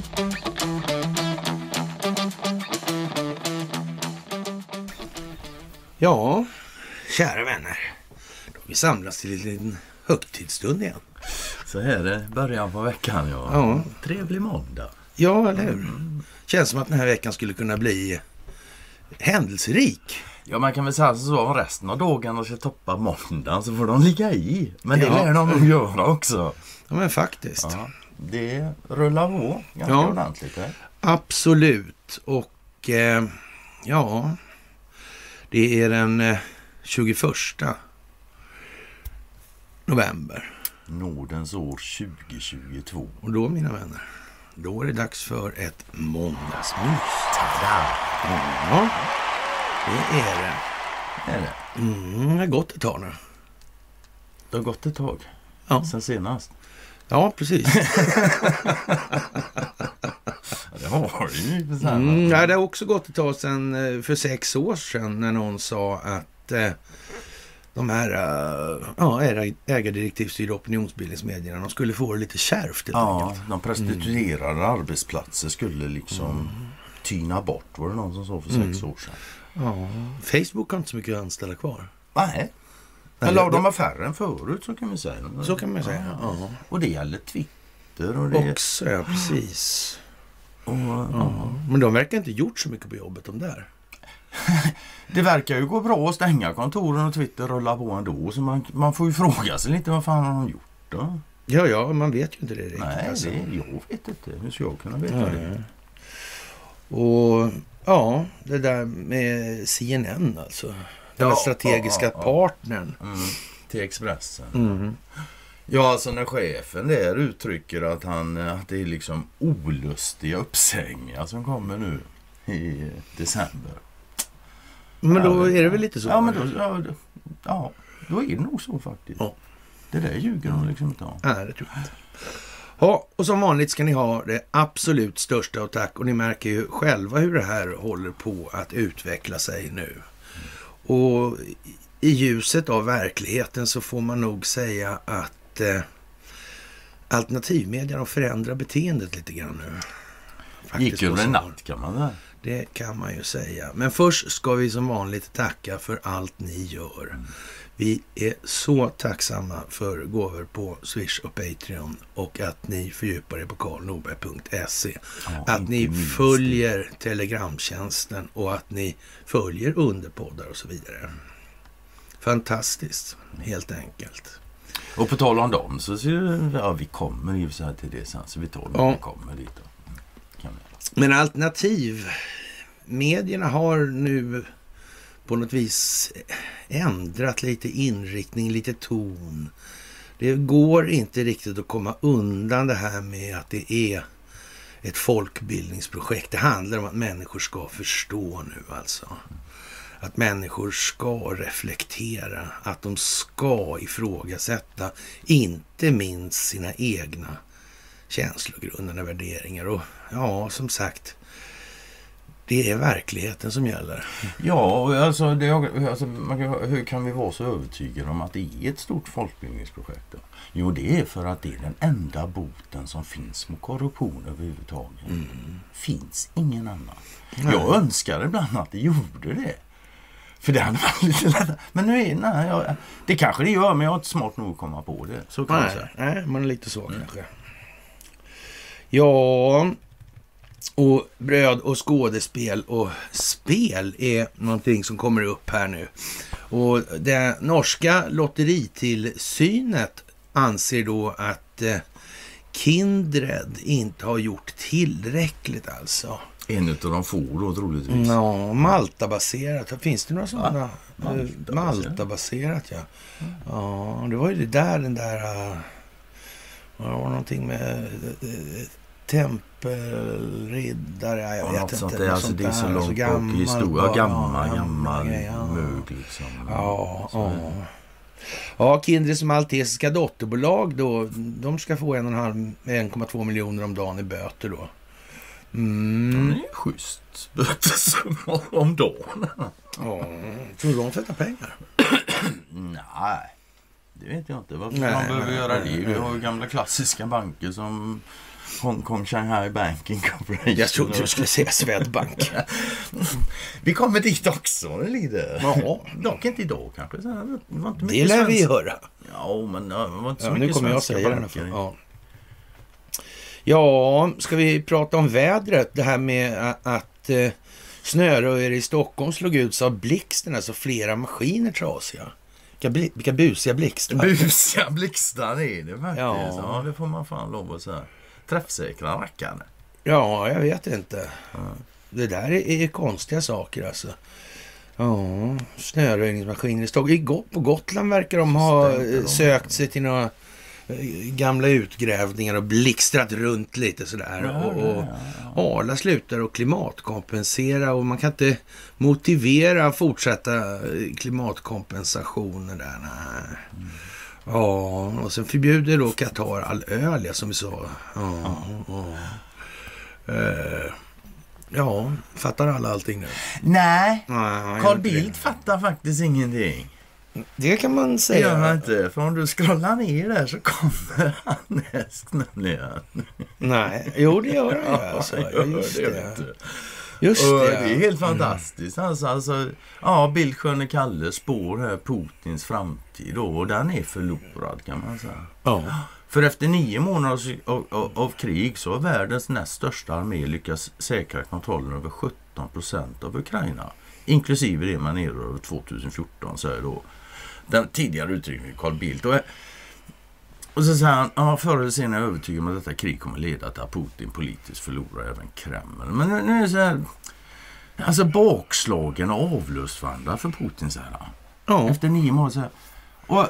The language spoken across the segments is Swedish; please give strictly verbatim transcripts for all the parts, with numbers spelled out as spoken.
Ja, kära vänner. Då har vi samlats till en liten högtidsstund igen. Så här är början på veckan, ja. Ja. Trevlig måndag. Ja, eller hur? Känns som att den här veckan skulle kunna bli händelserik. Ja, man kan väl säga så om resten av dagarna ska toppa måndagen så får de ligga i. Men det Ja. lär de nog göra också. Ja, men faktiskt. Ja, det rullar på ganska Ja. ordentligt. Här. Absolut. Och eh, ja, det är den eh, tjugoförsta november. Nordens år tjugo tjugotvå. Och då, mina vänner, då är det dags för ett måndagsmys. Tada! Ja, det är det. Är det? Mm, det har gått ett tag nu. Det har gått ett tag. Ja, Sen senast. ja precis. Ja, det har det ju. Mm, ja, det har också gått ett tag sedan, eh, för sex år sedan, när någon sa att eh, de här eh, ja, äg- ägardirektivstyrda opinionsbildningsmedierna, de skulle få det lite kärvt. Ja, de prostituerade mm. arbetsplatser skulle liksom mm. tyna bort, var det någon som sa för sex mm. år sedan. Ja, Facebook har inte så mycket anställda kvar. Nej. Eller de var färre än förut, så kan vi säga. Så kan man säga, ja. Ja. Och det gäller Twitter. Och det... Också, ja, precis. Och, ja. Ja. Men de verkar inte gjort så mycket på jobbet om där. Det verkar ju gå bra att stänga kontoren och Twitter rullar på ändå. Så man, man får ju fråga sig lite, vad fan har de gjort då? Ja, ja, man vet ju inte det riktigt. Nej, alltså. det, jag vet inte. Hur ska jag kunna veta Nej. det? Och ja, det där med C N N alltså. Den Ja, strategiska ja, ja, ja. partnern. Mm, till Expressen. Mm. Ja, alltså när chefen där uttrycker att, han, att det är liksom olustiga uppsägningar som kommer nu i december. Men då är det väl lite så? Ja, men då, ja, då, ja, då är det nog så faktiskt. Ja. Det där ljuger de liksom inte om. Nej, det tror jag inte. Ja, och som vanligt ska ni ha det absolut största av tack. Och ni märker ju själva hur det här håller på att utveckla sig nu. Och i ljuset av verkligheten så får man nog säga att eh, alternativmedia har förändrat beteendet lite grann nu. Gick ju över en natt, kan man säga. Det kan man ju säga. Men först ska vi som vanligt tacka för allt ni gör. Mm. Vi är så tacksamma för gåvor på Swish och Patreon och att ni fördjupar er på karl norberg punkt se. Ja, att ni följer det. Telegramtjänsten och att ni följer underpoddar och så vidare. Fantastiskt, helt enkelt. Och på tal om dem så ser ja, vi kommer ju så här till det sen, så vi tar dem ja. vi kommer dit då. Kan vi. Men alternativmedierna har nu på något vis ändrat lite inriktning, lite ton. Det går inte riktigt att komma undan det här med att det är ett folkbildningsprojekt. Det handlar om att människor ska förstå nu alltså. Att människor ska reflektera, att de ska ifrågasätta, inte minst sina egna känslogrundande värderingar. Och ja, som sagt, det är verkligheten som gäller. Ja, alltså, det, alltså man kan, hur kan vi vara så övertygade om att det är ett stort folkbildningsprojekt då? Jo, det är för att det är den enda boten som finns mot korruption överhuvudtaget. Mm. Finns ingen annan. Nej. Jag önskar ibland att det gjorde det. För det hade varit lite lättare. Men nu är nej, jag, det kanske det gör, men jag är inte smart nog att komma på det. Så kan nej, man säga. Nej, man är lite så mm. kanske. Ja, och bröd och skådespel och spel är någonting som kommer upp här nu. Och det norska lotteritillsynet anser då att eh, Kindred inte har gjort tillräckligt alltså. En av de få då, troligtvis. Ja, Malta-baserat. Finns det några sådana? Ja, Malta-baserat. Malta-baserat, ja. Ja, det var ju det där, den där... Uh, det var någonting med uh, tempelriddare, jag ja, vet inte. Sånt det, alltså, det är så långt bak i historia. Gammal, ja, gammal ja. mög liksom. Ja, ja. Ja, Kindreds maltesiska dotterbolag då, de ska få en och en halv, en komma två miljoner om dagen i böter då. Mm. Det är schysst bötesumma om dagen. Ja, tror du de tvättar pengar? Nej, det vet jag inte. Varför nej, man behöver nej, göra nej, det? nej. Vi har ju gamla klassiska banker som Hong Kong Shanghai Banking Corporation. Jag trodde du skulle säga Swedbank. Vi kommer dit också lite. Ja. Dock inte idag kanske. Det, var inte Det lär vi höra. Ja, men det var inte så Ja, mycket nu kommer jag svenska säga banker. det. Ja. ja, ska vi prata om vädret? Det här med att eh, snöröjare i Stockholm slog ut så av blixten, alltså flera maskiner trasiga. Vilka, bli, vilka busiga blixtar. Busiga blixtar är det faktiskt. Ja. Ja, det får man fan lov att säga. Träffsäkra rackare. Ja, jag vet inte. Ja. Det där är, är konstiga saker alltså. Ja, snöröjningsmaskiner i Stockholm. Igår på Gotland verkar de ha Stämmer, sökt sig till några gamla utgrävningar och blixtrat runt lite sådär. Ja, och, och ja, ja. Arla slutar att klimatkompensera och man kan inte motivera fortsätta klimatkompensationer där. Nej. Mm. Ja, och sen förbjuder då Qatar all öl, ja, som vi sa. Ja, ja. Ja. Uh, ja, fattar alla allting nu? Nej, Nej, Carl inte Bildt det. fattar faktiskt ingenting. Det kan man Det säga. gör han inte, för om du scrollar ner där så kommer han näst nämligen. Nej, jo det gör han ju. Alltså. Ja, Just det det. vet du. Just Och det. det är helt fantastiskt. Alltså, alltså, ja, Bildsköne Kalle spår här Putins framtid då, och den är förlorad kan man säga. Ja. För efter nio månader av, av, av krig så har världens näst största armé lyckats säkra kontrollen över sjutton procent av Ukraina. Inklusive det man är över tjugohundrafjorton, så är då den tidigare uttryckningen Carl Bildt. Och, och så säger han, ja, förr eller senare är jag övertygad om att detta krig kommer leda till att Putin politiskt förlorar även Kreml. Men nu, nu är det så här, alltså bakslagen och avlöstvandrar för Putin så här. Ja. Efter nio månader så här. Och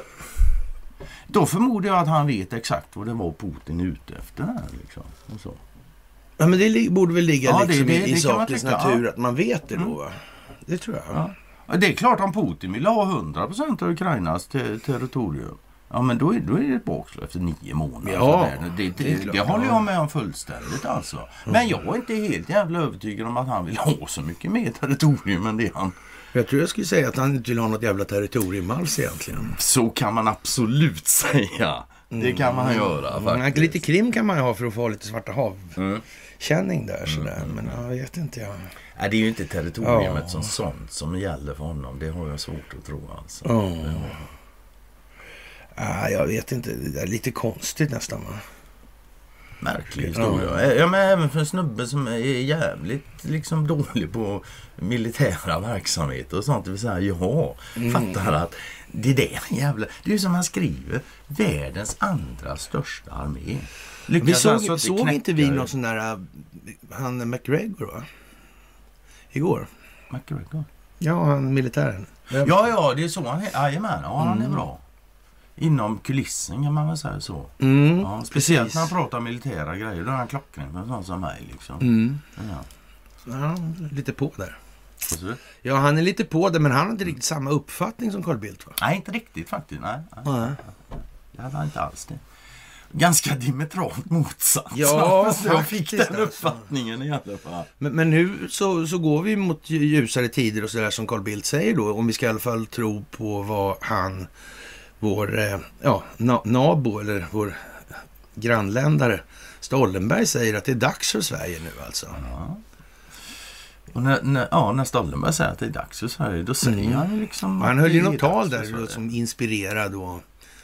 då förmodar jag att han vet exakt vad det var Putin ute efter här liksom. Och så. Ja, men det li- borde väl ligga Ja, det- liksom det- i, det i kan man sakens tycka, natur ja. att man vet det då. Mm. Va? Det tror jag. Ja. Ja, det är klart om Putin vill ha hundra procent av Ukrainas te- territorium. Ja, men då är, då är det ett bakslag efter nio månader. Ja, det, det, det är det, klart, det håller ja. jag med om fullständigt alltså. Men jag är inte helt jävla övertygad om att han vill ha så mycket mer territorium än det han... Jag tror jag skulle säga att han inte vill ha något jävla territorium alls egentligen. Så kan man absolut säga. Det kan man göra Mm, faktiskt. lite krim kan man ju ha för att få lite Svarta hav-känning Mm. där sådär. Men jag vet inte jag. Nej, det är ju inte territoriumet Ja. som sånt som gäller för honom. Det har jag svårt att tro alltså. Ja. Det har- Ah, jag vet inte, det är lite konstigt nästan va? Märklig historia. Ja, men även för en snubbe som är jävligt liksom dålig på militära verksamheter och sånt. Det vill säga, jaha, Mm. fattar att det är det jävla... Det är ju som han skriver, världens andra största armé. Lyckas Vi såg, alltså såg knäcka inte vi det. någon sån där, uh, han McGregor va? Igår. McGregor. Ja, han militären. Ja, ja, det är så han är. Jajamän, ja, han är bra. Inom kulissen kan man väl säga så. Mm, Ja, speciellt precis. när han pratar militära grejer. Då är han klockren för en sån som mig liksom. Mm. Ja. Ja, lite på där. Och så- Ja, han är lite på det, men han har inte riktigt samma uppfattning som Carl Bildt va? Nej, inte riktigt faktiskt. Nej, nej. Nej. Det hade han inte alls det. Ganska diametralt motsatt. Ja, så jag fick faktiskt, den alltså. uppfattningen i alla fall. Men, men nu så, så går vi mot ljusare tider och sådär som Carl Bildt säger då. Om vi ska i alla fall tro på vad han, vår eh, ja, na, nabo eller vår grannländare Stoltenberg säger att det är dags för Sverige nu alltså. Ja. Och när, när, ja, när Stoltenberg säger att det är dags för Sverige, då säger Mm. han ju liksom... Han att höll ju det är något tal dags för där då, Sverige. som inspirerade och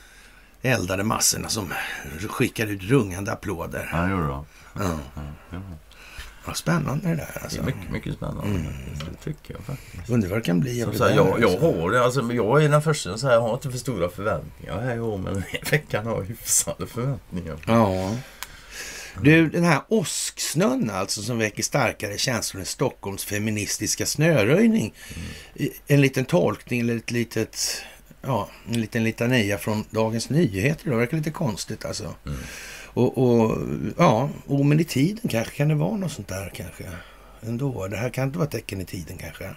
eldade massorna som skickade ut rungande applåder. Ja, det gjorde han. Ja. Ja, det gjorde han. Ja, spännande det där Det alltså. är mycket, mycket spännande. Mm. Det tycker jag faktiskt. Undrar vad det kan bli. Som av det så här, där, jag, jag alltså. har det, alltså, men jag är den första som säger jag har inte för stora förväntningar här i år, men den här veckan har jag hyfsade förväntningar. Ja. Du, den här åsksnön alltså som väcker starkare känslor än Stockholms feministiska snöröjning. Mm. En liten tolkning eller ett litet, ja, en liten litania från Dagens Nyheter. Det verkar lite konstigt alltså. Mm. Och, och ja, och men i tiden kanske kan det vara något sånt där kanske. Ändå, det här kan inte vara tecken i tiden kanske.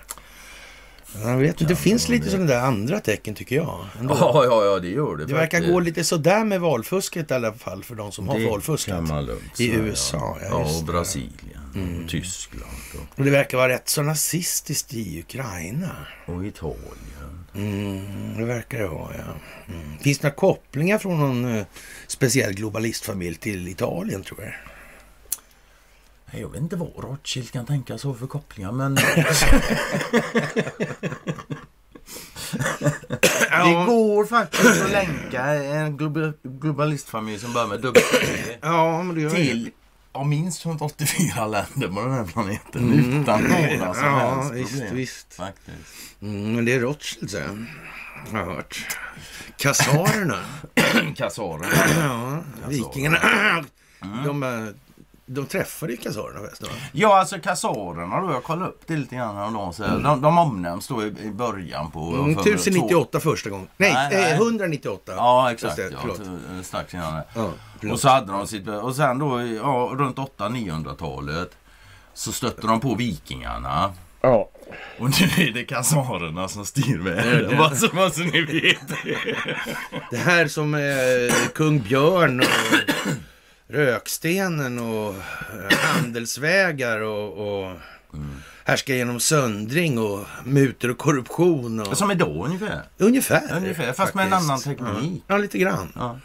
Jag vet inte, det finns lite sådana där andra tecken tycker jag. Ändå. Ja, ja, ja, det gör det. Det verkar faktiskt. gå lite sådär med valfusket i alla fall för de som har Det valfuskat. kan man lugnt I säga, U S A, ja, ja, just och det. Brasilien, Mm. och Tyskland och, Och det verkar vara rätt så nazistiskt i Ukraina. och Italien. Mm, det verkar det vara, ja. Mm. Finns det några kopplingar från någon uh, speciell globalistfamilj till Italien, tror jag? Jag vet inte vad Rothschild kan tänka så för kopplingar, men... Det går faktiskt att länka en globalistfamilj som börjar med dubbel ja, men det gör till ja, minst hundraåttiofyra länder på den här planeten mm. utan några som ja, helst visst, problem. Visst. Faktiskt. Mm, men det är Rothschild, så jag har hört. Kassarerna. Kassarerna. Ja, vikingarna. Mm. De, de träffade ju kassarerna förresten. Ja, alltså kassarerna då, jag kollade upp det lite grann och de, så de, de omnämns då i, i början på... Mm, tusen nittioåtta första gången. Nej, nej, nej. etthundranittioåtta. Ja, exakt. Det, ja, strax innan det. Ja, och så hade de sitt... Och sen då, ja, runt åtta niohundratalet så stötte de på vikingarna. Ja. Och nu är det kassarerna som styr världen. Vad som alltså, ni vet. Det här som är kung Björn och Rökstenen och handelsvägar och, och mm. härska genom söndring och mutor och korruption. Och... Som idag ungefär. Ungefär. Ungefär, fast faktiskt. Med en annan teknik. Ja, lite grann. Ja.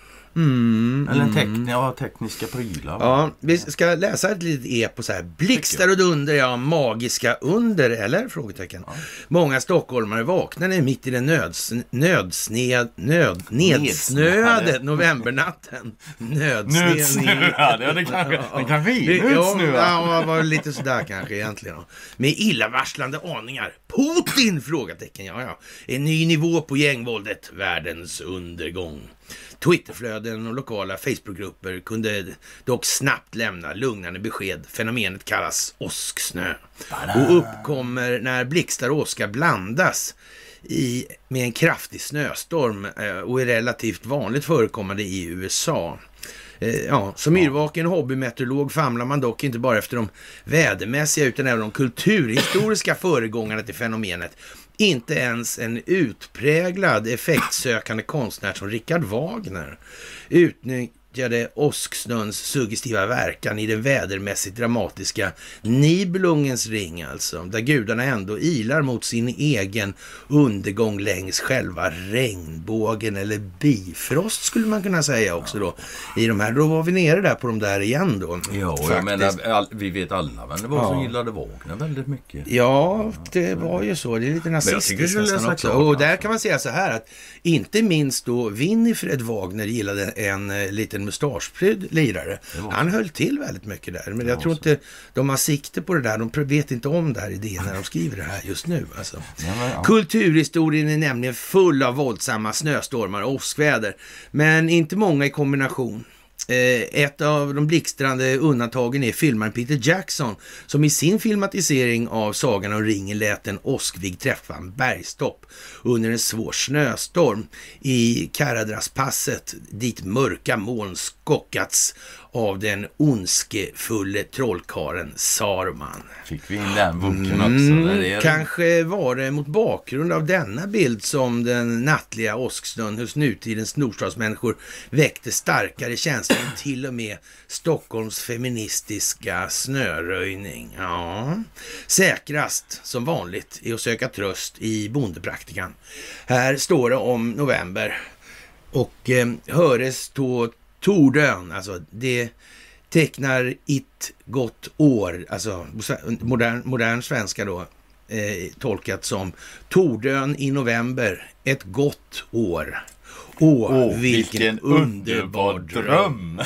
Mm, Eller en tekn- ja, tekniska prylar. Ja, vi ska läsa ett litet epos här. Blixtar och dunder, ja, magiska under, eller? Frågetecken. Ja. Många stockholmare vaknade mitt i den nöds, nödsned, nöd, nedsnöade novembernatten. Nödsnöade. Nödsnöade, ja, det kanske, ja. Det kanske är nödsnöade. Ja, det var lite sådär kanske egentligen. Med illavarslande aningar. Putin, frågetecken, ja, ja. En ny nivå på gängvåldet, världens undergång. Twitterflöden och lokala Facebookgrupper kunde dock snabbt lämna lugnande besked. Fenomenet kallas åsksnö och uppkommer när blixtar och åska blandas i, med en kraftig snöstorm och är relativt vanligt förekommande i U S A. Ja, som yrvaken hobbymeteorolog famlar man dock inte bara efter de vädermässiga utan även de kulturhistoriska föregångarna till fenomenet. Inte ens en utpräglad effektsökande konstnär som Richard Wagner utnyttjade åsksnöns suggestiva verkan i den vädermässigt dramatiska Nibelungens ring, alltså, där gudarna ändå ilar mot sin egen undergång längs själva regnbågen, eller bifrost skulle man kunna säga också då. I de här, då var vi nere där på de där igen då. Ja, jag menar, all, vi vet alla men det var ja. som gillade Wagner väldigt mycket. Ja, det var ju så. Det är lite nazistiskt nästan också. Och där kan man säga så här att inte minst då Winifred Wagner gillade en eh, liten mustaschprydd lirare. Han höll till väldigt mycket där. Men jag tror inte de har sikte på det där. De vet inte om det här idén när de skriver det här just nu. Alltså. Ja, men, ja. Kulturhistorien är nämligen full av våldsamma snöstormar och åskväder. Men inte många i kombination. Ett av de blixtrande undantagen är filmaren Peter Jackson som i sin filmatisering av Sagan om ringen lät en åskvig träffa en bergstopp under en svår snöstorm i Karadraspasset dit mörka moln skockats av den ondskefulle trollkaren Saruman. Fick vi in den boken också? Mm, det är... Kanske var det mot bakgrund av denna bild som den nattliga åsksnön hos nutidens storstadsmänniskor väckte starkare känslor än till och med Stockholms feministiska snöröjning. Ja. Säkrast som vanligt är att söka tröst i bondepraktikan. Här står det om november och eh, höres då Tordön, alltså det tecknar ett gott år, alltså modern, modern svenska då, eh, tolkat som Tordön i november, ett gott år. Åh, oh, vilken, vilken underbar dröm!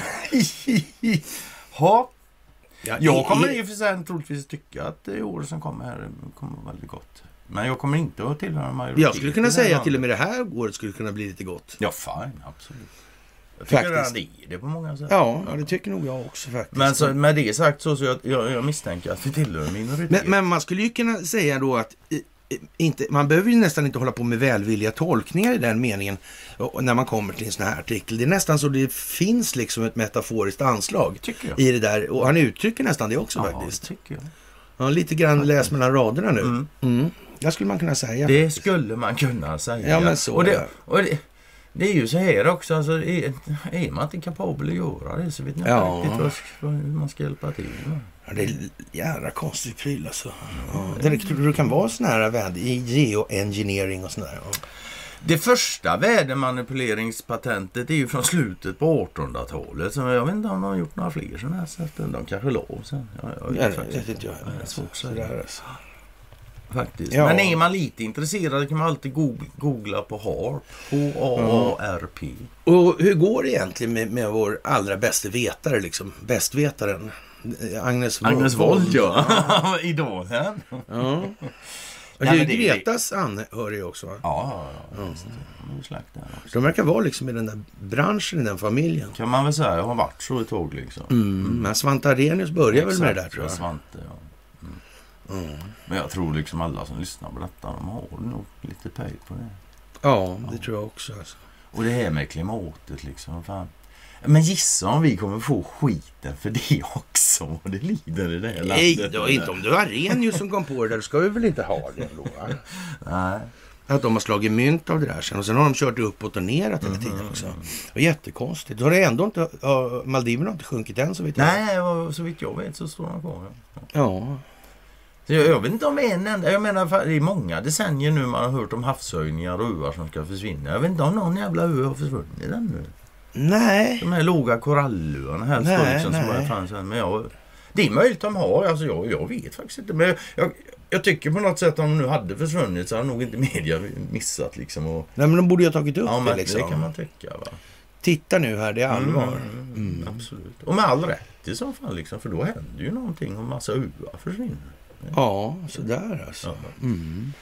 ha. Ja, jag kommer i och för sig troligtvis tycka att det år som kommer här kommer väldigt gott. Men jag kommer inte att tillhöra majoriteten. Jag skulle kunna säga att till och med det här året skulle kunna bli lite gott. Ja, fine, absolut. Jag tycker att det är det på många sätt. Ja, ja, det tycker nog jag också faktiskt. Men så, med det sagt så, så jag, jag, jag misstänker att vi tillhör minoritet. Men, men man skulle ju kunna säga då att inte, man behöver ju nästan inte hålla på med välvilliga tolkningar i den meningen när man kommer till en sån här artikel. Det är nästan så det finns liksom ett metaforiskt anslag i det där. Och han uttrycker nästan det också ja, faktiskt. Det tycker jag. Ja, lite grann läs mellan raderna nu. Mm. Mm. Det skulle man kunna säga. Det faktiskt. skulle man kunna säga. Ja, men så och det, och det, det är ju så här också. Alltså, är, är man inte kapabel att göra det så vet man ja. inte riktigt vad man ska hjälpa till med. Ja, det är jävla konstigt pryl alltså. Ja, det, det kan vara sån här väder i geoengineering och sådär. Ja. Det första vädermanipuleringspatentet är ju från slutet på artonhundratalet. Så jag vet inte om de har gjort några fler sådana här sätt. De kanske låg sen. Jag, jag vet ja, faktiskt inte jag. Det är svårt att säga. Alltså. Faktiskt. Ja. Men är man lite intresserad kan man alltid googla på HAARP. H A A R P. Och hur går det egentligen med, med vår allra bästa vetare, liksom? Bästvetaren? Agnes, Agnes Wold, ja. Idolen. Ja. Det är ju Gretas anhörig också, va? Ja, ja, ja. Mm. De verkar vara liksom i den där branschen, i den familjen. Kan man väl säga, har varit så ett tag liksom. Mm. Mm. Men Svante Arrhenius börjar väl med det där, tror jag. Svante, ja. Mm. Mm. Men jag tror liksom alla som lyssnar på detta, de har nog lite pej på det. Ja, det ja. tror jag också. Alltså. Och det här med klimatet liksom, fan. Men gissa om vi kommer få skiten för det också. Det lider i det här landet. Nej, då, inte om du har Arrhenius som kom på det där, då ska vi väl inte ha det då? Nej. Att de har slagit mynt av det där sen. Och sen har de kört uppåt och neråt hela tiden också. Det var jättekonstigt. Då har det ändå inte, uh, Maldiverna har inte sjunkit än så vitt jag vet. Nej, så vitt jag vet så står de kvar. Ja. ja. Så jag, jag vet inte om en enda, jag menar det är många decennier nu man har hört om havshöjningar och öar som ska försvinna. Jag vet inte om någon jävla ö har försvunnit ännu. Nej. De här låga korallöarna här nej, liksom, nej. som bara fanns. Men jag, det är möjligt de har, alltså jag, jag vet faktiskt inte. Men jag, jag, jag tycker på något sätt att om de nu hade försvunnit så hade nog inte media missat liksom. Och, nej, men de borde ju ha tagit upp ja, det liksom. Det kan man tycka, va. Titta nu här, det är allvar. Mm, mm. Absolut. Och med all rätt i så fall liksom, för då händer ju någonting och massa öar försvinner. Ja, sådär alltså. Ja. Mm.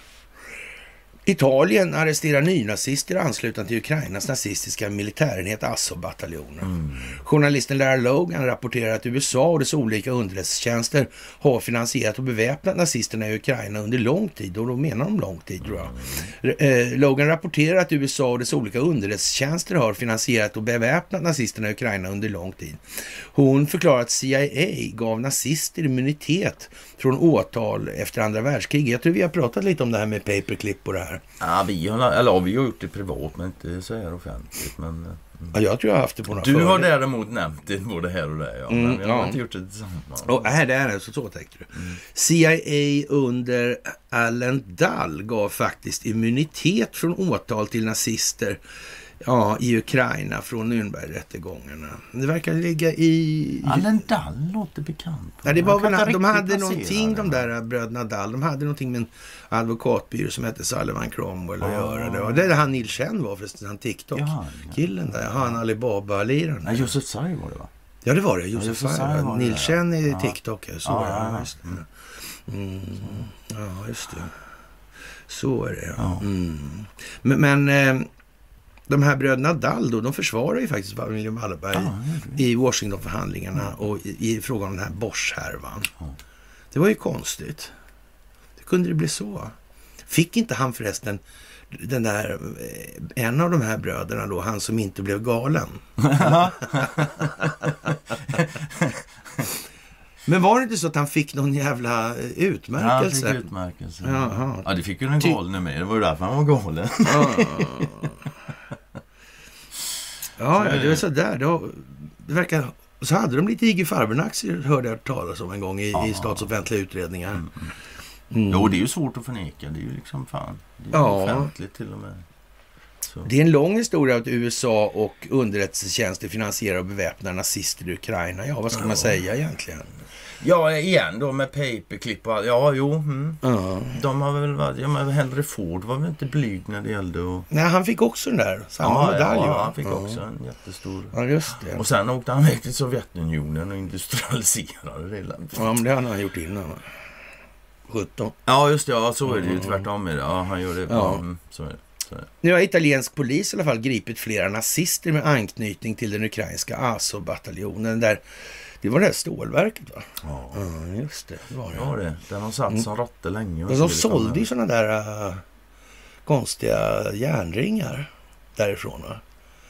Italien arresterar nynazister anslutna till Ukrainas nazistiska militärenhet Azov-bataljonen. Mm. Journalisten Lara Logan rapporterar att U S A och dess olika underrättelsetjänster har finansierat och beväpnat nazisterna i Ukraina under lång tid. Och då menar de lång tid, tror jag. Mm. Logan rapporterar att U S A och dess olika underrättelsetjänster har finansierat och beväpnat nazisterna i Ukraina under lång tid. Hon förklarar att C I A gav nazister immunitet från åtal efter andra världskriget. Jag tror vi har pratat lite om det här med paperclip och det här. Ja, vi har, eller, vi har gjort det privat, men inte så här offentligt. Men, mm. ja, jag tror jag har haft det på några Du före. har däremot nämnt det både här och där, ja. Mm, men vi har ja. inte gjort det tillsammans. Och här det är så, så tänkte du. Mm. C I A under Allen Dall gav faktiskt immunitet från åtal till nazister ja, i Ukraina från Nürnbergrättegångarna. Det verkar ligga i... Allen Dall låter bekant. Nej, det var väl, de hade någonting, de där bröderna Dall. De hade någonting med en advokatbyrå som hette Sullivan Cromwell att ah. göra. Det var det han Neil Chen var förresten, han TikTok-killen där. Han Alibaba-liran. Nej, Josef Tsai var det, va? Ja, det var det. Josef ja, Tsai var det. Neil Chen är ja. TikTok. Så ja, ja, ja, just det. Mm. Ja, just det. Så är det, ja. Mm. Men... men eh, de här bröderna Dall då, de försvarar ju faktiskt William Wallenberg ah, i Washington-förhandlingarna mm. och i, i frågan om den här Bosch-härvan. Mm. Det var ju konstigt. Det kunde det bli så. Fick inte han förresten den där, en av de här bröderna då, han som inte blev galen. Men var det inte så att han fick någon jävla utmärkelse? Ja, han fick utmärkelse. Jaha. Ja, det fick ju den galne med. Det var ju därför han var galen. Ja, ja, det var så där. Det, det verkar... Så hade de lite I G Farben-aktier, hörde jag talas om en gång i, i statsoffentliga utredningar. Mm. Mm. Jo, det är ju svårt att förneka. Det är ju liksom fan. Det är ja. offentligt till och med. Så. Det är en lång historia att U S A och underrättelsetjänster finansierar och beväpnar nazister i Ukraina. Ja, vad ska ja. man säga egentligen? Ja, igen då med paperclip och allt. Ja, jo. Mm. Ja. De har väl varit... Ja, men Henry Ford var väl inte blyg när det gällde att... Nej, han fick också den där. Samma ja, medalj. Ja, han fick ja. också en jättestor... Ja, just det. Och sen åkte han väg till Sovjetunionen och industrialiserade det landet. Ja, men det hade han gjort innan. sjutton. Ja, just det. Ja, så är det ju tvärtom med det. Ja, han gör det. Ja. Mm, så är det. Nu har italiensk polis i alla fall gripit flera nazister med anknytning till den ukrainska Azov-bataljonen där. Det var det här stålverket, va? Ja, ja just det. Det var det. Ja, det. Den har satt som råttor länge. Och de sålde ju sådana där uh, konstiga järnringar därifrån, va?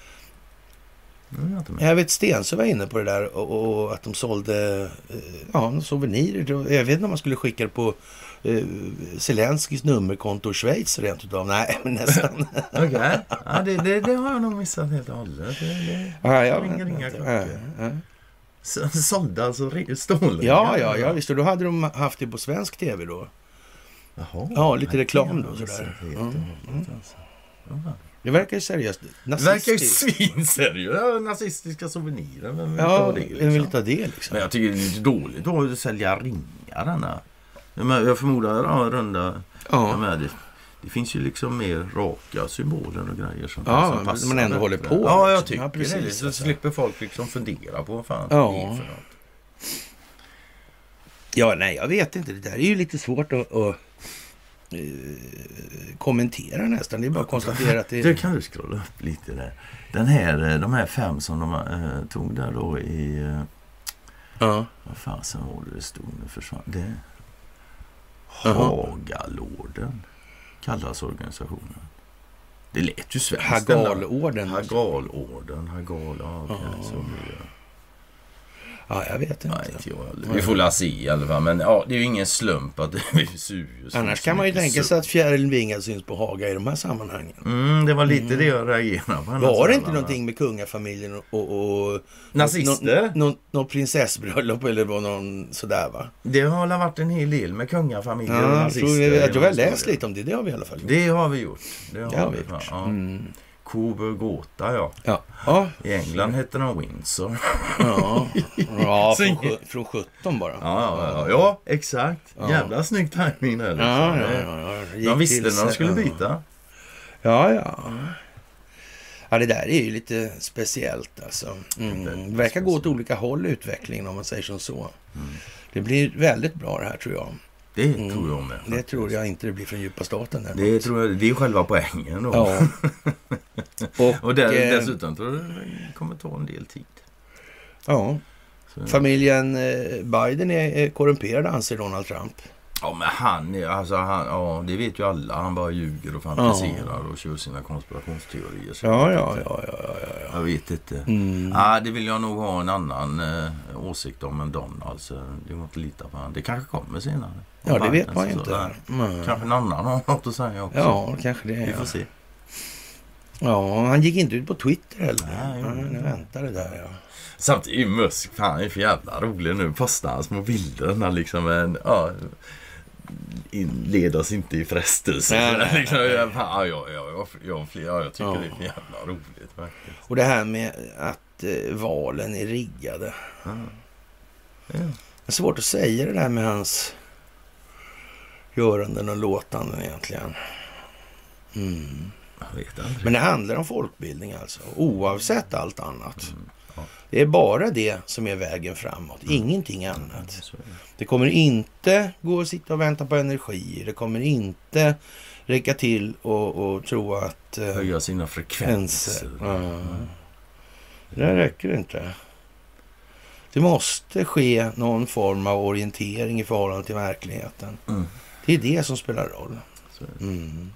Mm, jag vet Stensö var inne på det där och, och att de sålde uh, ja, souvenirer. Jag vet inte om man skulle skicka det på uh, Zelenskis nummerkonto i Schweiz rent utav. Nej, men nästan. Okej. Okay. Ja, det, det, det har jag nog missat helt och hållet. Det, det, ja, ja, ringer inga klockor. Ja, ja. Sålde alltså stål. Ja, ja, ja, visst. Och då hade de haft det på svensk tv då. Jaha. Ja, lite reklam då sådär. Mm. Mm. Det verkar ju seriöst. Det verkar ju svinseriöst. Nazistiska souvenirer. Vem vill ja, ta det? Liksom? Vem vill ta det liksom? Men jag tycker det är lite dåligt att sälja ringar. Denna. Jag förmodar ja, runda... Ja. Ja, det, det finns ju liksom mer raka symboler och grejer som, ja, som passar. Man ändå håller på. Ja, jag tycker ja, precis, det. Så alltså. Slipper folk liksom fundera på vad fan ja. det är för något. Ja, nej, jag vet inte. Det där är ju lite svårt att... att Uh, kommentera nästan. Det är bara att konstatera att det... Du, kan du scrolla upp lite där? Den här, de här fem som de uh, tog där då i... Uh, ja. Vad fan sen var det det stod nu försvann? Det... Uh-huh. Hagalorden kallas organisationen. Det lät ju svenskt. Hagalorden. Hagalorden. Hagal, ja, okej. Okay, så blir det. Ja, jag vet inte. Nej, inte jag. Vi får la se i alla fall. Men ja, det är ju ingen slump att det blir sur. Annars kan man ju tänka sig att fjärilvingar syns på Haga i de här sammanhangen. Mm, det var lite mm. det jag reagerade på. Var det inte någonting med kungafamiljen och... och, och nazister? Någon nå, nå prinsessbröllop eller var någon sådär, va? Det har väl varit en hel del med kungafamiljen ja, och nazister. Jag tror, jag tror jag läst lite om det. Det har vi i alla fall gjort. Det har vi gjort. Det har, det har vi gjort. gjort. Ja. Mm. Coburg Gotha, ja. ja. ja. I England heter den Windsor. Ja, ja från, från sjutton bara. Ja, ja, ja, ja exakt. Ja. Jävla snygg timing där. Liksom. Ja, ja, ja, ja. De visste när de skulle byta. Ja, ja. Ja, det där är ju lite speciellt alltså. Mm. Det verkar gå åt olika håll i utvecklingen om man säger som så. Mm. Det blir väldigt bra det här tror jag. Det mm. tror jag med. Faktiskt. Det tror jag inte det blir från djupa staten. Där det tror jag, det är själva poängen då. Ja. och och där, eh, dessutom tror jag det kommer ta en del tid. Ja. Så. Familjen eh, Biden är, är korrumperad anser Donald Trump. Ja, men han, alltså han, ja, det vet ju alla. Han bara ljuger och fantiserar ja. och kör sina konspirationsteorier. Ja, ja, ja, ja, ja, ja. Jag vet inte. Mm. Ja, det vill jag nog ha en annan eh, åsikt om än Donald. Så det går inte att lita på han. Det kanske kommer senare. Ja, det vet man inte. Mm. Kanske en annan har något att säga också. Ja, kanske det. Vi får ja. se. Ja, han gick inte ut på Twitter heller. Nej, ja, jag väntade där, ja. Samtidigt är Musk, fan är för jävla rolig nu. Postar han små bilder när liksom en, ja, inledas inte i frestelse. Nej, nej, liksom, nej. Jag, fan, ja, ja, ja, jag, jag, jag tycker ja. det är för jävla roligt faktiskt. Och det här med att eh, valen är riggade. Ja. Ja. Det är svårt att säga det där med hans göranden och låtanden egentligen. Mm. Jag vet aldrig. Men det handlar om folkbildning alltså. Oavsett allt annat. Mm. Ja. Det är bara det som är vägen framåt. Mm. Ingenting annat. Mm. Det kommer inte gå att sitta och vänta på energi. Det kommer inte räcka till och, och tro att... Uh, höja sina frekvenser. Ja. Mm. Det där räcker inte. Det måste ske någon form av orientering i förhållande till verkligheten. Mm. Det är det som spelar roll. Mm.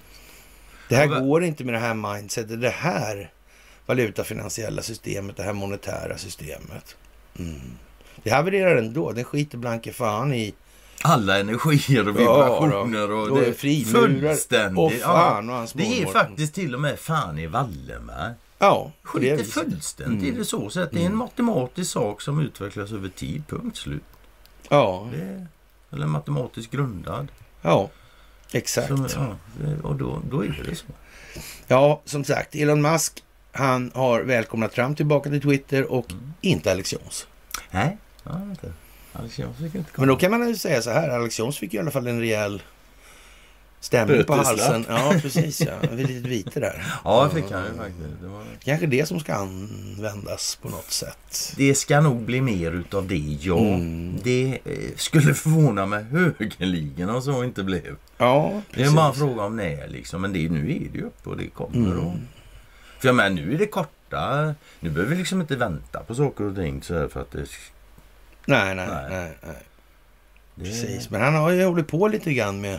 Det här går inte med det här mindsetet, det här valutafinansiella systemet, det här monetära systemet. Mm. Det havererar ändå, den skiter blanke fan i alla energier och vibrationer ja, och, och det är fullständigt. Och fan, och det är faktiskt till och med fan i Valdemar. Ja, det är fullständigt. Mm. Är det så så att det är en mm. matematisk sak som utvecklas över tid, punkt slut. Ja. Det är, eller matematiskt grundad. Ja, exakt. Som, ja, och då, då är det så. Ja, som sagt, Elon Musk, han har välkomnat Trump tillbaka till Twitter och mm. inte Alex Jones. Nej, ja, inte. Alex Jones fick inte komma. Men då kan man ju säga så här, Alex Jones fick i alla fall en rejäl stämning på halsen. Ja, precis. Ja. Det är lite vite där. Ja, det fick han ju faktiskt. Det var... Kanske det som ska användas på något sätt. Det ska nog bli mer utav det, ja. Mm. Det eh, skulle förvåna mig högerligen om så inte blev. Ja, precis. Det är bara en fråga om när liksom. Men det, nu är det ju uppe och det kommer. Mm. Och... För jag menar, nu är det korta. Nu behöver vi liksom inte vänta på saker och ting så här för att det... Nej, nej, nej. nej, nej. Det... Precis. Men han har ju hållit på lite grann med...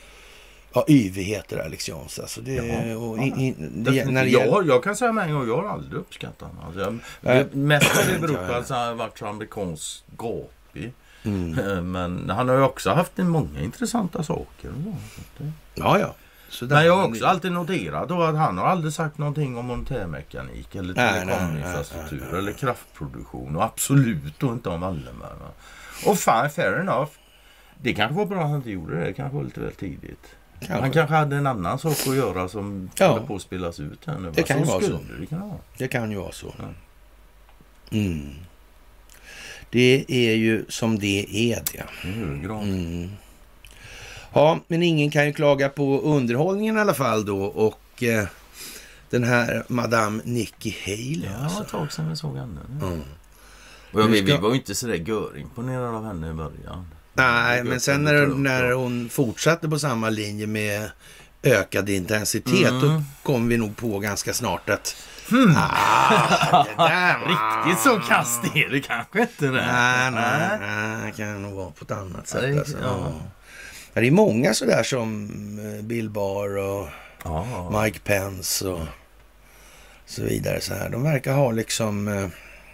Ja, yvigheter Alex Jones. Alltså det, ja, och in, in, det, när det jag, gäller... jag kan säga med en gång, jag har aldrig uppskattat honom. Alltså, jag, det, mest det beror på att han har varit amerikansk gapig. Mm. Men han har ju också haft en många intressanta saker. Ja, ja. Så men jag har också alltid noterat då att han har aldrig sagt någonting om monetärmekanik eller telekominfrastruktur eller kraftproduktion och absolut då inte om Valdemar. Och fan, fair enough. Det kanske var bra att han inte gjorde det. Det kanske var lite väl tidigt. Kanske. Han kanske hade en annan sak att göra som Ja. håller på att spelas ut här nu. Det kan ju vara så. Det kan, vara. Det kan ju vara så. Ja. Mm. Det är ju som det är det. I hög grad. Mm. Ja, men ingen kan ju klaga på underhållningen i alla fall då. Och eh, den här Madame Nikki Haley. Ja, det var alltså. ett tag sedan vi såg henne. Mm. Och jag, Nu vi, ska- vi var ju inte sådär görimponerade av henne i början. Nej, Det men sen lite när, tungt, när ja. hon fortsatte på samma linje med ökad intensitet, Mm. då kom vi nog på ganska snart att Hmm. ah, det där var- Riktigt så kast är det kanske inte. Det. Nej, nej, nej, det kan nog vara på ett annat sätt. det- Alltså. ja. Ja, det är många sådär som eh, Bill Barr och Ja. Mike Pence och så vidare. Så här. De verkar ha liksom eh,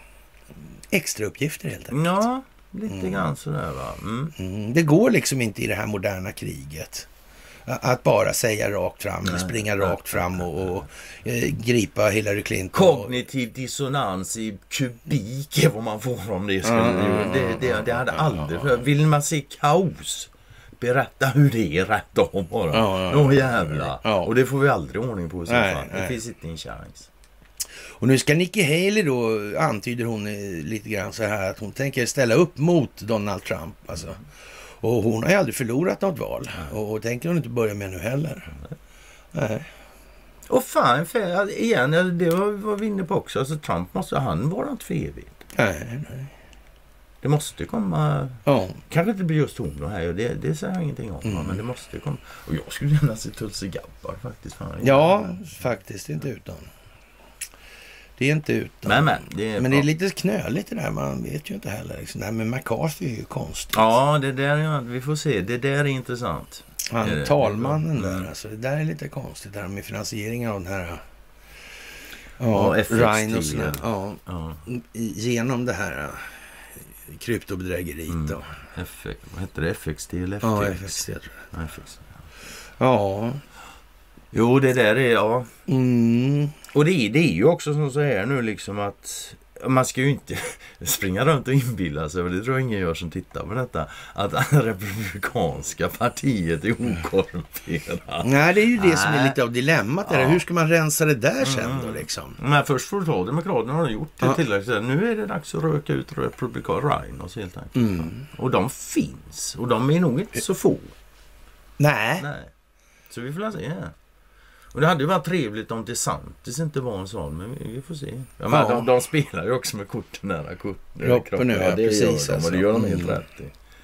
extra uppgifter helt enkelt. Ja, lite Mm. grann sådär va. Mm. Mm, det går liksom inte i det här moderna kriget att bara säga rakt fram, eller Nej, springa nej, rakt fram och, och eh, gripa Hillary Clinton. Kognitiv dissonans i kubik är vad man får om det. Skulle Mm, ju- det, det, det hade aldrig... För vill man se kaos, berätta hur det är rätt om bara. Ja, ja, Åh jävla. Ja. Och det får vi aldrig ordning på i så Nej, fall. Det nej. finns inte en chans. Och nu ska Nikki Haley då, antyder hon eh, lite grann så här, att hon tänker ställa upp mot Donald Trump. Alltså. Och hon har ju aldrig förlorat något val. Och, och tänker hon inte börja med nu heller. Nej. Och fan, för, igen, det var, var vi inne på också. Alltså Trump måste, han vara inte för evigt. Nej, nej. Det måste komma... Ja. Kanske inte blir just hon då här, och det, det säger jag ingenting om. Mm. Men det måste komma. Och jag skulle gärna se Tulsi Gabbard faktiskt. Fan. ja, faktiskt inte utan. Det är inte utan. Men, men, det är Men bra. det är lite knöligt det där, man vet ju inte heller. Liksom. Det här med McCarthy är ju konstigt. Ja, det där är, vi får se. Det där är intressant. Han, är det. talmannen Mm. där, alltså, det där är lite konstigt, det här med finansieringen av den här... Ja, Ja, F X Ryan och tio. sådär. Ja, Ja. i- genom det här äh, kryptobedrägeriet Mm. då. F X, vad heter det? F X T eller F T Ja, X? F X T tror jag. Ja, F X. Ja. Jo, det där är, ja. Mm. Och det är, det är ju också som så här nu liksom att man ska ju inte springa runt och inbilla sig, och det tror jag ingen gör som tittar på detta, att republikanska partiet är okorrumperat. Nej, det är ju det som är Nej. lite av dilemmat. Där. Ja. Hur ska man rensa det där sen Mm. då liksom? Men först får du ta demokraterna har gjort det Ja. tillräckligt. Nu är det dags att röka ut republikan Rhinos helt enkelt. Mm. Och de finns. Och de är nog inte så få. Nej. Nej. Så vi får se. Och det hade ju varit trevligt om DeSantis inte var en sån, men vi, vi får se. Ja, men Ja. de, de spelar ju också med korten nära korten. Kroppen nu, ja, det precis, gör de, alltså. och det gör de helt Mm. rätt i.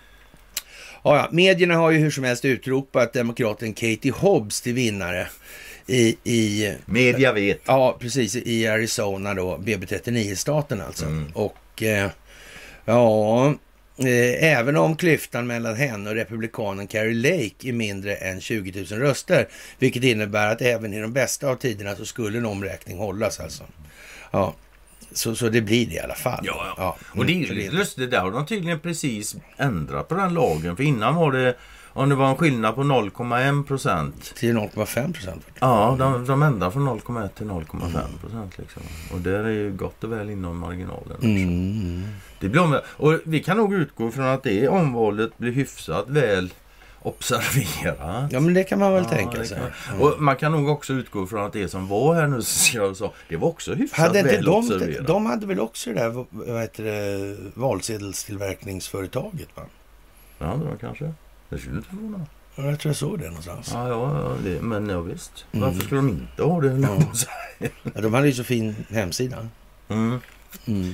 Ja, ja. Medierna har ju hur som helst utropat demokraten Katie Hobbs till vinnare i... i Media vet. Ja, precis. I Arizona då, B B trettionio-staten alltså. Mm. Och eh, ja, eh, även om klyftan mellan henne och republikanen Carrie Lake är mindre än tjugo tusen röster, vilket innebär att även i de bästa av tiderna så skulle en omräkning hållas alltså. Ja, så, så det blir det i alla fall. Ja, ja. Ja, Och det är mm, ju för lite lustigt, där har de tydligen precis ändrat på den lagen. För innan var det, om det var en skillnad på noll komma en procent. till noll komma fem procent. Ja, de, de ändrar från noll komma ett till noll komma fem procent liksom. Och det är ju gott och väl inom marginalen. Mm. Det blir om, och vi kan nog utgå från att det omvalet blir hyfsat väl observerat. Ja, men det kan man väl Ja, tänka det sig. kan- Och man kan nog också utgå från att det som var här nu, som jag sa, det var också hyfsat Hade inte väl de, observerat. de hade väl också det där, vad heter det, valsedelstillverkningsföretaget, va? Ja, det var kanske. Det skulle inte förvåna. Ja, jag tror jag såg det någonstans. Ja, ja, ja det, men ja, visst. Mm. Varför skulle de inte ha det? Ja. Ja. Ja, de hade ju så fin hemsida. Mm. Mm.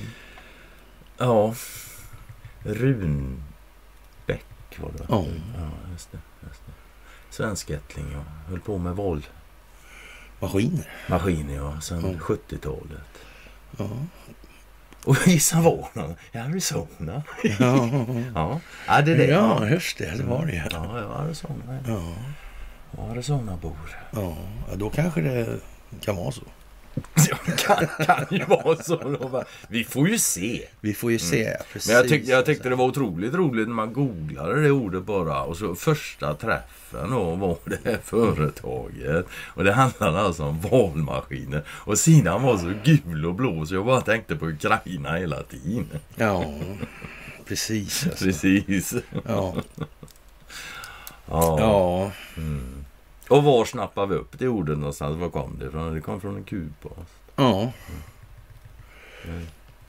Ja. Runbäck var det. Ja. Ja, just det. Just det. Svenskättling, ja. Höll på med våld. Maskiner. Maskiner, ja. Sen Mm. sjuttiotalet. Ja. Och i Savannah, i Arizona. Ja. Ja, ja det är det. Ja, just det. Det var det ju. Ja, ja, Arizona. Ja. Ja. Ja, Arizona-bor. Ja, ja, då kanske det kan vara så. Ja, det kan, kan ju vara så. Då, va? Vi får ju se. Vi får ju se. Precis. Men jag, tyck, jag tyckte det var otroligt roligt när man googlade det ordet bara. Och så första träffen då var det här företaget. Och det handlade alltså om valmaskiner. Och sidan var så gul och blå så jag bara tänkte på Ukraina hela tiden. Ja, precis. Alltså. Precis. Ja. Ja. Ja. Mm. Och var snappar vi upp det ordet någonstans? Var kom det ifrån? Det kom från en kubas. Ja. Mm.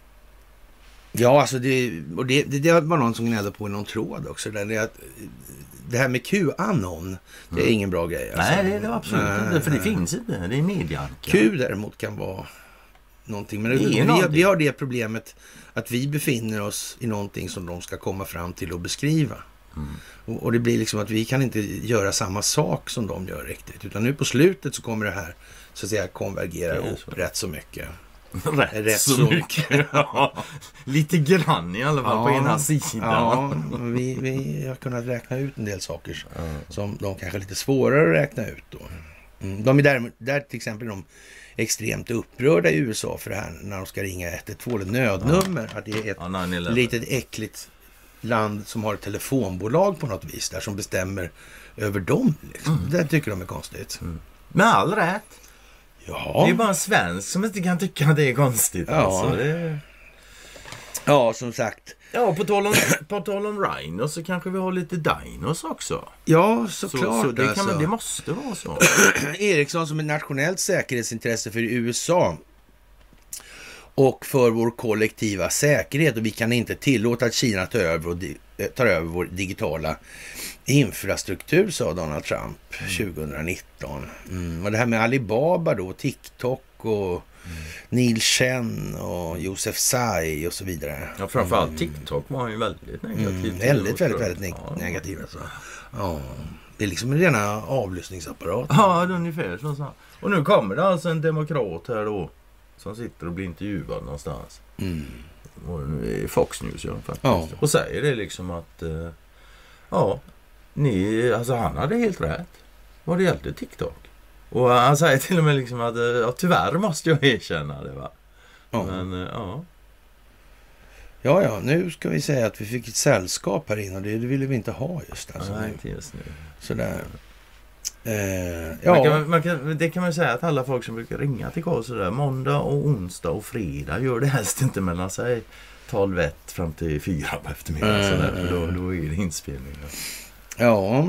Ja, alltså det, och det, det, det var någon som gnällde på i någon tråd också. Där det, att, det här med Q-anon, det är mm. ingen bra grej. Alltså. Nej, det är det absolut nej, inte. För det finns inte. Det är medianka. Q däremot kan vara någonting. Men det, vi, någonting. vi har det problemet att vi befinner oss i någonting som de ska komma fram till och beskriva. Mm. Och, och det blir liksom att vi kan inte göra samma sak som de gör riktigt. Utan nu på slutet så kommer det här så att säga konvergera ihop rätt så mycket. Rätt, rätt så, så mycket. Ja, lite grann i alla fall ja, på ena sidan. Ja, vi, vi har kunnat räkna ut en del saker mm. som de kanske är lite svårare att räkna ut då. Mm. De är där, där till exempel de extremt upprörda i U S A för det här när de ska ringa ett ett två eller nödnummer. Ja. Att det är ett ja, litet äckligt land som har ett telefonbolag på något vis där som bestämmer över dem. Liksom. Mm. Det tycker de är konstigt. Mm. Med all rätt. Ja. Det är bara en svensk som inte kan tycka att det är konstigt. Ja, alltså. det... ja som sagt. Ja, på tal om, på tal om Rhino så kanske vi har lite dinos också. Ja, såklart. Så, så det, alltså. kan man, det måste vara så. Ericsson som är nationellt säkerhetsintresse för U S A och för vår kollektiva säkerhet. Och vi kan inte tillåta att Kina tar över, och di- tar över vår digitala infrastruktur, sa Donald Trump mm. tjugonitton. Mm. Och det här med Alibaba då, TikTok och mm. Neil Chen och Josef Tsai och så vidare. Ja, framförallt mm. TikTok var ju väldigt negativ. Mm. Väldigt, väldigt, väldigt neg- ja. negativ. Alltså. Ja, det är liksom en rena avlyssningsapparat. Ja, det är ungefär så. Och nu kommer det alltså en demokrat här då som sitter och blir intervjuad någonstans. Mm. Fox News, ja, faktiskt. Ja. Och säger det liksom att uh, ja, ni, alltså han hade helt rätt vad det gällde TikTok. Och han säger till och med liksom att ja, tyvärr måste jag erkänna det, va? Ja. Men uh, ja. Ja, ja, nu ska vi säga att vi fick ett sällskap här inne och det, det ville vi inte ha just. Alltså. Nej, inte just nu. Sådär. Eh, ja. man kan, man kan, det kan man säga att alla folk som brukar ringa till Karl sådär måndag och onsdag och fredag gör det helst inte mellan sig tolv ett fram till fyra på eftermiddagen. Mm. Sådär, för då, då är det inspelning. Ja.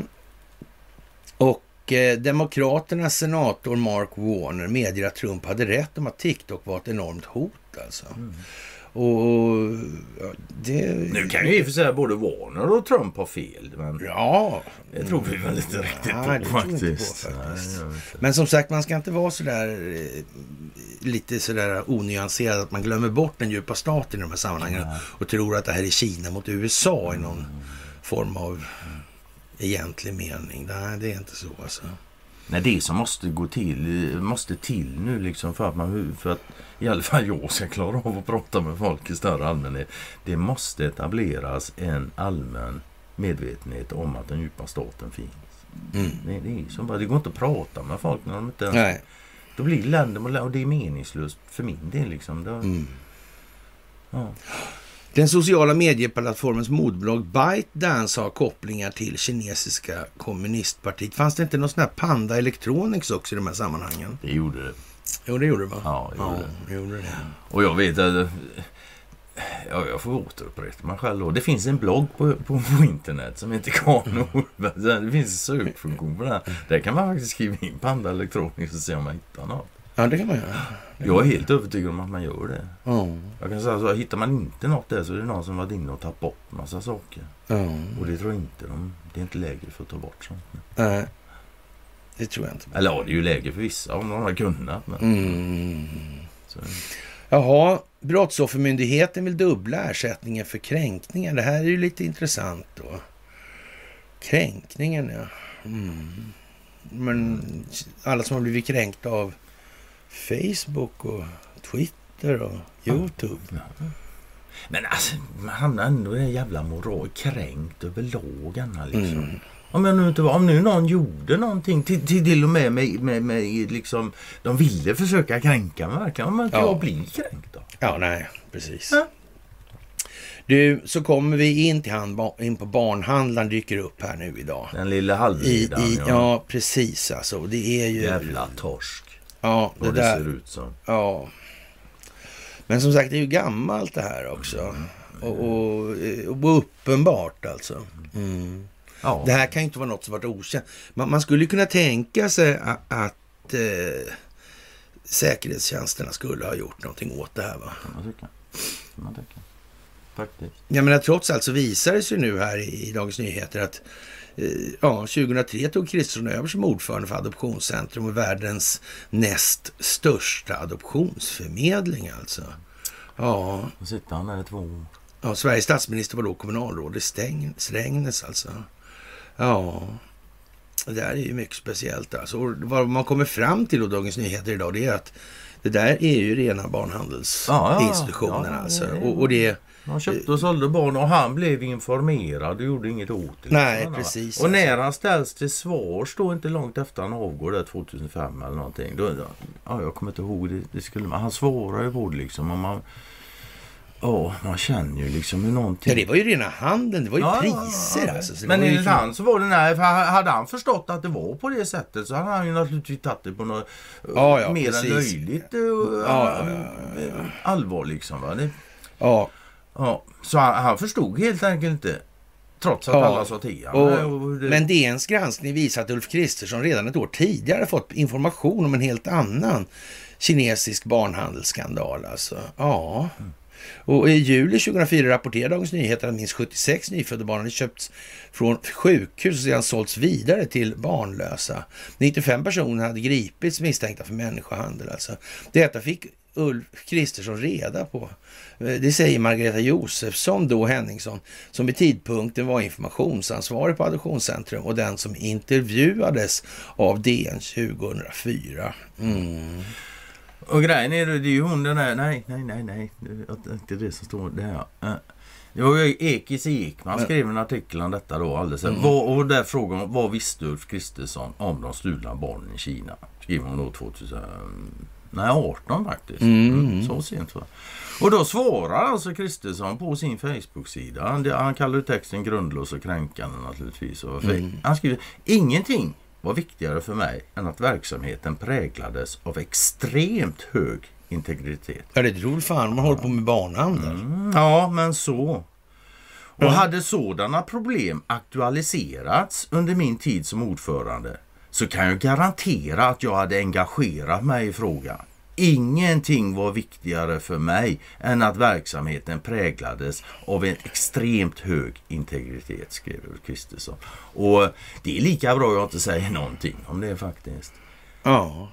Och eh, Demokraternas senator Mark Warner medger att Trump hade rätt om att TikTok var ett enormt hot alltså. Mm. Och ja, det... Nu kan ju i och för sig både Warner och Trump ha fel, men ja, det tror vi väl inte riktigt nej, på, faktiskt. På, faktiskt. Nej, men som sagt, man ska inte vara så där lite sådär onyanserad att man glömmer bort den djupa staten i de här sammanhangen ja. och tror att det här är Kina mot U S A i någon mm. form av egentlig mening. Nej, det är inte så alltså. Nej, det som måste gå till måste till nu liksom för att man för att i alla fall jag ska klara av att prata med folk i större allmänhet. Det måste etableras en allmän medvetenhet om att den djupa staten finns. Mm. Det, det är som bara, det går inte att prata med folk när de inte ens... Nej. Då blir länder och det är meningslöst för min del liksom. Då, mm. ja. Den sociala medieplattformens modblogg ByteDance har kopplingar till kinesiska kommunistpartiet. Fanns det inte någon sån här Panda Electronics också i de här sammanhangen? Det gjorde det. Jo, det gjorde det, va? Ja, det gjorde, ja, det. gjorde det. Och jag vet att ja, jag får återupprepa mig själv då. Det finns en blogg på, på, på internet som heter Karnor. Det finns en sökfunktion på det här. Där kan man faktiskt skriva in Panda Electronics och se om man hittar något. Ja, det kan man göra. Det jag är helt övertygad om att man gör det. Mm. Jag kan säga så att hittar man inte något där så är det någon som varit inne och tagit bort massa saker. Mm. Och det tror jag inte de, det är inte läge för att ta bort sånt. Nej, äh, det tror jag inte. Eller ja, det är ju läge för vissa om de har kunnat. Men... Mm. Så. Jaha, Brottsoffermyndigheten vill dubbla ersättningen för kränkningar. Det här är ju lite intressant då. Kränkningen, ja. Mm. Men alla som har blivit kränkta av Facebook och Twitter och YouTube. Ja. Men alltså, man hamnar ändå i en jävla moral kränkt överlag, Anna, liksom. Mm. Om, jag nu inte var, om nu någon gjorde någonting till, till, till och med, med, med, med liksom, de ville försöka kränka mig verkligen. Om man inte ja. bli kränkt då? Ja, nej, precis. Ja. Du, så kommer vi in till han, in på barnhandlaren dyker upp här nu idag. Den lilla halvvidan. I, i, ja. ja, precis alltså. Det är ju... Jävla torsk. Ja, det, det där, ser ut som. Ja. Men som sagt, det är ju gammalt det här också. Mm. Och, och, och uppenbart alltså. Mm. Ja. Det här kan ju inte vara något som varit okänt. Man, man skulle kunna tänka sig att, att eh, säkerhetstjänsterna skulle ha gjort någonting åt det här, va? Man tycker. Man tycker. Faktiskt. Jag menar, trots allt så visar det sig nu här i, i Dagens Nyheter att eh, ja, tjugohundratre tog Kristersson över som ordförande för Adoptionscentrum och världens näst största adoptionsförmedling alltså. Ja. Då sitter han där i två år. Ja, Sveriges statsminister var då kommunalråd i Stäng, Strängnäs alltså. Ja, det där är ju mycket speciellt alltså. Och vad man kommer fram till då Dagens Nyheter idag, det är att det där är ju rena barnhandelsinstitutionen ja, ja, ja, alltså. Ja, ja. Och, och det... Han köpte och sålde barn och han blev informerad och gjorde inget åt det. Nej, precis. Och när han ställs till svar, står inte långt efter han avgår där tjugohundrafem eller någonting. Då, ja, jag kommer inte ihåg det. det skulle man, han svarar ju på det liksom. Och man, ja, man känner ju liksom hur någonting... Ja, det var ju rena handeln, det var ju ja, priser ja, ja. Alltså. Så men enligt ju... han så var det nej, för hade han förstått att det var på det sättet så hade han ju naturligtvis tagit det på något ja, ja, mer precis. än löjligt ja, ja, ja, ja. allvar liksom. Va? Det... Ja. Ja, så han, han förstod helt enkelt inte, trots att ja, alla sa till. Och, det... Men D N:s granskning visar att Ulf Kristersson redan ett år tidigare fått information om en helt annan kinesisk barnhandelsskandal. Alltså. Ja. Mm. Och i juli tjugohundrafyra rapporterade Dagens Nyheter att minst sjuttiosex nyfödda barn hade köpts från sjukhus och sedan sålts vidare till barnlösa. nittiofem personer hade gripits misstänkta för människohandel. Alltså. Detta fick Ulf Kristersson reda på. Det säger Margareta Josefsson då Henningsson, som i tidpunkten var informationsansvarig på Adoptionscentrum och den som intervjuades av D N tjugohundrafyra. Mm. Och grejen är det, det är ju hon den där, nej, nej, nej, nej, det är inte det som står det här. Det var ju Ekis Ekman skrev en artikel om detta då alldeles. Mm. Vad, och där frågan vad visste Ulf Kristersson om de stulna barnen i Kina? Skrev hon då tjugoarton faktiskt. Mm. Mm, så sent va. Och då svarar alltså Kristersson på sin Facebook-sida. Han, han kallar texten grundlös och kränkande naturligtvis. Och mm. Han skriver, ingenting var viktigare för mig än att verksamheten präglades av extremt hög integritet. Ja, det tror fan man ja. håller på med barnhandel. Mm, ja, men så. Och mm. hade sådana problem aktualiserats under min tid som ordförande så kan jag garantera att jag hade engagerat mig i frågan. Ingenting var viktigare för mig än att verksamheten präglades av en extremt hög integritet, skrev Kristersson. Och det är lika bra jag inte säger någonting om det faktiskt. Ja.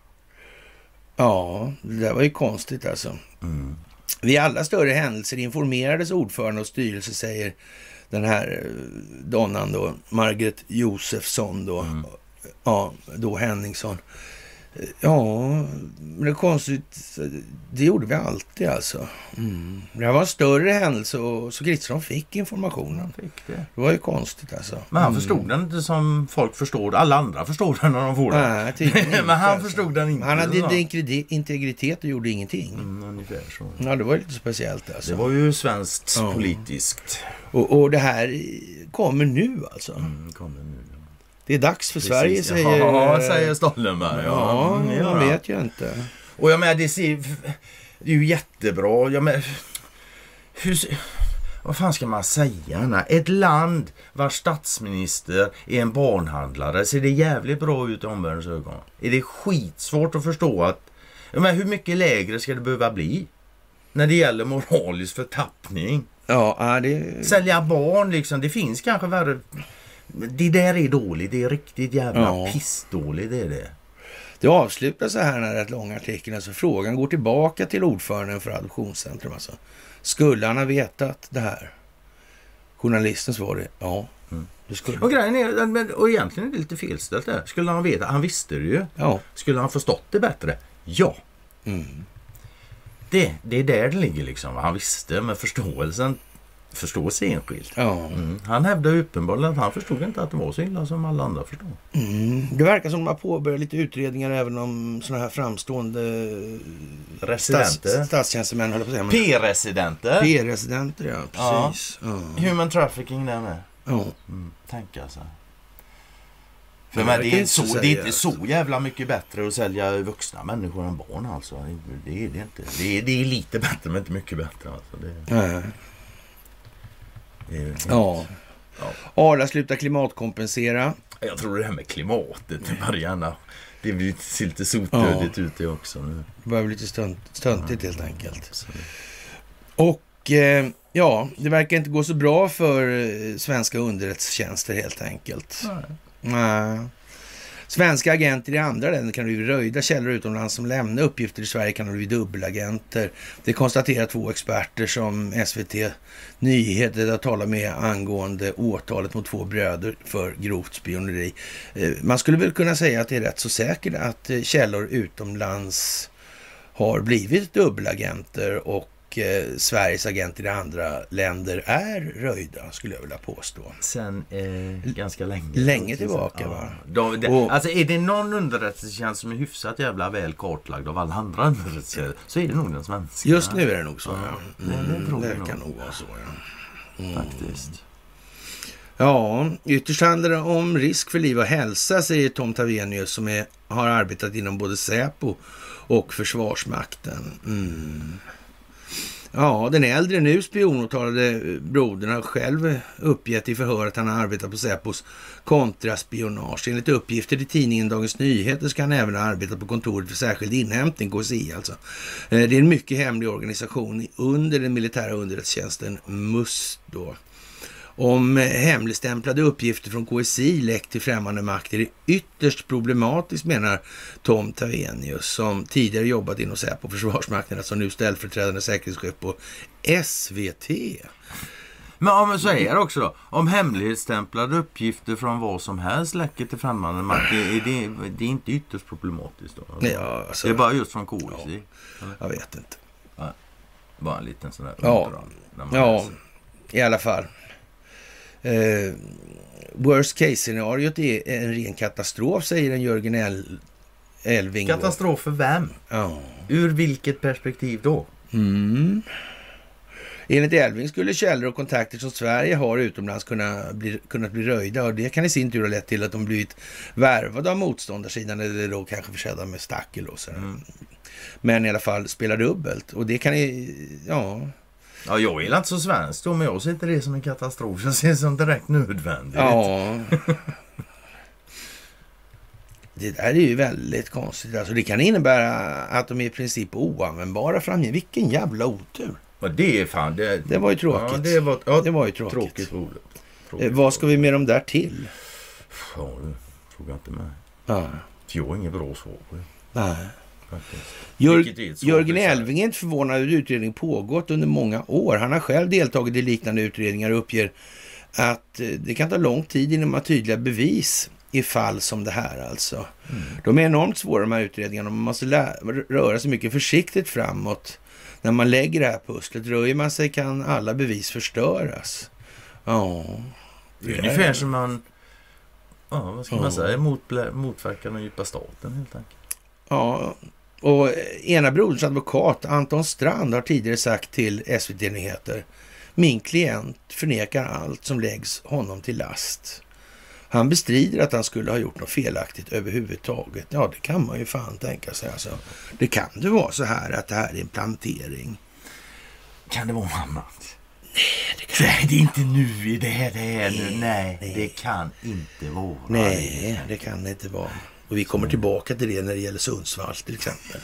Ja, det där var ju konstigt alltså. Mm. Vid alla större händelser informerades ordförande och styrelse, säger den här donnan då, Margaret Josefsson då. Mm. Ja, då Henningsson. Ja, men det är konstigt. Det gjorde vi alltid alltså. Mm. Det här var en större händelse och så Kristersson fick informationen. Fick det. Det var ju konstigt alltså. Men han mm. förstod den inte som folk förstår. Alla andra förstår den när de får den. Nej, inte, men han alltså. förstod den inte. Han hade integritet och gjorde ingenting. Mm, ungefär så. Ja, det var lite speciellt alltså. Det var ju svenskt ja. politiskt. Och, och det här kommer nu alltså. Mm, kommer nu. Det är dags för Precis, Sverige, säger... Ja, säger Stoltenberg. Ja, ja jag vet ju inte. Och jag menar, det, ser, det är ju jättebra. Jag menar, hur, vad fan ska man säga? Nej, ett land vars statsminister är en barnhandlare, ser det jävligt bra ut i omvärldens ögon. Är det skitsvårt att förstå att... Jag menar, hur mycket lägre ska det behöva bli när det gäller moralisk förtappning? Ja, det... Sälja barn liksom, det finns kanske värre... Det där är dåligt, det är riktigt jävla ja. pissdåligt, det är det. Det avslutas så här när det är ett lång artikel. Alltså frågan går tillbaka till ordföranden för Adoptionscentrum. Alltså. Skulle han ha vetat det här? Journalisten svarade ja. Mm. Det skulle. Och grejen är, och egentligen är det lite felställt där. Skulle han veta? Han visste det ju. Ja. Skulle han förstått det bättre? Ja. Mm. Det, det är där det ligger liksom. Han visste med förståelsen. Förståelse enskilt. Ja. Mm. Han hävdade uppenbarligen att han förstod inte att det var så illa som alla andra förstod. Mm. Det verkar som att man påbörjar lite utredningar även om såna här framstående residenter. Stats, statstjänstemän håller på att säga. P-residenter. P-residenter, ja, precis. Ja. Ja. Human trafficking där med. Ja. Mm. Tänk alltså. För men det, är så, det är inte så jävla mycket bättre att sälja vuxna människor än barn alltså. Det är det inte. Det är, det är lite bättre men inte mycket bättre alltså. Det är... Nej. Ja. Ja. Arla slutar klimatkompensera. Jag tror det här med klimatet, Mariana, det blir lite, lite sotödigt ja. ute också nu. Det börjar bli lite stunt, stuntigt ja. helt enkelt. Så. Och eh, ja, det verkar inte gå så bra för eh, svenska underrättelsetjänster helt enkelt. Nej. Nej. Svenska agenter i andra länder kan bli röjda, källor utomlands som lämnar uppgifter i Sverige kan bli dubbelagenter. Det konstaterar två experter som S V T Nyheter har talat med angående åtalet mot två bröder för grovt spioneri. Man skulle väl kunna säga att det är rätt så säkert att källor utomlands har blivit dubbelagenter och eh, Sveriges agenter i andra länder är röjda, skulle jag vilja påstå. Sen eh, ganska länge. Länge tillbaka, ja. va? De, det, och, alltså är det någon underrättelsetjänst som är hyfsat jävla väl kartlagd av alla andra underrättelsetjänster så är det nog den svenska. Just nu är det nog så, ja. ja. Mm, det, det, tror det nog. kan nog vara så, ja. Mm. Faktiskt. Ja, ytterst handlar det om risk för liv och hälsa, säger Tom Tavenius som är, har arbetat inom både Säpo och Försvarsmakten. Mm. Ja, den äldre nu spionåtalade brodern har själv uppgett i förhör att han har arbetat på Säpos kontraspionage. Enligt uppgifter till tidningen Dagens Nyheter ska han även ha arbetat på kontoret för särskild inhämtning, K S I alltså. Det är en mycket hemlig organisation under den militära underrättelsetjänsten M U S då. Om hemligstämplade uppgifter från K S I läckt till främmande makter är ytterst problematiskt, menar Tom Tavenius som tidigare jobbat inom Säpo och Försvarsmakten, alltså nu ställföreträdande säkerhetschef på S V T. Men om jag säger också då, om hemlighetsstämplade uppgifter från vad som helst läcker till främmande makt, är det, det är inte ytterst problematiskt då? Ja, alltså, det är bara just från K S I? Ja, jag vet inte. Ja, bara en liten sån där. Ja, ja i alla fall. Uh, worst case scenariot är en ren katastrof, säger en Jörgen El- Elving. Katastrof för vem? Ja. Ur vilket perspektiv då? Mm. Enligt Elving skulle källor och kontakter som Sverige har utomlands kunna bli, kunnat bli röjda, och det kan i sin tur ha lett till att de blivit värvade av motståndarsidan eller då kanske försedda med stackel och så. Mm. Men i alla fall spelar dubbelt, och det kan i, ja... Ja, jag är inte så svensk då, men jag ser inte det som en katastrof. Jag ser det som direkt nödvändigt. Ja. Det där är ju väldigt konstigt. Alltså, det kan innebära att de är i princip oanvändbara framgent. Vilken jävla otur. Ja, det är fan... Det, det var ju tråkigt. Ja, det, var, ja, det var ju tråkigt. Tråkigt roligt. Tråkigt eh, vad ska vi med dem där till? Ja, det frågar inte mig. Ja. Jag har inget bra svar på det. Nej. Jörg, Jörgen Elving är inte förvånad över utredning pågått under många år. Han har själv deltagit i liknande utredningar och uppger att det kan ta lång tid innan man har tydliga bevis i fall som det här alltså. Mm. De är enormt svåra, de här utredningarna. Man måste lä- röra sig mycket försiktigt framåt. När man lägger det här pusslet, röjer man sig kan alla bevis förstöras. Ja. Det är ungefär som man, ja, vad ska man ja. säga, mot, motverkar den djupa staten helt enkelt. Ja, och ena broderns advokat Anton Strand har tidigare sagt till S V T-nyheter: min klient förnekar allt som läggs honom till last. Han bestrider att han skulle ha gjort något felaktigt överhuvudtaget. Ja, det kan man ju fan tänka sig. Alltså. Det kan det vara så här att det här är en plantering. Kan det vara annat? Nej, det kan Nej, det är inte nu. Det här, det här nu. Nej, nej, det kan inte vara. Nej, det kan det inte vara. Och vi kommer tillbaka till det när det gäller Sundsvall till exempel.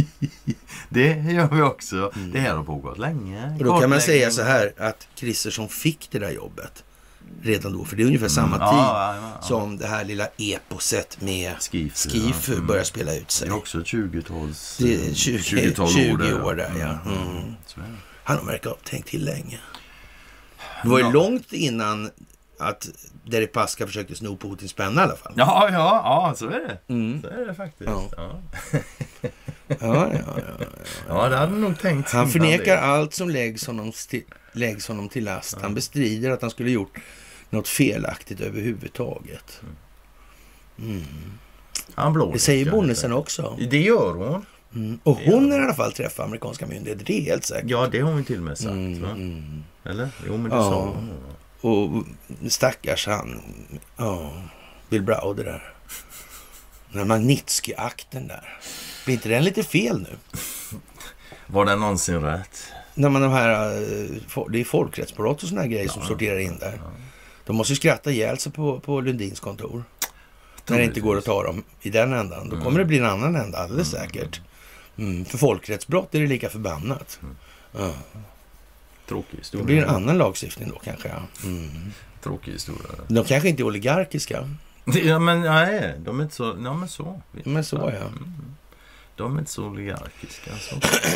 Det gör vi också. Mm. Det här har pågått länge. Och då kan man säga så här att Kristersson fick det där jobbet redan då. För det är ungefär samma mm. tid ja, ja, ja. som det här lilla eposet med Skifu, Skifu ja. börjar spela ut sig. Det är också tjugo-tals Det är tjugo, tjugo, tjugo år där, ja. Mm. Mm. Han har verkar ha tänkt till länge. Det var ju ja. långt innan att Deripaska försökte sno Putins penna i alla fall. Ja, ja, ja, så är det. Mm. Så är det faktiskt. Ja. Ja. ja, ja, ja, ja. ja, det hade nog tänkt. Han förnekar det. allt som läggs honom, sti- läggs honom till last. Ja. Han bestrider att han skulle gjort något felaktigt överhuvudtaget. Mm. Han det säger Bonnesen också. Det gör hon. Mm. Och hon har i alla fall träffat amerikanska myndigheter, det är helt säkert. Ja, det har hon till och med sagt. Mm. Va? Eller? Jo, men det ja. sa hon. Och stackars han, ja, Bill Browder där. Den här Magnitsky-akten där. Blir inte den lite fel nu? Var den någonsin rätt? När man de här, det är folkrättsbrott och såna här grejer ja, som sorterar in där. Ja. De måste ju skratta ihjäl sig på, på Lundins kontor. När det inte går att ta dem i den ändan. Då kommer mm. det bli en annan ända, alldeles mm. säkert. Mm, för folkrättsbrott är det lika förbannat. Mm. Ja. Tråkig historia. Det blir en annan lagstiftning då kanske. Ja. Mm. Tråkig historia. De kanske inte är oligarkiska. Ja, men nej, de är inte så... Ja, men så. De är så, ja. Mm. De är inte så oligarkiska. Så.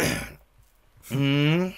Mm.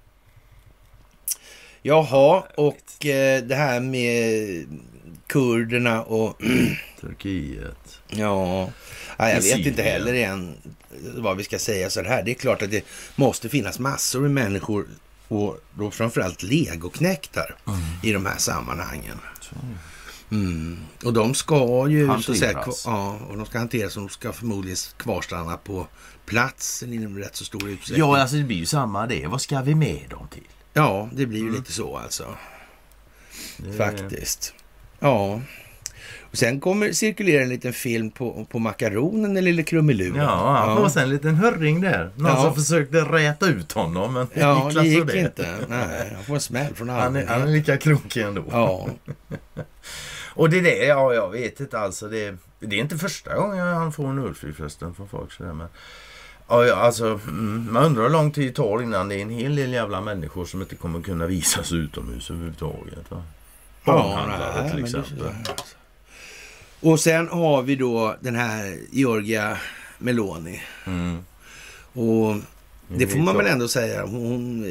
Jaha, och eh, det här med kurderna och... Turkiet. Ja, ja jag vet inte heller än vad vi ska säga så här. Det är klart att det måste finnas massor med människor och då framförallt legoknäktar mm. i de här sammanhangen. Mm. Och de ska ju så att säga, ja, och de ska hanteras och de ska förmodligen kvarstanna på platsen inom rätt så stor utsträckning. Ja, alltså det blir ju samma det. Vad ska vi med dem till? Ja, det blir ju mm. lite så alltså. Det... Faktiskt. Ja. Och sen kommer cirkulera en liten film på, på makaronen, den lille krummeluren. Ja, han får ja. sen en liten hörring där. Någon ja. som försökte räta ut honom, men ja, det gick det. inte. Nej, han får en smäll från han är, han är lika krokig ändå. Ja. Och det där, ja, jag vet inte alltså. Det, det är inte första gången han får en ölfri förresten från folk. Så där, men, ja, alltså, mm, man undrar hur lång tid det tar innan det är en hel del jävla människor som inte kommer kunna visas utomhus överhuvudtaget. Va? Barnhandlare ja, till exempel. Och sen har vi då den här Giorgia Meloni. Mm. Och det får man väl ändå säga. Hon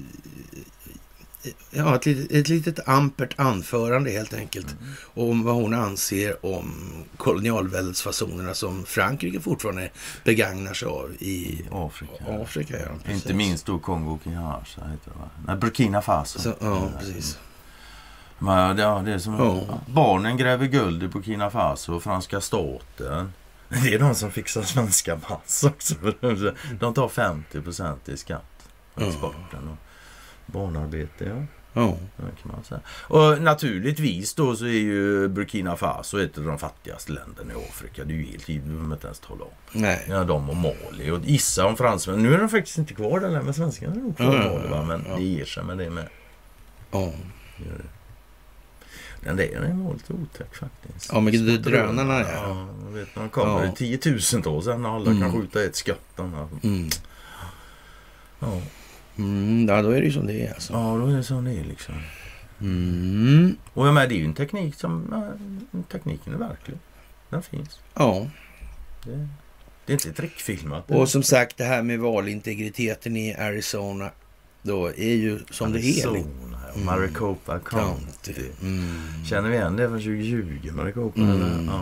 ja, ett litet, ett litet ampert anförande helt enkelt. Mm. Om vad hon anser om kolonialväldesfasonerna som Frankrike fortfarande begagnar sig av i Afrika. Afrika ja, inte minst då Kongo-Kinshasa heter det va? Nej, Burkina Faso. Så, ja, precis. Men, ja, det är som oh. barnen gräver guld i Burkina Faso och franska staten. Det är de som fixar svenska pass också. De tar femtio procent i skatt på exporten och barnarbete. Ja. Oh. Det kan man säga. Och naturligtvis då så är ju Burkina Faso ett av de fattigaste länderna i Afrika. Det är ju helt givet, vi behöver inte ens tala om. Nej. Ja, de och Mali och gissa om fransmän. Nu är de faktiskt inte kvar där med svenskarna. Är kvar mm. Mali, va? Men ja. det ger sig med det med. Ja. Oh. Den där är en lite otäck faktiskt. Ja, men det är drönarna. Ja, ja jag vet, man kommer ja. tiotusentals sen när alla mm. kan skjuta ett skott. Mm. Ja. Mm, ja, då är det ju som det är alltså. Ja, då är det som det är liksom. Mm. Och jag menar, det är ju en teknik som, ja, tekniken är verklig. Den finns. Ja. Det, det är inte trickfilmat. Och som sagt, det här med valintegriteten i Arizona då är ju som Arizona, det är. Mm. Maricopa County. Mm. Känner vi igen det från tjugo tjugo, Maricopa? Mm. Eller? Ja.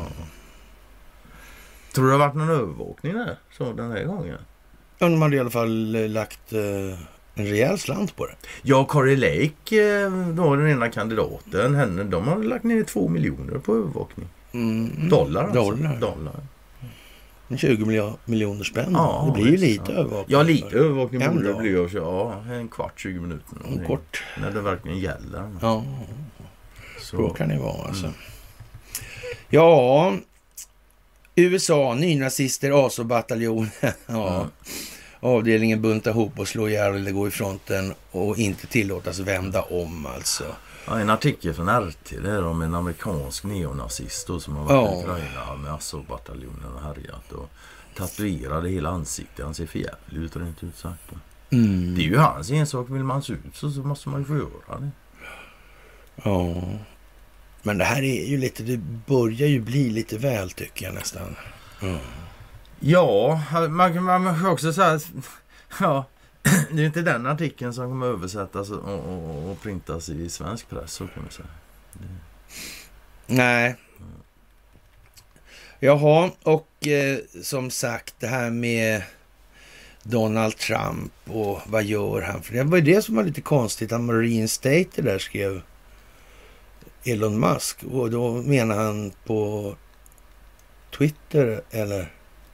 Tror du det har varit någon övervakning där så den här gången? Ja, de hade i alla fall lagt uh, en rejäl slant på det. Ja, Kari Lake var den ena kandidaten. Henne, de har lagt ner två miljoner på övervakning. Mm. Dollar alltså. Dollar. Dollar. tjugo miljoner spänn. Ja, det blir ju lite ja. övervakning. Ja, lite övervakning borde det bli. Ja, en kvart, tjugo minuter. En kort. När det verkligen gäller. Ja, så då kan det vara alltså. Mm. Ja, U S A, nynazister, A S O-bataljonen. ja. Mm. Avdelningen bunta ihop och slå ihjäl eller gå i fronten och inte tillåtas vända om alltså. Ja, en artikel från R T det är om en amerikansk neonazist då, som har varit ja. i Ukraina med A S O-bataljonen och härjat och tatuerade hela ansiktet. Han ser för jävligt ut och det är inte utsagt. Mm. Det är ju hans ensak, vill man se ut så, så måste man ju få göra det. Ja. Men det här är ju lite, det börjar ju bli lite väl tycker jag nästan. Mm. Ja, man, man kan också säga ja, det är inte den artikeln som kommer översättas och, och, och printas i svensk press så kan man säga. Det... Nej. Jaha, och eh, som sagt det här med Donald Trump och vad gör han? För det var ju det som var lite konstigt att Marine State där skrev Elon Musk och då menar han på Twitter eller?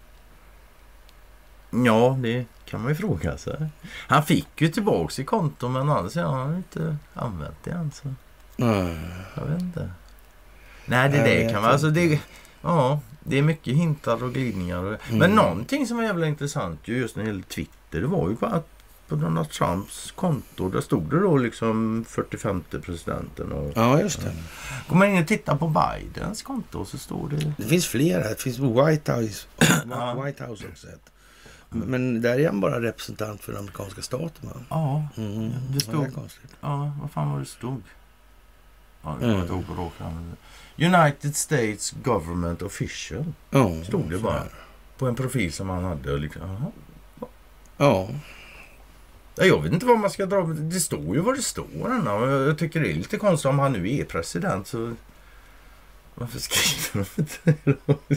Ja, det kan man ju fråga sig. Han fick ju tillbaka i konto men annars har han inte använt det än så. Mm. Jag vet inte. Nej, det, det kan man alltså det, ja, det är mycket hintar och glidningar. Och, mm. Men någonting som var jävla intressant just när det gäller Twitter det var ju att på Donald Trumps konto, där stod det då liksom fyrtiofemte presidenten. Och, ja, just det. Går man in och tittar på Bidens konto så står det... Det finns flera. Det finns White House, White House också. Men där är han bara representant för den amerikanska staten, va? Ja, mm. det stod... Det är konstigt. Ja, vad fan var det stod? Ja, det var ett ord på råkan. United States Government Official. Ja, stod det bara. På en profil som han hade. Liksom, aha. Ja. Jag vet inte vad man ska dra. Det står ju vad det står. Jag tycker det är lite konstigt om han nu är president. Så varför skriver de inte?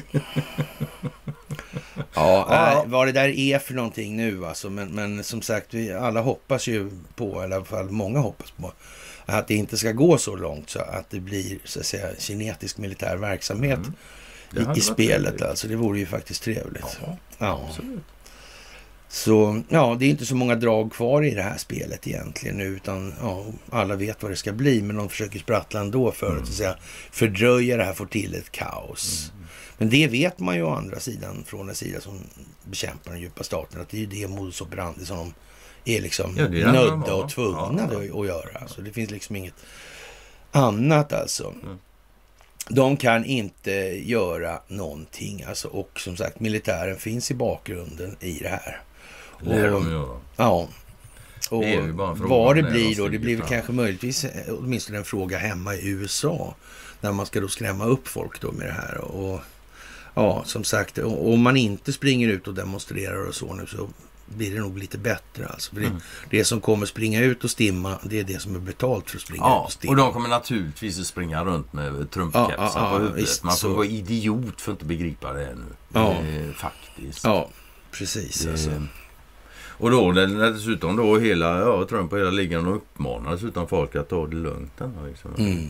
Ja, ja, vad det där är för någonting nu alltså. Men, men som sagt, vi alla hoppas ju på, eller i alla fall många hoppas på, att det inte ska gå så långt så att det blir, så att säga, kinetisk militär verksamhet mm. i, i spelet. Trevligt. Alltså, det vore ju faktiskt trevligt. Ja, ja. Absolut. Så ja, det är inte så många drag kvar i det här spelet egentligen nu, utan ja, alla vet vad det ska bli, men de försöker sprattla ändå för mm. att, att säga, fördröja det här, få till ett kaos. Mm. Men det vet man ju å andra sidan, från en sida som bekämpar den djupa staten, att det är ju det modus operandi som de är liksom ja, är nödda och tvungna ja, ja. att göra. Alltså, det finns liksom inget annat alltså. Mm. De kan inte göra någonting alltså, och som sagt, militären finns i bakgrunden i det här. Och, det de gör. Ja. Och det är ju bara vad det blir då, det blir väl kanske möjligtvis åtminstone en fråga hemma i U S A, när man ska då skrämma upp folk då med det här. Och ja, som sagt, om man inte springer ut och demonstrerar och så nu, så blir det nog lite bättre alltså. För det, mm. det som kommer springa ut och stimma, det är det som är betalt för att springa ja, ut och stimma. Och de kommer naturligtvis att springa runt med trumpkepsar ja, ja, på huvudet. Visst, man får så... vara idiot för att inte begripa det nu. Ja. Eh, faktiskt. Ja, precis. Det... Alltså. Och då när dessutom då hela, ja, Trump och hela ligan uppmanar dessutom folk att ta det lugnt. Liksom. Mm.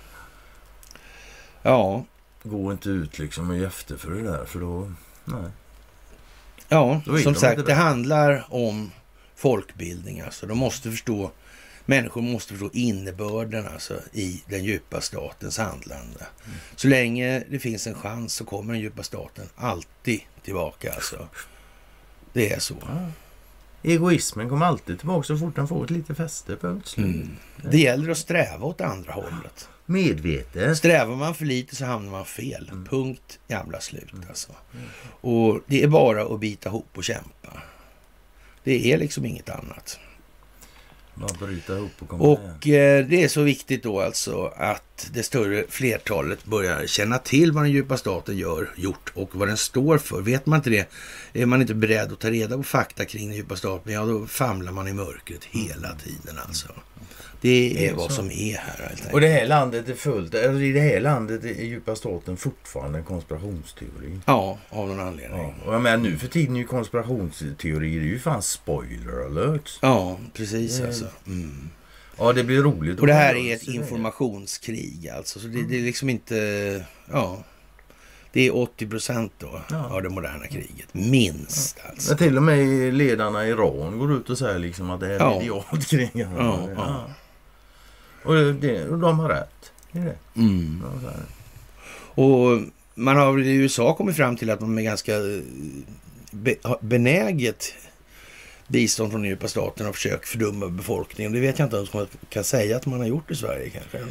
Ja. Gå inte ut liksom och ge efter för det där, för då, nej. Ja, som sagt, det handlar om folkbildning. Alltså. De måste förstå, människor måste förstå innebörden alltså, i den djupa statens handlande. Mm. Så länge det finns en chans så kommer den djupa staten alltid tillbaka. Alltså. Det är så. Ja. Egoismen kommer alltid tillbaka så fort den får ett lite fäste på utslut. Mm. Det gäller att sträva åt andra hållet. Medvetet. Strävar man för lite så hamnar man fel. Mm. Punkt, jävla slut alltså. Mm. Och det är bara att bita ihop och kämpa. Det är liksom inget annat. Bara bryta ihop och komma Och eh, det är så viktigt då alltså att det större flertalet börjar känna till vad den djupa staten gör, gjort och vad den står för. Vet man inte det, är man inte beredd att ta reda på fakta kring den djupa staten, ja då famlar man i mörkret hela tiden alltså. Det är, det är vad så. Som är här. Och det här landet är fullt, alltså i det här landet är djupa staten fortfarande en konspirationsteori. Ja, av någon anledning. Ja. Och jag menar, nu för tiden är ju konspirationsteorier, det är ju fan spoiler alert. Ja, precis det... alltså. Mm. Ja, det blir roligt. Och det här är ett informationskrig alltså, så det, det är liksom inte, ja... Det är åttio procent då ja. Av det moderna kriget. Minst ja. Alltså. Men till och med ledarna i Iran går ut och säger liksom att det är ja. Ett idiot-krig. Ja, ja. Ja. Och, det, och de har rätt i det. Mm. Ja, och man har i U S A kommit fram till att man med ganska be, benäget bistånd från den djupa staten har försökt fördumma befolkningen. Det vet jag inte om man kan säga att man har gjort i Sverige kanske.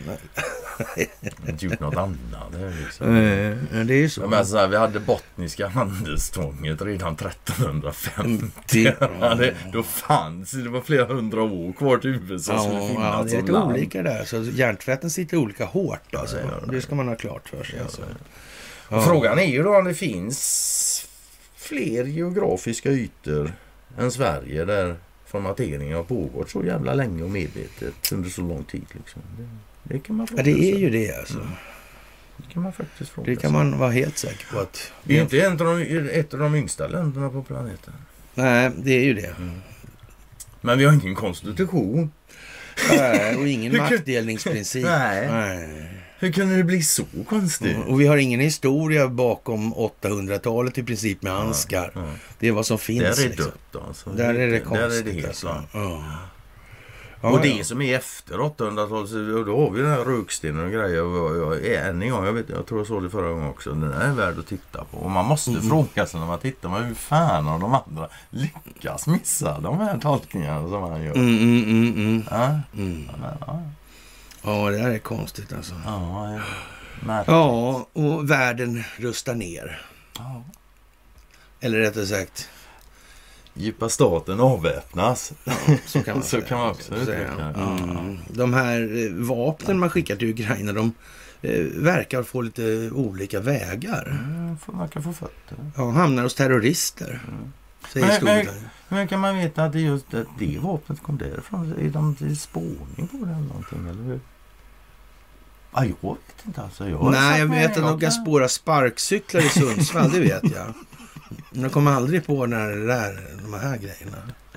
Inte gjort något annat. Det är, liksom. mm, det är ju så. Men alltså, vi hade bottniska handelstvånget redan trettonhundrafemtio. Ja, det, då fanns det var flera hundra år kvar till U S A. Ja, ja, det är lite land. Olika där. Så hjärntvätten sitter olika hårt. Alltså. Ja, det, det ska man ha klart för sig. Ja, alltså. Ja. Frågan är ju då om det finns fler geografiska ytor än Sverige där formateringen har pågått så jävla länge och medvetet under så lång tid. Liksom. Det, det kan man fråga ja, det är ju det alltså. Mm. Det kan man faktiskt fråga Det kan sig. Man vara helt säker på att... Det är inte ett av, de, ett av de yngsta länderna på planeten. Nej, det är ju det. Mm. Men vi har ingen konstitution. Nej, och ingen maktdelningsprincip. Nej. Nej. Hur kunde det bli så konstigt? Mm, och vi har ingen historia bakom åttahundratalet i princip med Ansgar. Ja, ja. Det är vad som finns. Där är liksom. dött alltså. Där är det konstigt. Där är det helt alltså. Ja. Ja, och det ja. som är efter åttahundratalet, då har vi den här rökstenen och grejer. Och jag, jag, än en gång, jag, vet, jag tror jag såg det förra gången också. Den är värd att titta på. Och man måste mm. fråga sig när man tittar, men hur fan har de andra lyckas missa de här tolkningarna som han gör? Mm, mm, mm, mm. Ja? Mm. Ja, ja. ja, det här är konstigt alltså. Ja, ja. Ja, och världen rustar ner. Ja. Eller rättare sagt, djupa staten avväpnas. Ja, så kan man, så kan man också säga. Mm. De här vapnen man skickar till Ukraina, de eh, verkar få lite olika vägar. Mm, man kan få fötter. Ja, hamnar hos terrorister. Mm. Men, men, men kan man veta att det just det, det vapnet kom därifrån? Är de i spårning på det eller någonting, eller hur? Ah, jag vet inte alltså. Jag Nej, jag vet att de kan spåra sparkcyklar i Sundsvall, det vet jag. Men de kommer aldrig på när det där, de här grejerna.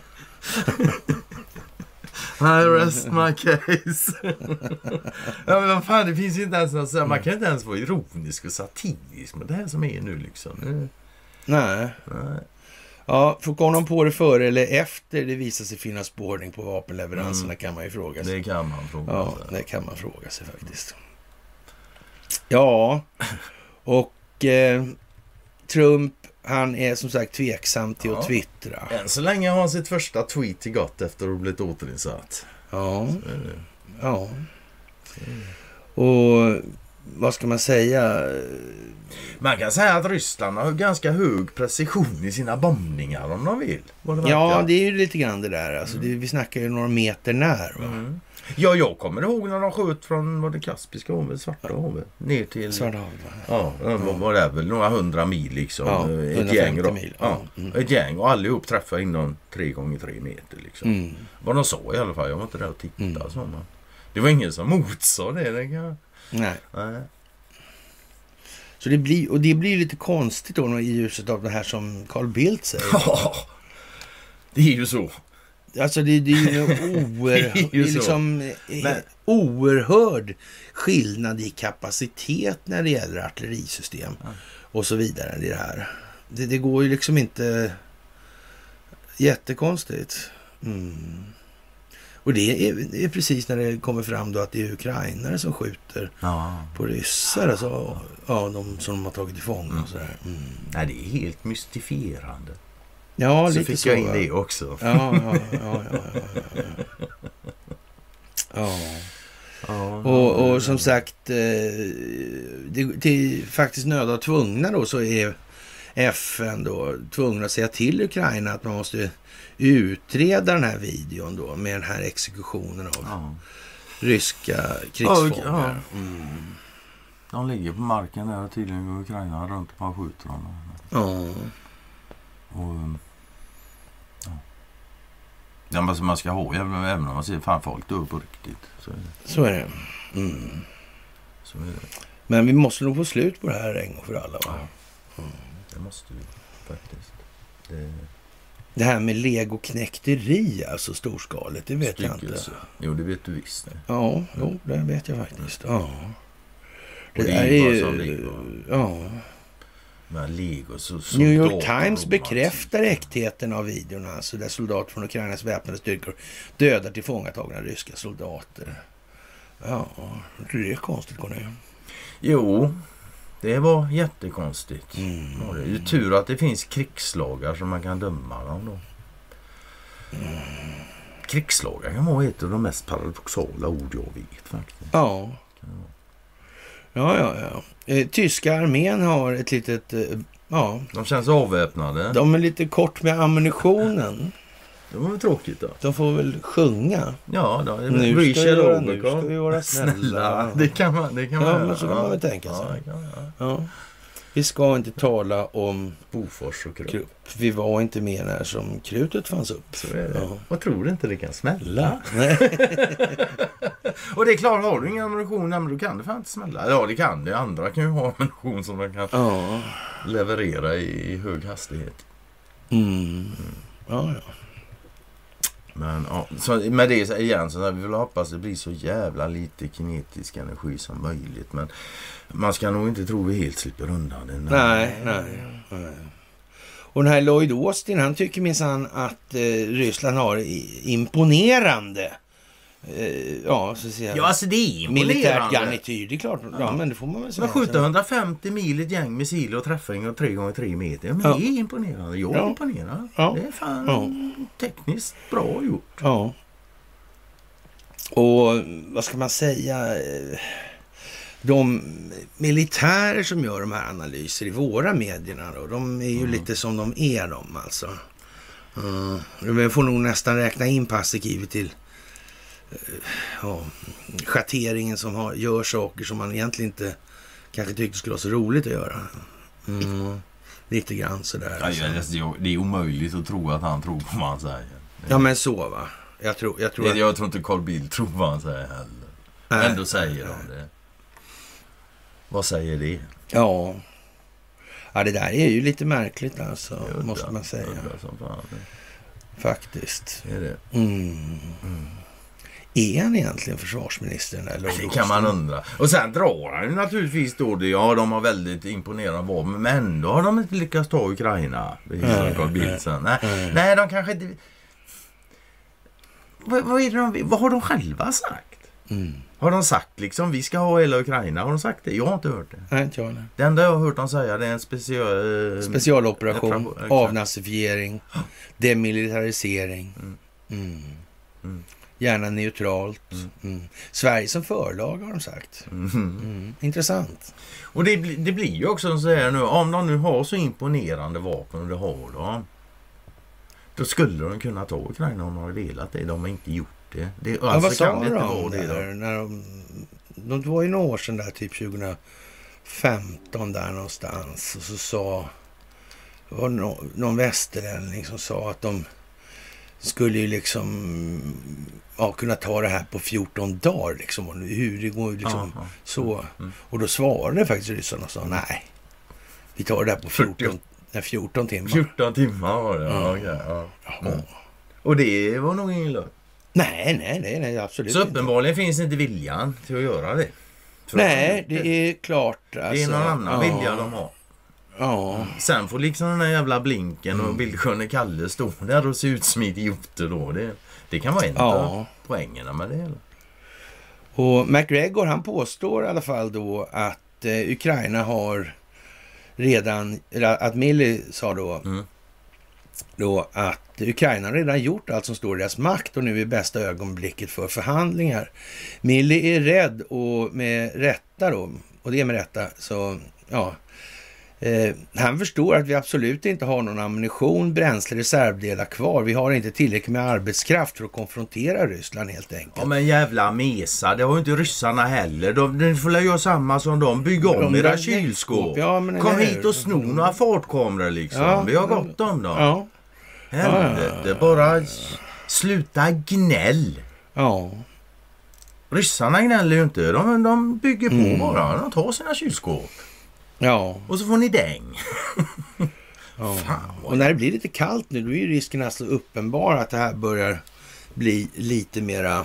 I rest my case. Ja, men vad fan, det finns ju inte ens något så, man kan inte ens vara ironisk och satirisk med det här som är nu liksom. Nej. Nej. Ja, får kom på det före eller efter det visar sig finnas spårning på vapenleveranserna mm. kan man ju fråga sig. Det kan man fråga ja, sig. Ja, det kan man fråga sig faktiskt. Ja, och eh, Trump, han är som sagt tveksam till ja. att twittra. Än så länge har han sitt första tweet till gott efter att ha blivit återinsatt. Ja, ja. Och vad ska man säga? Man kan säga att Ryssland har ganska hög precision i sina bombningar om de vill. Det ja, det är ju lite grann det där. Alltså, mm. det, vi snackar ju några meter när. Va? Mm. Ja, jag kommer ihåg när de sköt från vad det Kaspiska havet, Svarta havet, ner till Svarta havet. Ja, det var, var det väl några hundra mil liksom. Ja, ett gäng, mil. Ja, mm. ett gäng och allihop träffade inom tre gånger tre meter liksom. Mm. Vad de sa i alla fall, jag var inte där och tittade mm. så, men det var ingen som motsade det. det kan... Nej. Nej. Så det blir, och det blir lite konstigt då i ljuset av det här som Carl Bildt säger. Ja, det är ju så. Alltså det, det är ju en oerhörd, det är liksom Men... oerhörd skillnad i kapacitet när det gäller artillerisystem ja. och så vidare. Det, här. Det, det går ju liksom inte jättekonstigt. Mm. Och det är, det är precis när det kommer fram då att det är ukrainare som skjuter ja. på ryssar. Alltså, ja, de som de har tagit i fång och sådär. Mm. Nej, det är helt mystifierande. Ja, så lite fick så, jag in det också. Ja, ja, ja, ja, ja, ja, ja. ja. ja och, och som sagt, det, det är faktiskt nödda och tvungna då, så är F N då tvungna att säga till Ukraina att man måste utreda den här videon då med den här exekutionen av ja. ryska krigsfångar. Ja, ja. Mm. De ligger på marken där och tydligen går Ukraina runt och man skjuter dem. Ja. Och ja. Ja, men man ska ha även, även om man ser fan folk dör på riktigt. Så är det. Så är det. Mm. Så är det. Men vi måste nog få slut på det här en gång för alla, va? Ja. Mm. Det måste vi faktiskt. Det... det här med legoknäkteri, alltså storskaligt, det vet Styckelse. jag inte. Jo, det vet du visst. Det. Ja, mm. jo, det vet jag faktiskt. Ja. Det, det är ju... Ja. Lego, så, så New York Times bekräftar äktheten av videorna, alltså där soldater från Ukrainas väpnade styrkor dödar tillfångatagna ryska soldater. Ja, det är konstigt, Conny. Jo, det var jättekonstigt. Mm. Ja, det är ju tur att det finns krigslagar som man kan döma dem då. Mm. Krigslagar kan vara ett av de mest paradoxala ord jag vet faktiskt. Ja. Ja, ja, ja. Eh, tyska armén har ett litet... Eh, ja. De känns avväpnade. De är lite kort med ammunitionen. Det var väl tråkigt då. De får väl sjunga. Ja, då. Nu ska, vi vara, nu ska vi vara snälla. snälla. Det kan man, det kan ja, man men så kan ja. man väl tänka sig. Ja, det kan man, ja. Ja. Vi ska inte tala om Bofors och Krupp. Krupp. Vi var inte med när som krutet fanns upp. Så är det. Ja. Vad tror du inte det kan smälla? Nej. Och det är klart, har du ingen ammunition, men då kan det fan inte smälla. Ja, det kan det. Andra kan ju ha ammunition som man kan ja. leverera i, i hög hastighet. Mm. Mm. Ja, ja. Men ja, så med det igen så vi vill hoppas det blir så jävla lite kinetisk energi som möjligt, men man ska nog inte tro vi helt slipper undan det. Nej, nej, nej. Och den här Lloyd Austin, han tycker minsann att eh, Ryssland har imponerande eh, ja, så att säga, Ja, alltså det är militärt garnityr, det är klart. Ja, ja, men det får man väl säga. Man skjuter hundrafemtio mil ett gäng missiler och träffar tre gånger tre meter. Men ja. det är imponerande. Jag är ja. imponerad. Ja. Det är fan ja. tekniskt bra gjort. Ja. Och vad ska man säga? De militärer som gör de här analyser i våra medierna då, de är ju mm. lite som de är de alltså. Uh, vi får nog nästan räkna in Paasikivi till uh, ja, schatteringen som har, gör saker som man egentligen inte kanske tyckte skulle vara så roligt att göra. Mm. Lite grann sådär. Ja, alltså. Det är omöjligt att tro att han tror på vad han säger. Ja, men så va. Jag tror, jag tror, det, att... jag tror inte Carl Bildt tror vad han säger heller. Nej, ändå säger han det. Vad säger det? Ja. Ja, det där är ju lite märkligt alltså, udda, måste man säga. Faktiskt. Är det? Mm. Mm. Är han egentligen försvarsministern? Eller det kan man undra. Och sen drar han ju naturligtvis då det. Ja, de har väldigt imponerande vapen. Men ändå har de inte lyckats ta Ukraina. Det är Carl Bildt sen. Nej, mm. nej, de kanske inte... Vad, vad, är det de... vad har de själva sagt? Mm. Har de sagt liksom, vi ska ha hela Ukraina? Har de sagt det? Jag har inte hört det. Nej, inte jag. Nej. Det enda jag har hört dem säga det är en special, eh, specialoperation, eh, avnazifiering, demilitarisering. Mm. Mm. Mm. Gärna neutralt. Mm. Mm. Sverige som förlag har de sagt. Mm. Mm. Intressant. Och det, det blir ju också så här nu, om de nu har så imponerande vapen och det har de, då skulle de kunna ta Ukraina om de har velat det. De har inte gjort det. det ja, alltså vad sa kan det inte de vara det där, när de, de var ju några år sedan där, typ tjugo femton där någonstans, och så sa var det någon, någon västerlänning som sa att de skulle ju liksom ja, kunna ta det här på fjorton dagar liksom, och hur det går liksom ja, ja. så. Mm. Och då svarade faktiskt ryssarna och sa nej, vi tar det här på fjorton, nej, fjorton timmar. fjorton timmar var det, ja. Mm. Okay, ja. Mm. Och det var nog ingen lögn. Nej, nej, nej, nej, absolut så uppenbarligen inte. Finns inte viljan till att göra det. Nej, det är klart. Alltså, det är någon annan ja. vilja de har. Ja. Sen får liksom den här jävla blinken mm. och Bildsköne Kalle stå där och se ut som idioter då. Det, det kan vara en ja. av poängerna med det hela. Och McGregor, han påstår i alla fall då att eh, Ukraina har redan, att Milley sa då, mm. då att Ukraina redan gjort allt som står i deras makt och nu är bästa ögonblicket för förhandlingar. Milley är rädd och med rätta då, och det är med rätta, så ja... Eh, han förstår att vi absolut inte har någon ammunition, bränsle, reservdelar kvar. Vi har inte tillräckligt med arbetskraft för att konfrontera Ryssland helt enkelt. Ja, men jävla mesa, det har ju inte ryssarna heller. De, de får göra samma som de, bygga om era kylskåp. Ja, men kom hit och sno några fartkameror liksom. Ja, vi har gått om dem. Ja. Helvete, ja. Bara sluta gnäll. Ja. Ryssarna gnäller ju inte, de, de bygger på mm. bara. De tar sina kylskåp. Ja. Och så får ni däng. Ja. Fan, och när det blir lite kallt nu, då är ju risken alltså uppenbar att det här börjar bli lite mera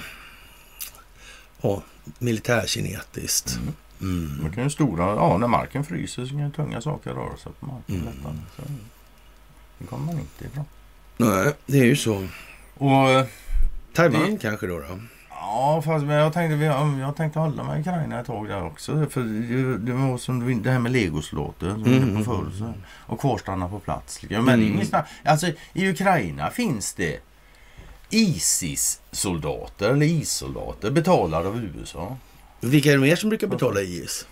oh, militärkinetiskt. Mm. Mm. Det kan ju stora, ja, när marken fryser så kan tunga saker röra sig på marken. Mm. Så det kommer man inte ifrån. Nej, det är ju så. Och Taiwan det... kanske då då? Ja, fast men jag tänkte jag tänkte hålla mig i Ukraina ett tag där också, för det var som det här med legoslåter som mm, på förr, och kvarstanna på plats. Men mm. alltså i Ukraina finns det ISIS-soldater eller IS-soldater betalade av U S A. Vilka är det mer som brukar betala I S?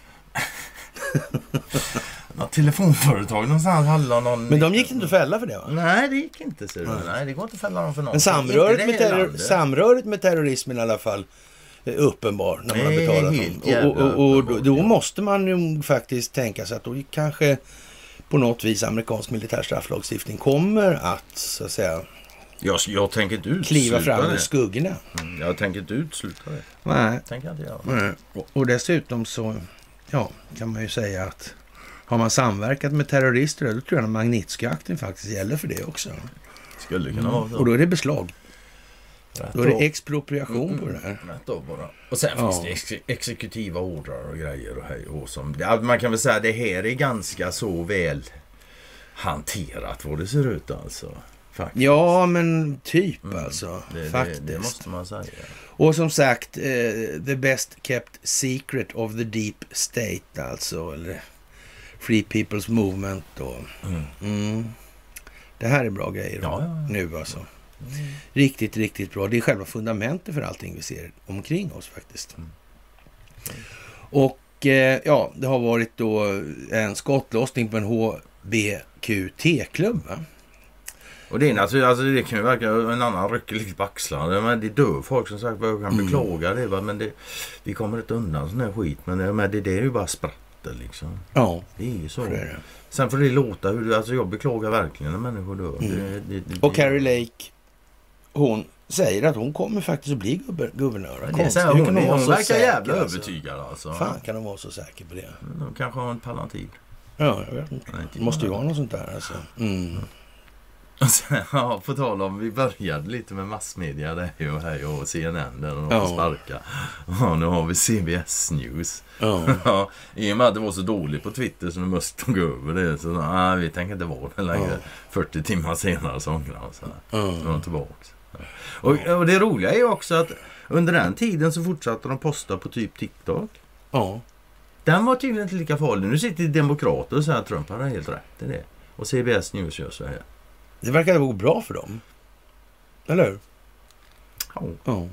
Ja, telefonföretag någonstans handlar någon... Men de gick inte att fälla för det, va? Nej, det gick inte. Så. Nej. Nej, det går inte att fälla dem för något. Men samröret med, terror, samröret med terrorismen i alla fall är uppenbar när man Nej, har betalat dem. Och, och, och, och då, då måste man ju faktiskt tänka sig att då kanske på något vis amerikansk militärstrafflagstiftning kommer att, så att säga... Jag, jag tänker inte utesluta kliva fram i skuggorna. Mm, jag tänker inte utesluta det. Nej. Tänker inte göra. Nej. Och, och dessutom så ja, kan man ju säga att har man samverkat med terrorister, då tror jag att Magnitskij-akten faktiskt gäller för det också. Skulle kunna vara så. Och då är det beslag. Rätt då är det expropriation mm, på det här. Bara. Och sen ja. finns det ex- exekutiva ordrar och grejer och hej och som. Man kan väl säga att det här är ganska så väl hanterat vad det ser ut alltså. Faktiskt. Ja, men typ mm. alltså. Det, faktiskt. Det, det måste man säga. Och som sagt, eh, the best kept secret of the deep state alltså. Eller Free People's Movement då. Mm. Mm. Det här är bra grejer ja, ja, ja. nu alltså. Mm. Riktigt, riktigt bra. Det är själva fundamentet för allting vi ser omkring oss faktiskt. Mm. Mm. Och eh, ja, det har varit då en skottlossning på en H B Q T-klubb, va? Och det är alltså, alltså det kan ju verka en annan rycker lite på axlarna. Men det dör folk som sagt, jag kan mm. beklaga det, va? Men det, vi kommer inte undan sån här skit. Men, men det, det är ju bara spratter liksom. Ja, det är ju så. Det är det. Sen får det låta hur du, alltså jag beklagar verkligen när människor dör. Mm. Det, det, det, och Carrie Lake, hon säger att hon kommer faktiskt att bli guber, guvernör. Ja, det säger hon, hon, hon verkar säker, jävla alltså. övertygad alltså. Fan kan hon vara så säker på det? De kanske har en palantir. Ja, jag vet inte. Nej, det måste ju vara något sånt där alltså. Mm. Mm. Sen, ja, på tal om, vi började lite med massmedia där och här och C N N där de ja. får sparka. Ja, nu har vi C B S News. Ja. Ja, i och med att det var så dåligt på Twitter så nu måste tog över det. Så nej, vi tänker inte vara det längre. Ja. fyrtio timmar senare så ångrar han så här. Ja. Så de tillbaka. Ja. Och, och det roliga är ju också att under den tiden så fortsatte de posta på typ TikTok. Ja. Den var tydligen inte lika farlig. Nu sitter demokrater och säger att Trump har helt rätt i det. Och C B S News gör så här. Det verkar gå bra för dem. Eller hur? Ja. Ja.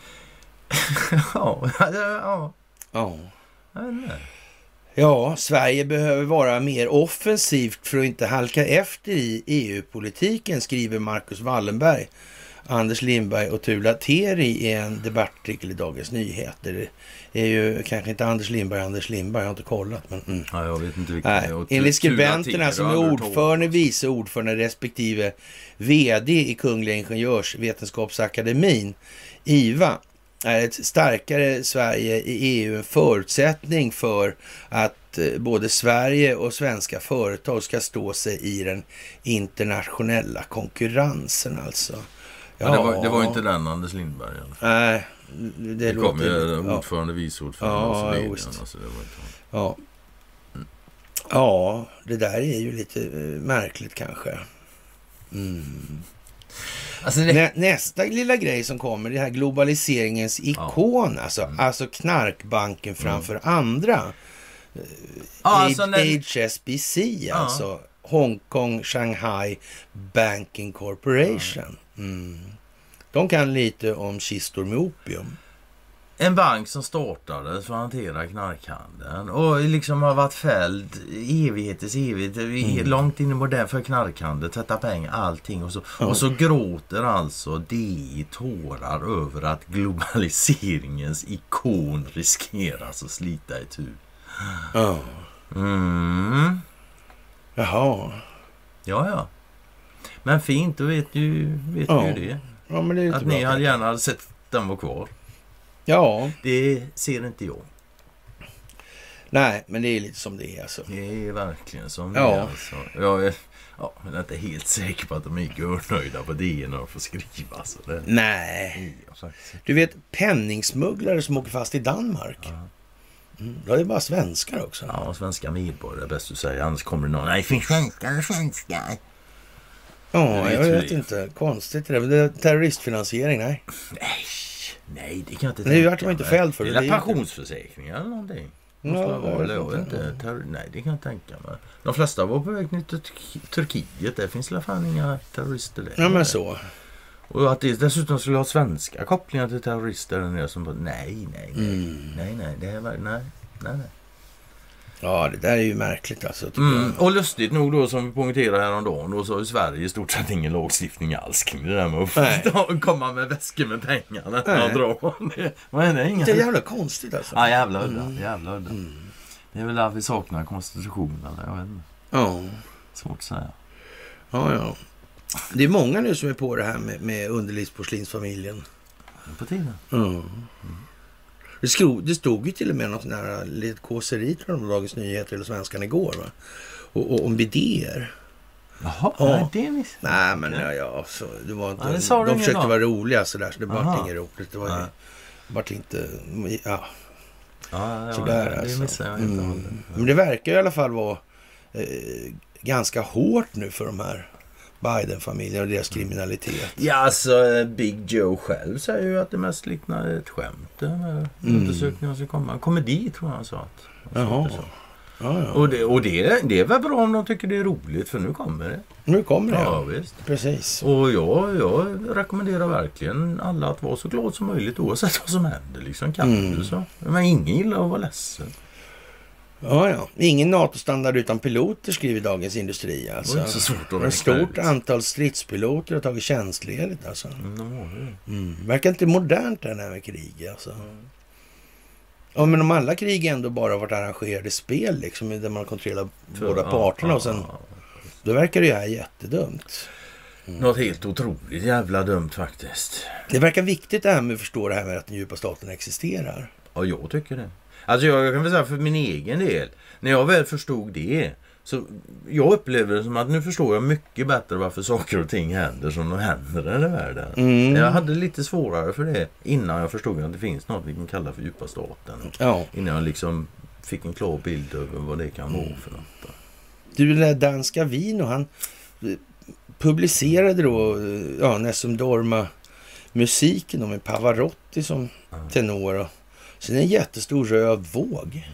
ja. ja. Ja. Eller? Ja, Sverige behöver vara mer offensivt för att inte halka efter i E U-politiken, skriver Marcus Wallenberg, Anders Lindberg och Tula Teri i en debattartikel i Dagens Nyheter. Det är ju kanske inte Anders Lindberg, Anders Lindberg, jag har inte kollat. Men, mm. ja, jag vet inte vilken. Nej. Enligt skribenterna som är ordförande, vice ordförande respektive vd i Kungliga Ingenjörsvetenskapsakademin, I V A, är ett starkare Sverige i E U en förutsättning för att både Sverige och svenska företag ska stå sig i den internationella konkurrensen alltså. Ja, det, var, det var inte den Anders Lindberg i alla fall. Nej, det, det kom ju ordförande, ja. vice ordförande ja, och så vidare. Alltså, det var inte... ja. Mm. Ja, det där är ju lite uh, märkligt kanske. Mm. Alltså det... Nä, nästa lilla grej som kommer, det här globaliseringens ikon, ja. alltså, mm. alltså knarkbanken framför mm. andra. Uh, ja, alltså H- när... H S B C, ja. alltså Hong Kong Shanghai Banking Corporation. Ja. Mm. De kan lite om kistor med opium. En bank som startades för att hantera knarkhandeln och liksom har varit fälld evighetens evighet, mm. långt in i modern för knarkhandel, tvätta pengar, allting. Och så, ja. och så gråter alltså det i tårar över att globaliseringens ikon riskeras att slita ett huvud. Ja. Mm. Jaha. Ja, ja. Men fint, då vet du vet ja. ju det. Ja, men det är att ni hade gärna hade sett den var kvar. Ja. Det ser inte jag. Nej, men det är lite som det är alltså. Det är verkligen som ja. det är alltså. Jag är, ja, jag är inte helt säker på att de är görnöjda på det när de får skriva. Alltså. Det, Nej. Det du vet, penningsmugglare som åker fast i Danmark. Ja. Mm, det är bara svenskar också. Ja, svenska medborgare, bäst du säger. Annars kommer det någon. Nej, finns svenskar och svenskar. Ja, jag vet inte. Konstigt det. Det är terroristfinansiering, nej. Nej, nej, det kan jag inte tänka. Det vart man inte fälld för. Det är, det är pensionsförsäkringar eller någonting. Ja, vara, eller, inte. Ter- nej, det kan jag tänka mig. De flesta var på väg till Turkiet. Det finns i alla fall inga terrorister där. Ja, men så. Och att det dessutom skulle ha svenska kopplingar till terrorister där nere som bara, nej, nej, nej, mm. nej, nej, det är nej, nej, nej. Ja, det där är ju märkligt alltså. Mm. Och lustigt nog då, som vi poängterade häromdagen, då så har Sverige i stort sett ingen lagstiftning alls kring det där med att komma med väskor med pengar och dra. Det, vad är det? Inga... det är jävla konstigt alltså. Ja, jävla udda. Mm. Jävla udda. Mm. Det är väl där vi saknar konstitutionen, eller jag vet inte. Ja. Svårt att säga. Ja, ja. Det är många nu som är på det här med, med underlivsporslinsfamiljen. På tiden. Mm. Mm. Det, skro, det stod ju till och med något sån här litet kåseri från Dagens Nyheter eller Svenskan igår, va? Och, och om bidéer. Jaha, ja. Det är visst. Nej, men ja, ja så, det var inte, ja, det de försökte då. vara roliga så där, så det var inget roligt. Det var ja. Vart inte, ja. Ja, ja, så där, det alltså. missar jag inte. Mm. Men det verkar i alla fall vara eh, ganska hårt nu för de här Biden-familjen och deras kriminalitet. Ja, alltså Big Joe själv säger ju att det mest liknar ett skämt. Det med mm. undersökningen som kommer. En komedi tror jag han sa. Att, Jaha. Ja, ja. Och, det, och det, det är väl bra om de tycker det är roligt, för nu kommer det. Nu kommer det, ja. ja. Visst. Precis. Och jag, jag rekommenderar verkligen alla att vara så glad som möjligt oavsett vad som händer. Liksom, kan mm. du så. Men ingen gillar att vara ledsen. Ja, ja. Ingen NATO-standard utan piloter, skriver Dagens Industri. Alltså. Det är så svårt att ett stort antal stridspiloter har tagit tjänstledigt. Alltså. Mm, mm. Verkar inte modernt det här med krig. Alltså. Mm. Ja, men om alla krig ändå bara har varit arrangerade spel, liksom, där man kontrollerar båda ja, parterna, ja, och sen, ja. Då verkar det ju här jättedumt. Mm. Något helt otroligt jävla dumt faktiskt. Det verkar viktigt det här med att förstå det här med att den djupa staten existerar. Ja, jag tycker det. Alltså jag, jag kan väl säga för min egen del, när jag väl förstod det, så jag upplever det som att nu förstår jag mycket bättre varför saker och ting händer som de händer i den världen. Mm. Jag hade lite svårare för det innan jag förstod att det finns något vi kan kalla för djupa staten. Ja. Innan jag liksom fick en klar bild över vad det kan vara för något. Du, den där danska Vino, han publicerade då ja, Nessum Dorma musiken med Pavarotti som ja. tenor, och sen en jättestor röd våg.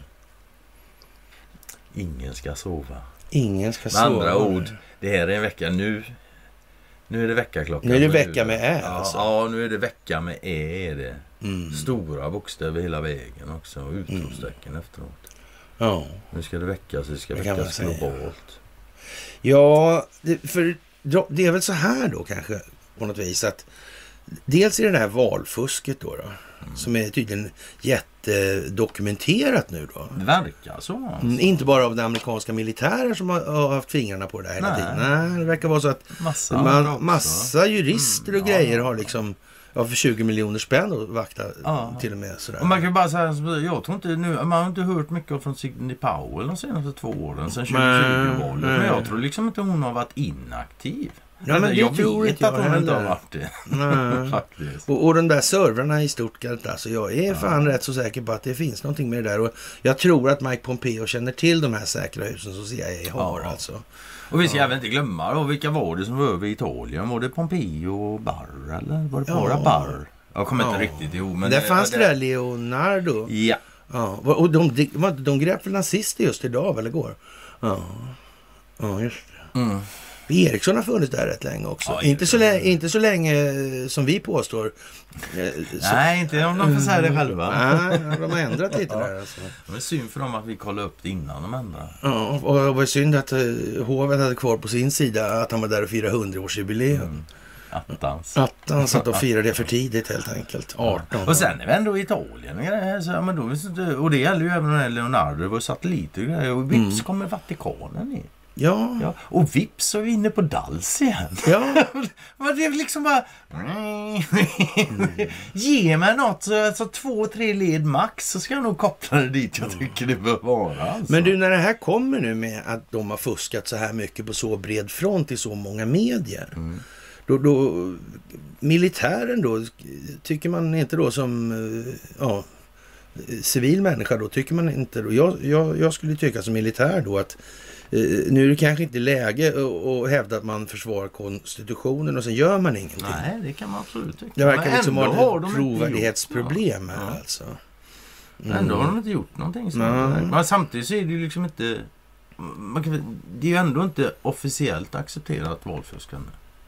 Ingen ska sova. Ingen ska med sova. Med andra ord, det här är en vecka nu. Nu är det veckaklockan. Nu är det vecka med ä, ja, alltså. Ja, nu är det vecka med ä är det. Mm. Stora bokstäver hela vägen också, och utropstecken mm. efteråt. Ja. Nu ska det väckas, det ska det väckas globalt. Ja, det, för det är väl så här då kanske på något vis att dels är det här valfusket då, då mm. som är tydligen jättedokumenterat nu då. Det verkar så. Alltså. Mm, inte bara av de amerikanska militärer som har, har haft fingrarna på det här hela Nej. tiden. Nej, det verkar vara så att massa, man, massa jurister och mm, grejer ja. har liksom ja, för tjugo miljoner spänn och vakta ja. till och med sådär. Och man kan bara säga, jag tror inte nu, man har inte hört mycket från Sidney Powell de senaste två åren sedan tjugohundra-valet, men jag tror liksom inte hon har varit inaktiv. Ja, men jag det vet att hon inte har varit det. Faktiskt. Och, och de där servrarna i Stuttgart, alltså jag är ja. fan rätt så säker på att det finns någonting med det där. Och jag tror att Mike Pompeo känner till de här säkra husen som C I A har ja. alltså. Och vi ska ja. även inte glömma då, vilka var det som var över i Italien? Var det Pompeo och Barr, eller var det bara ja. Barr? Jag kommer ja. inte riktigt ihåg. Men där det fanns det där Leonardo. Ja. ja. Och de, de, de grep väl nazister just idag, eller går? Ja, ja just det. Mm. Eriksson har funnits där rätt länge också. Ja, inte, så länge, inte så länge som vi påstår. Så, nej, inte om de får säga det själva. Nej, de har ändrat lite där. Alltså. Det är synd för dem att vi kollade upp det innan de ändrar. Ja, och det var synd att uh, hovet hade kvar på sin sida att han var där och firade hundra-årsjubileum. Mm. Attans. Attans att de firade det för tidigt helt enkelt. arton. Och sen är vi ändå i Italien. Och, så, men då, och det gäller ju även när Leonardo. Det var satelliter och grejer. Och vips mm. kommer Vatikanen i. Ja. ja. Och vips så är vi inne på Dals igen. Ja. Men det är liksom bara... Mm. Ge mig något, så alltså, två, tre led max, så ska jag nog koppla det dit jag tycker det bör vara. Alltså. Men du, när det här kommer nu med att de har fuskat så här mycket på så bred front i så många medier. Mm. Då, då, militären då, tycker man inte då som... Ja, civil människa då, tycker man inte då. Jag, jag, jag skulle tycka som militär då att nu är det kanske inte läge att hävda att man försvarar konstitutionen och sen gör man ingenting. Nej, det kan man absolut tycka. Det verkar liksom ha ett trovärdighetsproblem här ja. alltså. Mm. Ändå har de inte gjort någonting. Mm. Men samtidigt så är det ju liksom inte... Man kan, det är ju ändå inte officiellt accepterat valfuskande.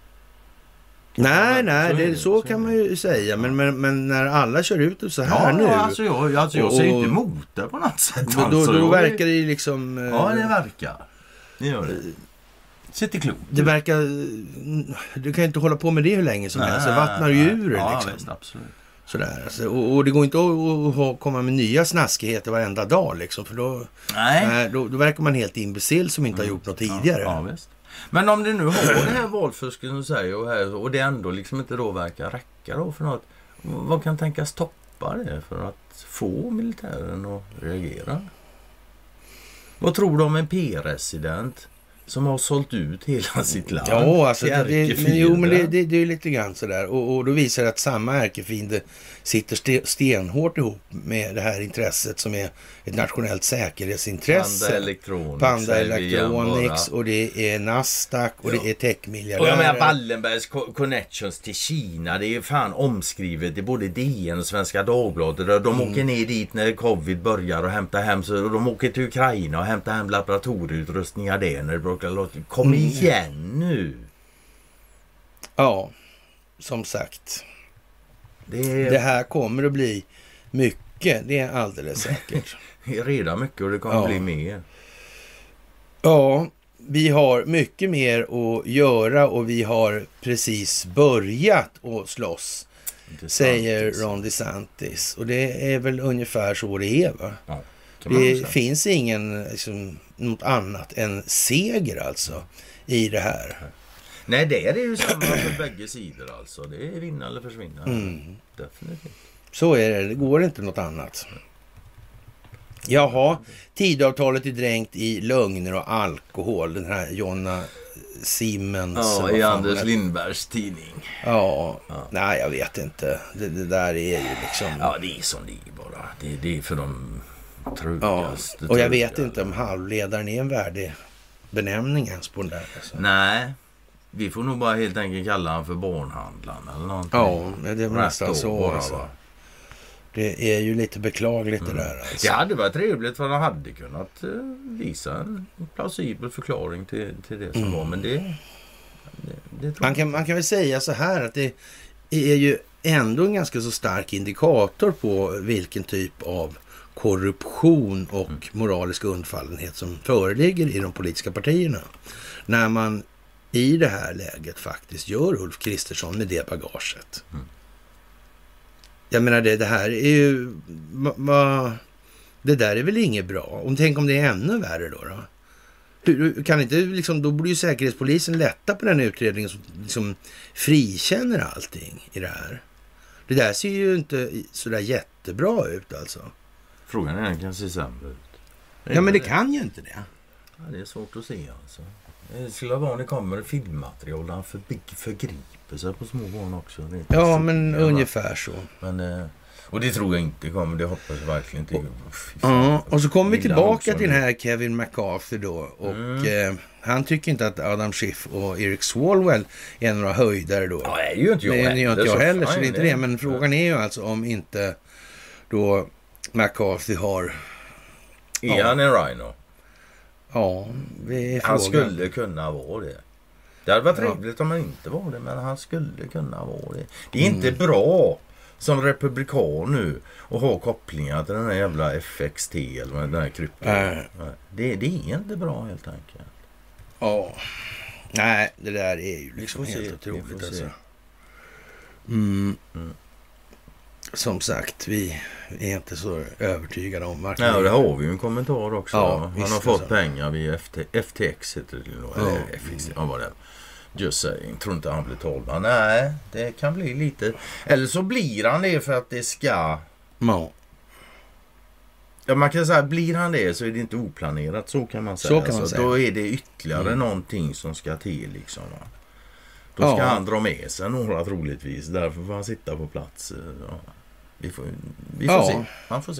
Nej, nej, det, så, så kan man ju säga. Men, men, men när alla kör ut och så här ja, nu... Ja, alltså jag, alltså jag och, säger inte emot det på något sätt. Då, alltså, då, då verkar det ju liksom... Ja, det verkar. Det gör det. Sitter klokt. Det verkar... Du kan inte hålla på med det hur länge som nej, helst. Det vattnar ju ur ja, liksom. Visst, absolut. Sådär, alltså, och, och det går inte att, att komma med nya snaskigheter varenda dag liksom. För då, nej. Äh, då, då verkar man helt imbecill som inte mm. har gjort något tidigare. Ja, ja, visst. Men om det nu har det här valfusket som säger och, här, och det ändå liksom inte då verkar räcka då för något, vad kan tänkas stoppa det för att få militären att reagera? Vad tror du om en P-resident som har sålt ut hela sitt land. Ja, alltså det, det, men, jo, men det, det, det är lite grann sådär. Och, och då visar det att samma ärkefiende sitter stenhårt ihop med det här intresset som är ett nationellt säkerhetsintresse. Panda Electronics. Panda Electronics och det är Nasdaq och ja. det är techmiljardärer. Och jag menar Wallenbergs connections till Kina, det är fan omskrivet i både D N och Svenska Dagbladet. De mm. åker ner dit när covid börjar och hämtar hem, så de åker till Ukraina och hämtar hem laboratorieutrustningar där när det bråkar låta. Kom mm. igen nu! Ja, som sagt. Det, är... det här kommer att bli mycket, det är alldeles säkert. Det är redan mycket och det kommer ja. att bli mer. Ja, vi har mycket mer att göra och vi har precis börjat att slåss, DeSantis. Säger Ron DeSantis. Och det är väl ungefär så det är, va? Ja, det finns ingen liksom, något annat än seger alltså i det här. Nej, det är ju samma för bägge sidor alltså. Det är vinna eller försvinna. Mm. Definitivt. Så är det. Det går inte något annat. Jaha, tidavtalet är dränkt i lögner och alkohol. Den här Jonna Simmons. Ja, i Anders Lindbergs tidning. Ja, ja, nej jag vet inte. Det, det där är ju liksom... Ja, det är som det är bara. Det, det är för de trugaste. Ja, och jag vet inte om halvledaren är en värdig benämning ens på den där. Alltså. Nej. Vi får nog bara helt enkelt kalla han för barnhandlaren eller någonting. Ja, det är nästan så. Alltså. Det är ju lite beklagligt mm. det där. Alltså. Det hade varit trevligt för han hade kunnat visa en plausibel förklaring till, till det som mm. var. Men det, det, det man, kan, man kan väl säga så här att det är ju ändå en ganska så stark indikator på vilken typ av korruption och mm. moralisk undfallenhet som föreligger i de politiska partierna. När man i det här läget faktiskt gör Ulf Kristersson med det bagaget. Mm. Jag menar det, det här är ju ma, ma, det där är väl inget bra. Om tänk om det är ännu värre då då. Hur, kan inte liksom, då borde ju säkerhetspolisen lätta på den utredningen som liksom frikänner allting i det här. Det där ser ju inte sådär jättebra ut alltså. Frågan är den kan se sämre ut. Ja men det kan ju inte det. Ja, det är svårt att se alltså. Det skulle vara när det kommer filmmaterial där för förgriper sig på små barn också. Ja, men så, ungefär så. Men, och det tror jag inte kommer, det hoppas jag verkligen inte. Ja, och så kommer vi tillbaka till den här Kevin McCarthy då. Och mm. eh, han tycker inte att Adam Schiff och Eric Swalwell är några höjdare då. Ja, det är ju inte jag heller. Det är ju inte jag heller, så, så det är inte det. Men frågan är ju alltså om inte då McCarthy har... Är ja. han en rhino? Ja, vi han skulle kunna vara det. Det hade varit trevligt ja. om han inte var det, men han skulle kunna vara det. Det är mm. inte bra som republikan nu och ha kopplingar till den här jävla F X T eller den här krypton. Äh. Det, det är inte bra helt enkelt. Ja. Nej, det där är ju liksom helt otroligt alltså. Mm. Mm. Som sagt, vi är inte så övertygade om vart. Ja, det har vi ju en kommentar också. Ja, han har fått alltså. pengar via F T, F T X heter det då. Eller ja. F X, ja, vad det är. Just saying, tror inte han blir tolv. Nej, det kan bli lite. Eller så blir han det för att det ska... Ja. Ja, man kan säga, blir han det så är det inte oplanerat. Så kan man säga. Så kan man så säga. Då är det ytterligare mm. någonting som ska till liksom. Va? Då ska ja. han dra med sig några troligtvis. Därför får han sitta på plats. Ja. Vi får, vi får ja. se. Han får se.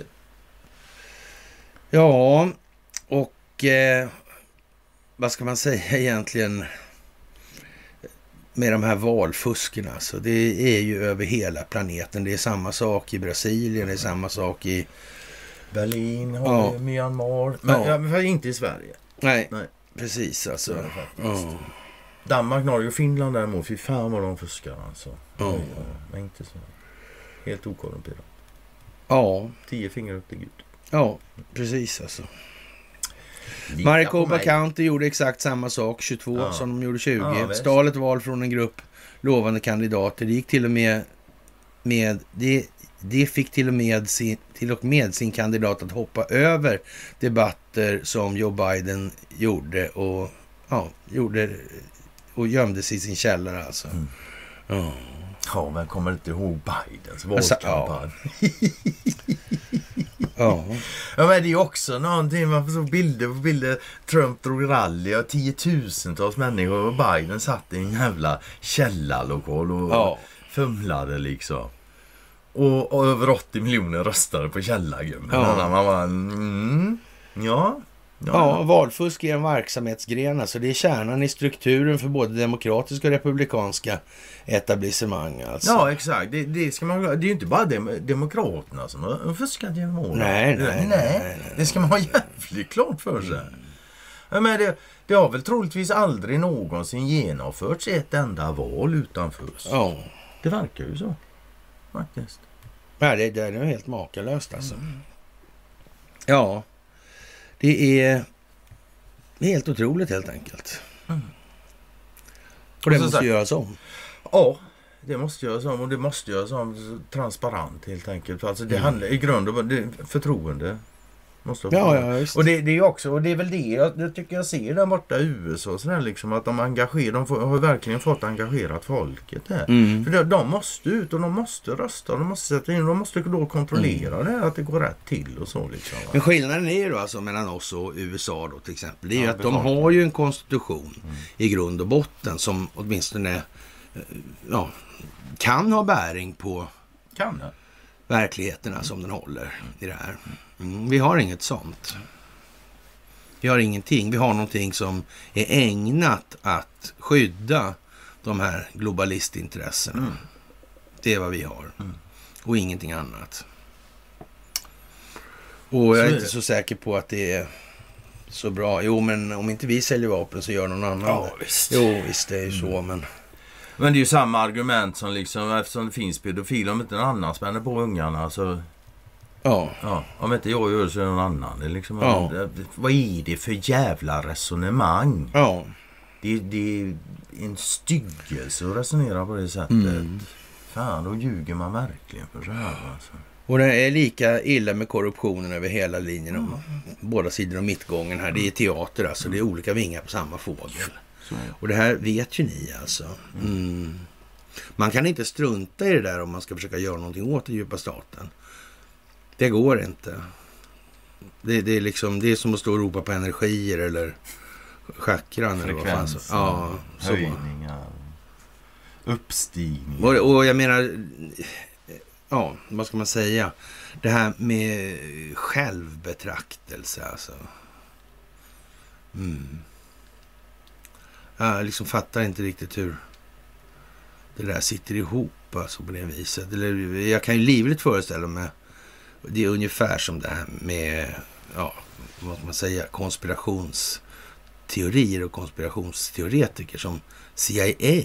Ja, och eh, vad ska man säga egentligen med de här valfuskerna? Alltså, det är ju över hela planeten. Det är samma sak i Brasilien, det är samma sak i Berlin, ja. Myanmar. Men, ja. Ja, men inte i Sverige. Nej, Nej. precis alltså. Ja. Danmark, Norge och Finland däremot. Fy fan vad de fuskar alltså. Ja. Ja, men inte så. Helt okorrumperat. Ja. Tio fingrar upp till Gud. Ja, precis alltså. Maricopa County gjorde exakt samma sak, tjugotvå, ja. som de gjorde tjugo. Ja, Stal ett val från en grupp lovande kandidater. Det gick till och med med... Det, det fick till och, med sin, till och med sin kandidat att hoppa över debatter som Joe Biden gjorde och, ja, gjorde och gömde sig i sin källare alltså. Mm. Ja. Ja, men kommer inte ihåg Bidens valkampanj. Alltså, ja. Ja. Ja, men det är ju också någonting, man får så bilder på bilder. Trump drog rally och tiotusentals människor och Biden satt i en jävla källarlokal och Ja. fumlade liksom. Och, och över åttio miljoner röstade på källargummen. Ja. Man bara, mm, ja. Ja. Ja, valfusk är en verksamhetsgren. Alltså det är kärnan i strukturen för både demokratiska och republikanska etablissemang. Alltså. Ja, exakt. Det, det, ska man, det är ju inte bara dem, demokraterna som har fuskat genom åren. Nej, nej, nej, nej, nej. Det ska man ha jävligt klart för sig. Mm. Men det, det har väl troligtvis aldrig någonsin genomförts ett enda val utan fusk. Ja. Det verkar ju så. Faktiskt. Nej, det, det är helt makalöst alltså. Mm. Ja. Det är helt otroligt helt enkelt. Mm. Och det och måste sagt, göras om. Ja, det måste göras om och det måste göras om transparent helt enkelt. Alltså det mm. handlar i grund om förtroende. Måste ja, ja, just. Och det, det är också, och det är väl det jag, jag tycker jag ser där borta i U S A och sådär, liksom, att de engagerar, de får, har verkligen fått engagerat folket där. Mm. För de, de måste ut och de måste rösta, de måste sätta in, de måste då kontrollera mm. det, att det går rätt till och så liksom. Men skillnaden är ju då alltså mellan oss och U S A då till exempel, det är ju ja, att de har ju en konstitution mm. i grund och botten som åtminstone ja, kan ha bäring på kan det. verkligheterna som den håller mm. i det här. Mm, vi har inget sånt. Vi har ingenting. Vi har någonting som är ägnat att skydda de här globalistintressena. Mm. Det är vad vi har. Mm. Och ingenting annat. Och jag är, är inte så säker på att det är så bra. Jo, men om inte vi säljer vapen så gör någon annan ja, det. Visst. Jo, visst det är ju mm. så, men... Men det är ju samma argument som liksom, eftersom det finns pedofiler, om inte någon annan spänner på ungarna så... Ja. ja. Om inte jag gör så är någon annan. Det är liksom, ja. det, vad är det för jävla resonemang? Ja. Det, det är en styggelse att resonera på det sättet. Mm. Fan, då ljuger man verkligen för så här. Alltså. Och det är lika illa med korruptionen över hela linjen. Mm. Båda sidor om mittgången här. Det är teater alltså. Det är olika vingar på samma fågel. Så. Och det här vet ju ni alltså. Mm. Man kan inte strunta i det där om man ska försöka göra någonting åt den djupa staten. Det går inte. Det, det, är liksom, det är som att stå och ropa på energier eller chakran. Eller vad fan så. Ja, så. Höjningar, uppstigningar. Och, och jag menar, ja, vad ska man säga? Det här med självbetraktelse alltså. Mm. Jag liksom fattar inte riktigt hur det där sitter ihop alltså på det viset. Eller, jag kan ju livligt föreställa mig, det är ungefär som det här med, ja, vad ska man säga, konspirationsteorier och konspirationsteoretiker som C I A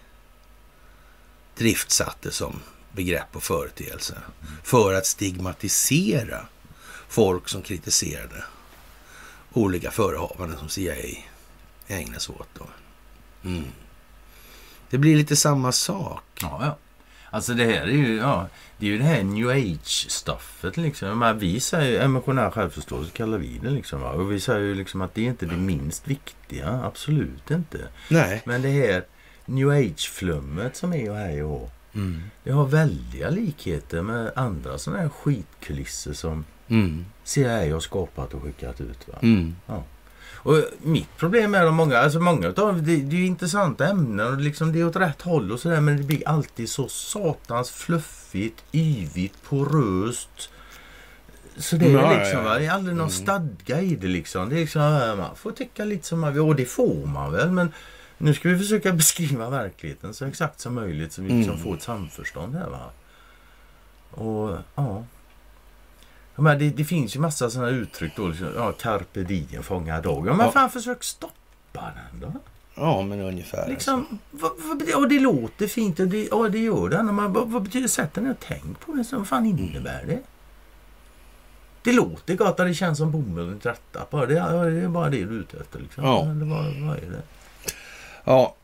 driftsatte som begrepp och företeelse för att stigmatisera folk som kritiserade olika förehavanden som C I A ägnar sig åt då. Mm. Det blir lite samma sak. Ja, ja. Alltså det här är ju, ja, det är ju det här new age-stuffet liksom. Men vi säger emotionell självförståelse kallar vi det liksom. Va? Och vi säger ju liksom att det är inte det minst viktiga. Absolut inte. Nej. Men det här new age-flummet som är och här och mm. det har väldiga likheter med andra sådana här skitkulisser som mm. C I A har skapat och skickat ut. Va? Mm. Ja. Och mitt problem är att många, alltså många utav det, det är ju intressanta ämnen och liksom det är åt rätt håll och sådär, men det blir alltid så satans fluffigt, yvigt, poröst. Så det är ja, liksom, ja, ja. Det är aldrig någon mm. stadga i det liksom. Det är liksom, man får tycka lite som man vill, och det får man väl, men nu ska vi försöka beskriva verkligheten så exakt som möjligt så vi liksom mm. får ett samförstånd här, va. Och ja. Men det, det finns ju massa sådana uttryck då, liksom, ja, carpe diem, fånga dagen. Men ja. Fan, försök stoppa den då. Ja, men ungefär. Liksom, alltså. vad, vad, och det låter fint och det, och det gör det. Man, vad, vad betyder sätten jag tänk på det? Så, vad fan innebär det? Det låter gott att det känns som bomullen trätta på. Det, det är bara det du är ute efter. Liksom. Ja. Eller vad, vad är det? Ja.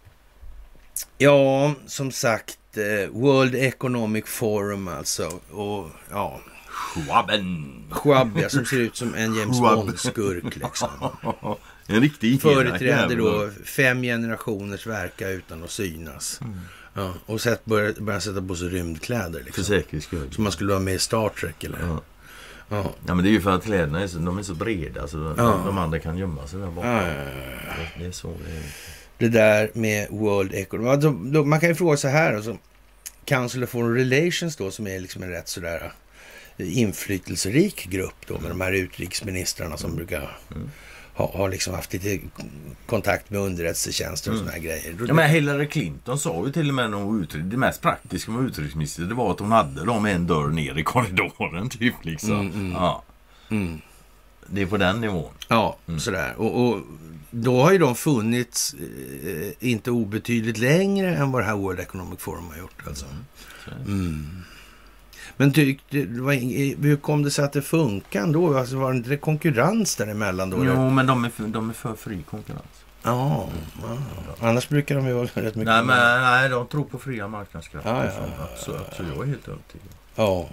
Ja, som sagt, World Economic Forum alltså. Och ja... Schwabben. Schwab, ja, som ser ut som en James Bond-skurk liksom. En riktig företräder då fem generationers verka utan att synas. Mm. Ja, och sett börja, börja sätta på sig rymdkläder liksom. För säkerhets skull. Som man skulle ha med i Star Trek eller. Ja. Ja. Ja, men det är ju för att kläderna är så, de är så breda så Ja. de, de andra kan gömma sig där bakom. Ja, ja, ja. Det, det är så det är. Det där med World Economy. Alltså, då, man kan ju fråga så här. Alltså, Council of Foreign Relations då, som är liksom en rätt sådär inflytelserik grupp då med de här utrikesministrarna som mm. brukar mm. ha, ha liksom haft lite kontakt med underrättelsetjänster och mm. såna här grejer. Ja, men Hillary Clinton sa ju till och med när hon uttryck, det mest praktiska med utrikesminister det var att hon hade dem en dörr ner i korridoren typ liksom. Mm, mm. Ja. Mm. Det är på den nivån. Ja, mm. sådär. Och, och då har ju de funnits eh, inte obetydligt längre än vad det här World Economic Forum har gjort. Alltså. Mm. Mm. Men tyckte, hur kom det sig att det funkar då? Alltså, var det inte konkurrens däremellan då? Jo, men de är, för, de är för fri konkurrens. Ja, mm. ja. Annars brukar de ju vara rätt mycket... Nej, men, nej, de tror på fria marknadskrafter. Ja, ja, ja, så, så jag är helt övertygad. Ja.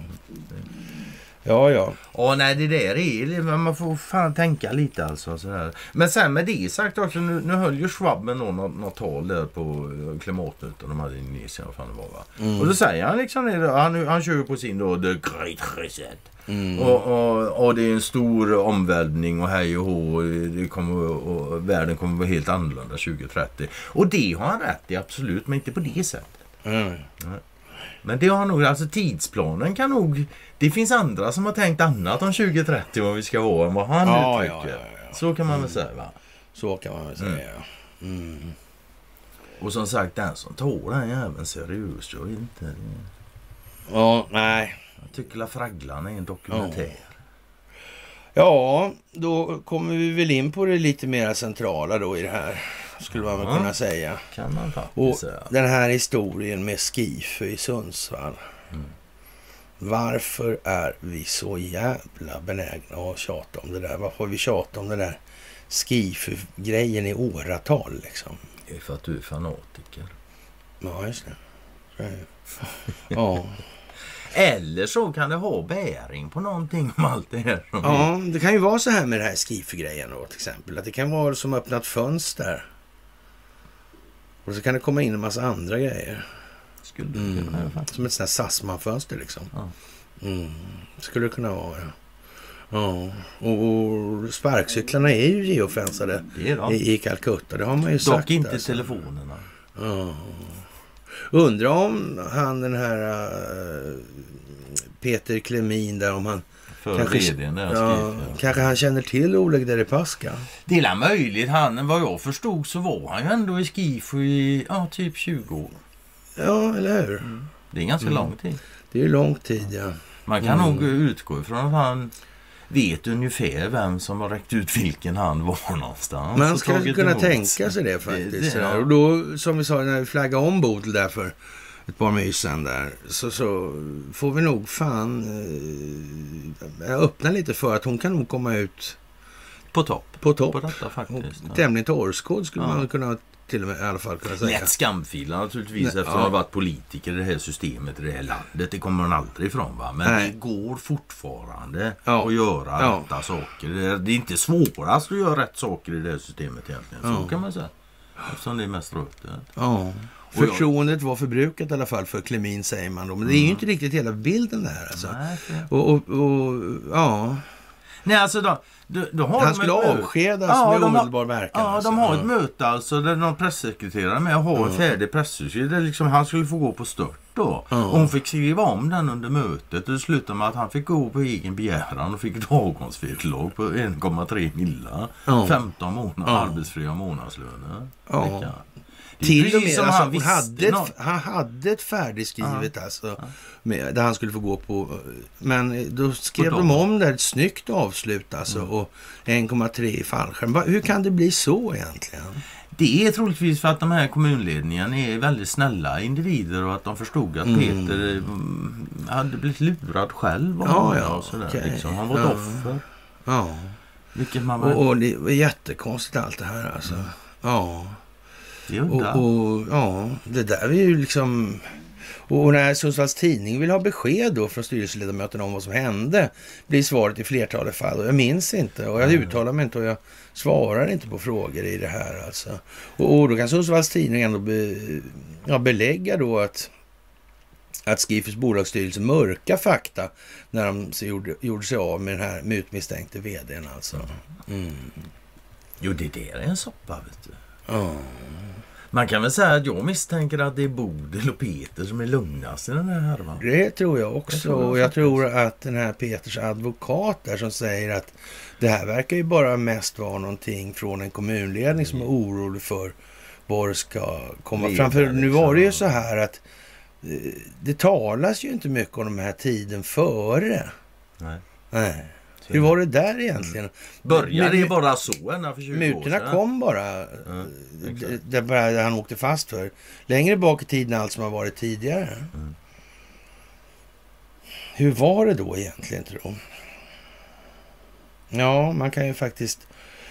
Ja, ja. Ja, nej, det där är... Man får fan tänka lite alltså. Sådär. Men sen med det sagt också, nu, nu höll ju Schwab med någon, något, något tal där på klimatmötet de hade i Indonesien. Vad fan det var, va? Mm. Och då säger han liksom, han, han kör på sin då, The Great Reset. Mm. Och, och, och det är en stor omvälvning och hej och hå, det kommer, och världen kommer vara helt annorlunda tjugo trettio. Och det har han rätt i, absolut, men inte på det sättet. Mm. Nej. Men det har nog, alltså tidsplanen kan nog, det finns andra som har tänkt annat om tjugo trettio vad vi ska vara än vad han ja, uttrycker. Ja, ja, ja. Så kan man mm. väl säga, va? Så kan man väl säga, mm. ja. Mm. Och som sagt, den som tar den jäveln seriöst, jag vet inte. Ja, nej. Jag tycker La Fragglan är en dokumentär. Ja. ja, då kommer vi väl in på det lite mer centrala då i det här. Skulle man väl ja, kunna säga. Kan man faktiskt och säga. Den här historien med Skife i Sundsvall. Mm. Varför är vi så jävla benägna att tjata om det där? Varför har vi tjatat om det där Skife-grejen i åratal liksom? Det är för att du är fanatiker. Ja, just det. Så är det. Ja. Eller så kan det ha bäring på någonting om allt det här. Ja, det kan ju vara så här med det här Skife-grejen då till exempel. Att det kan vara som öppnat fönster. Och så kan det komma in en massa andra grejer. Skulle det mm. kunna vara. Som ett sånt här Sassman-fönster liksom. Ja. Mm. Skulle det kunna vara. Ja. Och, och sparkcyklarna är ju geofensade i, i Calcutta. Det har man ju Dock sagt. Dock inte alltså. telefonerna. Ja. Undrar om han den här uh, Peter Klemin där om han För kanske, vdn där ja, kanske han känner till Oleg Deripaska. Det är möjligt. Han, vad jag förstod så var han ju ändå i Skifu i ja, typ tjugo år. Ja, eller hur? Mm. Det är ganska mm. lång tid. Det är ju lång tid, ja. Man kan mm. nog utgå ifrån att han vet ungefär vem som har räckt ut vilken han var någonstans. Man ska kunna emot. tänka sig det faktiskt. Det, det, ja. Och då, som vi sa, när vi flaggade om Botel där för ett par mysen där, så, så får vi nog fan eh, öppna lite för att hon kan nog komma ut på topp. På topp. På detta faktiskt. Ja. Tämligen torskod skulle ja. man kunna till och med i alla fall kunna säga. Lätt skamfila naturligtvis Nej, eftersom ja. hon har varit politiker i det här systemet i det här landet. Det kommer man aldrig ifrån, va? Men Nej. det går fortfarande ja. att göra ja. rätta saker. Det är inte svårast att göra rätt saker i det här systemet egentligen. Så ja. kan man säga. Eftersom det är mest rött. Ja. Förtroendet var förbrukat i alla fall för Klemin, säger man då. Men det är ju mm. inte riktigt hela bilden där alltså. Nej, och, och, och ja... Nej, alltså då, då, då har han de skulle avskedas ja, med omedelbar verkan. Ja, alltså. de har ett möte alltså där någon pressekreterare med har mm. en färdig pressutskrift. Liksom, han skulle få gå på stört då. Mm. Och hon fick skriva om den under mötet. Och det slutade med att han fick gå på egen begäran och fick ett avgångsvederlag på en komma tre millar. Mm. femton månader mm. arbetsfria månadslöner. Ja. Till och med, alltså, han, hade ett, han hade ett färdigskrivet ja. alltså, med, där han skulle få gå på, men då skrev de om det, ett snyggt avslut alltså, mm. och en komma tre i fallskärm. Hur kan det bli så egentligen? Det är troligtvis för att de här kommunledningarna är väldigt snälla individer och att de förstod att mm. Peter hade blivit lurad själv. Och ja, ja, och sådär, okay. liksom. Han var ett ja. offer. Ja. Vilket man var... och, och det var jättekonstigt allt det här alltså. Mm. Ja. Och, och ja, det där är ju liksom... Och när Sundsvalls tidning vill ha besked då från styrelseledamöterna om vad som hände, blir svaret i flertalet fall. Och jag minns inte och jag uttalar mig inte och jag svarar inte på frågor i det här alltså. Och, och då kan Sundsvalls tidning ändå be, ja, belägga då att att Skifers bolagsstyrelse mörka fakta när de så gjorde, gjorde sig av med den här mutmisstänkte vdn alltså. Mm. Jo, det där är en soppa, vet du. Oh. Man kan väl säga att jag misstänker att det är Bodil och Peter som är lugnast i den här härvan. Det tror jag också. Jag tror jag och jag tror att den här Peters advokat där som säger att det här verkar ju bara mest vara någonting från en kommunledning som är orolig för var det ska komma det fram. För liksom. Nu var det ju så här att det talas ju inte mycket om de här tiden före. Nej. Nej. Hur var det där egentligen? Mm. Började det bara så ända för tjugo år sedan? Mutorna kom bara, ja, där, där han åkte fast för. Längre bak i tiden allt som har varit tidigare. Mm. Hur var det då egentligen, tror jag? Ja, man kan ju faktiskt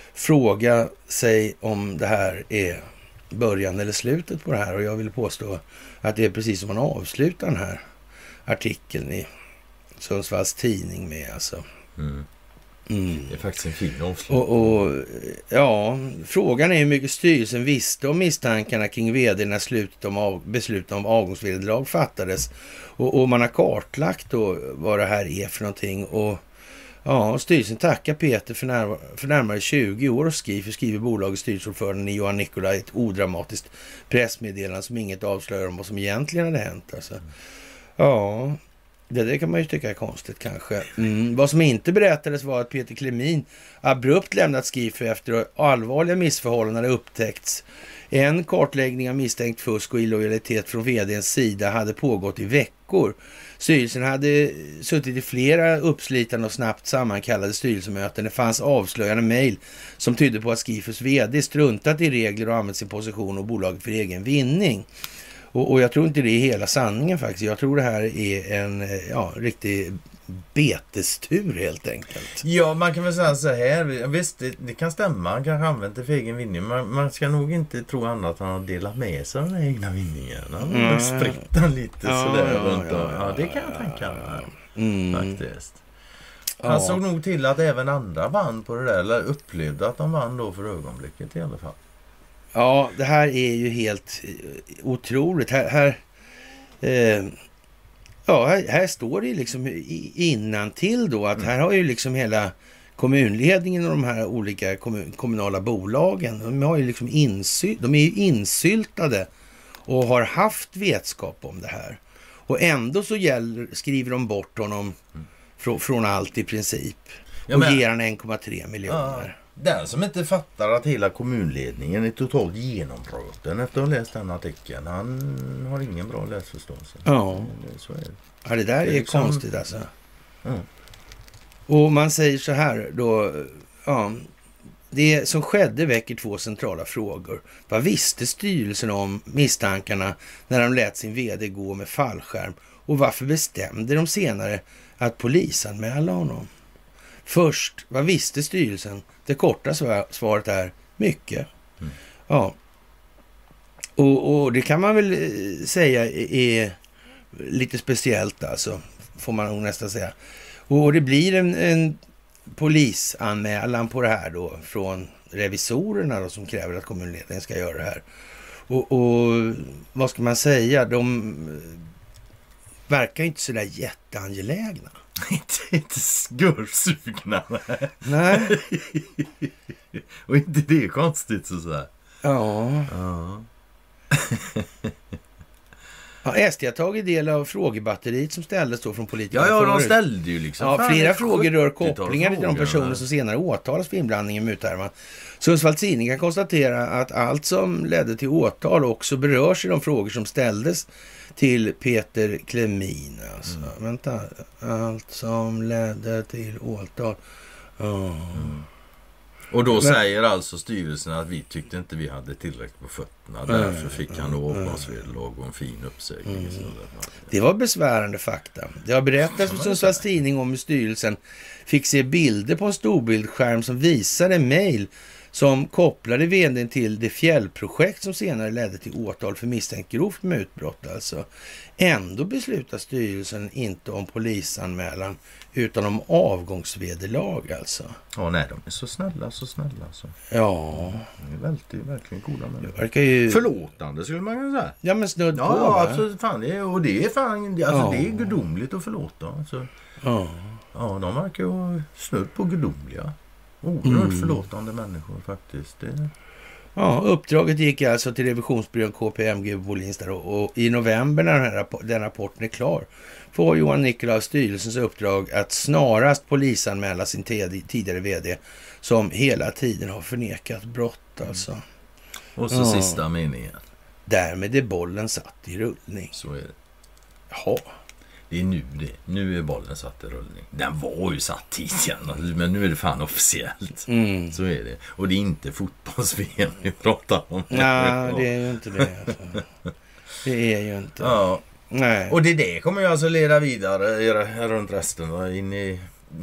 fråga sig om det här är början eller slutet på det här. Och jag vill påstå att det är precis som man avslutar den här artikeln i Sundsvalls tidning med alltså. Mm. Mm. Det är faktiskt en fin avslutning. Och, och ja, frågan är hur mycket styrelsen visste om misstankarna kring vd när slutet om av, beslutet om avgångsvederlag fattades. Och, och man har kartlagt då vad det här är för någonting. Och ja, styrelsen tackar Peter för, när, för närmare tjugo år och skriver, skriver bolagets styrelseordförande Johan Nikola ett odramatiskt pressmeddelande som inget avslöjar om vad som egentligen hade hänt. Alltså. Mm. Ja, det där kan man ju tycka är konstigt kanske. Mm. Vad som inte berättades var att Peter Klemin abrupt lämnat Skifer efter att allvarliga missförhållanden hade upptäckts. En kartläggning av misstänkt fusk och illojalitet från vdns sida hade pågått i veckor. Styrelsen hade suttit i flera uppslitande och snabbt sammankallade styrelsemöten. Det fanns avslöjande mejl som tydde på att Skifers vd struntat i regler och använt sin position och bolaget för egen vinning. Och, och jag tror inte det är hela sanningen faktiskt. Jag tror det här är en ja, riktig betestur helt enkelt. Ja, man kan väl säga så här. Visst, det, det kan stämma. Han kanske använt det för egen vinning. Man, man ska nog inte tro annat att han har delat med sig av den egna vinningen. Han har mm. spritt den lite ja, sådär ja, runt om. Ja, ja, ja, det kan jag tänka mig. Mm. Faktiskt. Han ja. såg nog till att även andra vann på det där. Eller upplevde att de vann då för ögonblicket i alla fall. Ja, det här är ju helt otroligt. Här, här, eh, ja, här, här står det liksom innantill då att här har ju liksom hela kommunledningen och de här olika kommun, kommunala bolagen, de har ju liksom insy, de är ju insyltade och har haft vetskap om det här. Och ändå så gäller, skriver de bort honom mm. från, från allt i princip och ja, men, ger han en komma tre miljoner. Ja. Den som inte fattar att hela kommunledningen är totalt genombruten efter att ha läst den artikeln, han har ingen bra läsförståelse. Ja, det, så är det. Ja, det där är, det är liksom konstigt alltså. Mm. Och man säger så här då, ja, det som skedde väcker två centrala frågor. Vad visste styrelsen om misstankarna när de lät sin vd gå med fallskärm? Och varför bestämde de senare att polisanmäla honom? Först, vad visste styrelsen? Det korta svaret är mycket. Mm. Ja. Och, och det kan man väl säga är lite speciellt alltså, får man nog nästan säga. Och det blir en, en polisanmälan på det här då från revisorerna då, som kräver att kommunledningen ska göra det här. Och, och vad ska man säga? De verkar inte så där jätteangelägna. Inte, inte skursugna. Nej. Och inte det är konstigt så så här. Ja. Ja. Ja, S D har tagit del av frågebatteriet som ställdes då från politiker. Ja, ja, de ställde ju liksom. Ja, flera frågor rör kopplingar till de personer som senare åtalas för inblandning i muthärvan. Sundsvalls tidning kan konstatera att allt som ledde till åtal också berörs i de frågor som ställdes till Peter Klemin. Alltså. Mm. Vänta, allt som ledde till åtal. Oh. Mm. Och då Men, säger alltså styrelsen att vi tyckte inte vi hade tillräckligt på fötterna. Mm, därför fick mm, han då avgångsvederlag och en fin uppsägning. Mm. Det var besvärande fakta. Det har berättats för Sundsvalls tidning om hur styrelsen fick se bilder på en storbildsskärm som visade mejl som kopplade vdn till det fjällprojekt som senare ledde till åtal för misstänkt grovt mutbrott alltså. Ändå beslutar styrelsen inte om polisanmälan utan om avgångsvederlag alltså. Ja, nej, de är så snälla, så snälla. Så. Ja. De är väldigt, verkligen goda människor. Det verkar ju... Förlåtande skulle man kunna säga. Ja, men snudd på. Ja, va? absolut. Fan, det är, och det är fan, alltså, Ja. det är gudomligt att förlåta. Alltså. Ja. Ja, de verkar ju snudd på gudomliga. Oerhört Mm. förlåtande människor faktiskt. Det... Ja, uppdraget gick alltså till revisionsbyrån K P M G Bolins där och, och i november när den, här, rapport, den rapporten är klar får Johan Nicolai styrelsens uppdrag att snarast polisanmäla sin tid, tidigare vd som hela tiden har förnekat brott alltså. Och så Ja. sista meningen. Därmed är bollen satt i rullning. Så är det. Jaha. Det är nu det. Nu är bollen satt i rullning. Den var ju satt tidigare, men nu är det fan officiellt. Mm. Så är det. Och det är inte fotbolls-V M vi pratar om. Nej, det är ju inte det alltså. Det är ju inte. Ja. Nej. Och det, det kommer ju alltså leda vidare i- runt resten. Då, in i...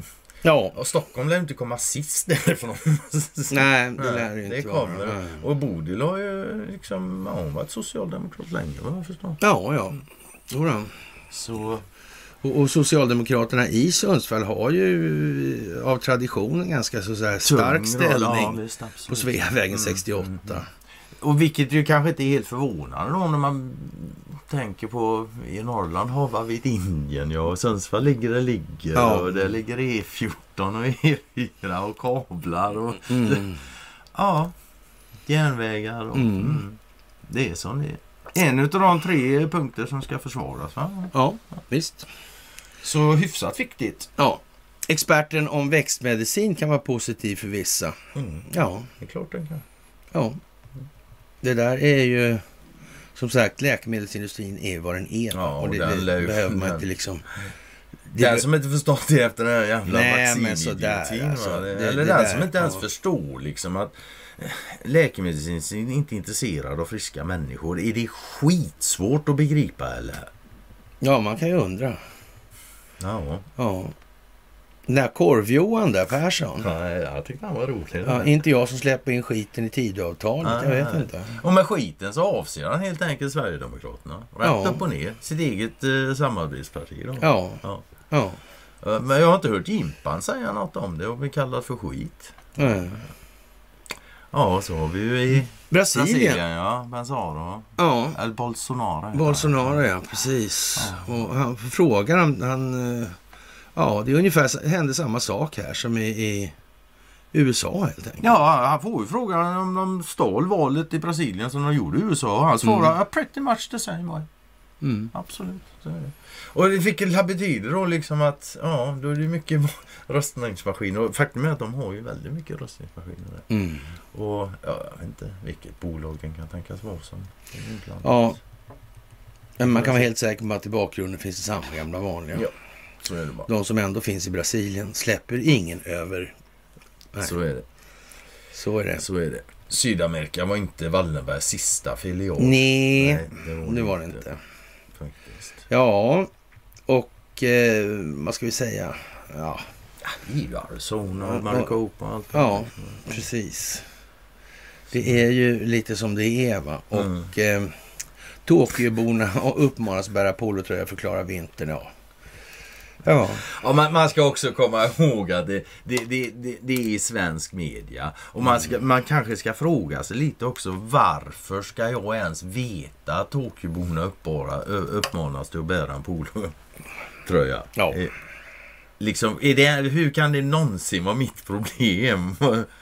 Ja. Och Stockholm lär inte komma sist därifrån. Nej, det lär ju det inte kommer. vara. Nej. Och Bodil har ju liksom, ja, hon varit socialdemokrat länge, vad jag förstår. Ja, ja. Jodå. Så... Och, och Socialdemokraterna i Sundsvall har ju av tradition en ganska så, så här stark Tung, ställning ja, visst, absolut. på Sveavägen sextioåtta. Mm, mm, mm. Och vilket ju kanske inte är helt förvånande då när man tänker på i Norrland har vi vid Indien, ja, och Sundsvall ligger det ligger Ja. och det ligger E fjorton och E fyra och kablar och Mm. ja, järnvägar och, Mm. mm. det är som det är. En av de tre punkter som ska försvaras, va? Ja, visst. Så hyfsat viktigt. Ja. Experten om växtmedicin kan vara positiv för vissa. Mm. Ja, Det är klart den kan. ja. Det där är ju, som sagt, läkemedelsindustrin är vad den är. Ja, och det, och den det lär ju- behöver man den- inte liksom... Den som inte förstått det efter den här jävla Nej, men sådär, vaccinidiotin. alltså. va? Det- Eller det den där, som inte ens ja. förstår liksom att eh, läkemedelsindustrin inte är intresserad av friska människor. Är det skitsvårt att begripa eller? Ja, man kan ju undra. Ja. Ja. Den där korvjohan där, Persson. Nej, jag tyckte han var rolig. Ja, inte jag som släpper in skiten i Tidöavtalet, jag Nej, vet nej. inte. Och med skiten så avser han helt enkelt Sverigedemokraterna. Rätt Ja. upp och ner. Sitt eget eh, samarbetsparti då. Ja, Ja. ja. Eh, Men jag har inte hört Jimpan säga något om det och bli kallad för skit. Mm. Ja, så har vi ju i Brasilien. Brasilien, ja. Benzaro. Ja, Eller Bolsonaro. heter Bolsonaro, ja, precis. Och han frågar han, han... eh, Ja, det är ungefär, hände samma sak här som i, i U S A helt enkelt. Ja, han får ju frågan om de stal valet i Brasilien som de gjorde i U S A. Och han svarar Mm. pretty much the same way. Mm. Absolut, så är det. Och det fick det betyder då liksom att ja, då är det mycket röstningsmaskiner. Och faktum är att de har ju väldigt mycket röstningsmaskiner där. Mm. Och ja, jag vet inte vilket bolagen kan tänkas vara som är inblandat. Ja, men man kan vara helt säker på att i bakgrunden finns det samma gamla vanliga. Ja. Så är det bara. De som ändå finns i Brasilien släpper ingen över. Nej. Så är det. Så är det. Så är det. Sydamerika var inte Wallenbergs sista filial. Nej, Nej, det var det det var det inte. inte. Faktiskt. Ja, och eh, vad ska vi säga? Ja, Det är ju Arizona och Maricopa och allt. ja, precis. Det är ju lite som det är, va? Och eh, Tokyoborna uppmanas bära polotröja och förklara vintern, ja. Ja. Ja, man, man ska också komma ihåg att det, det, det, det, det är svensk media. Och man, ska, man kanske ska fråga sig lite också, varför ska jag ens veta att Tokyoborna uppbara, uppmanas till att bära en polotröja? Ja. Eh, liksom, är det, hur kan det någonsin vara mitt problem?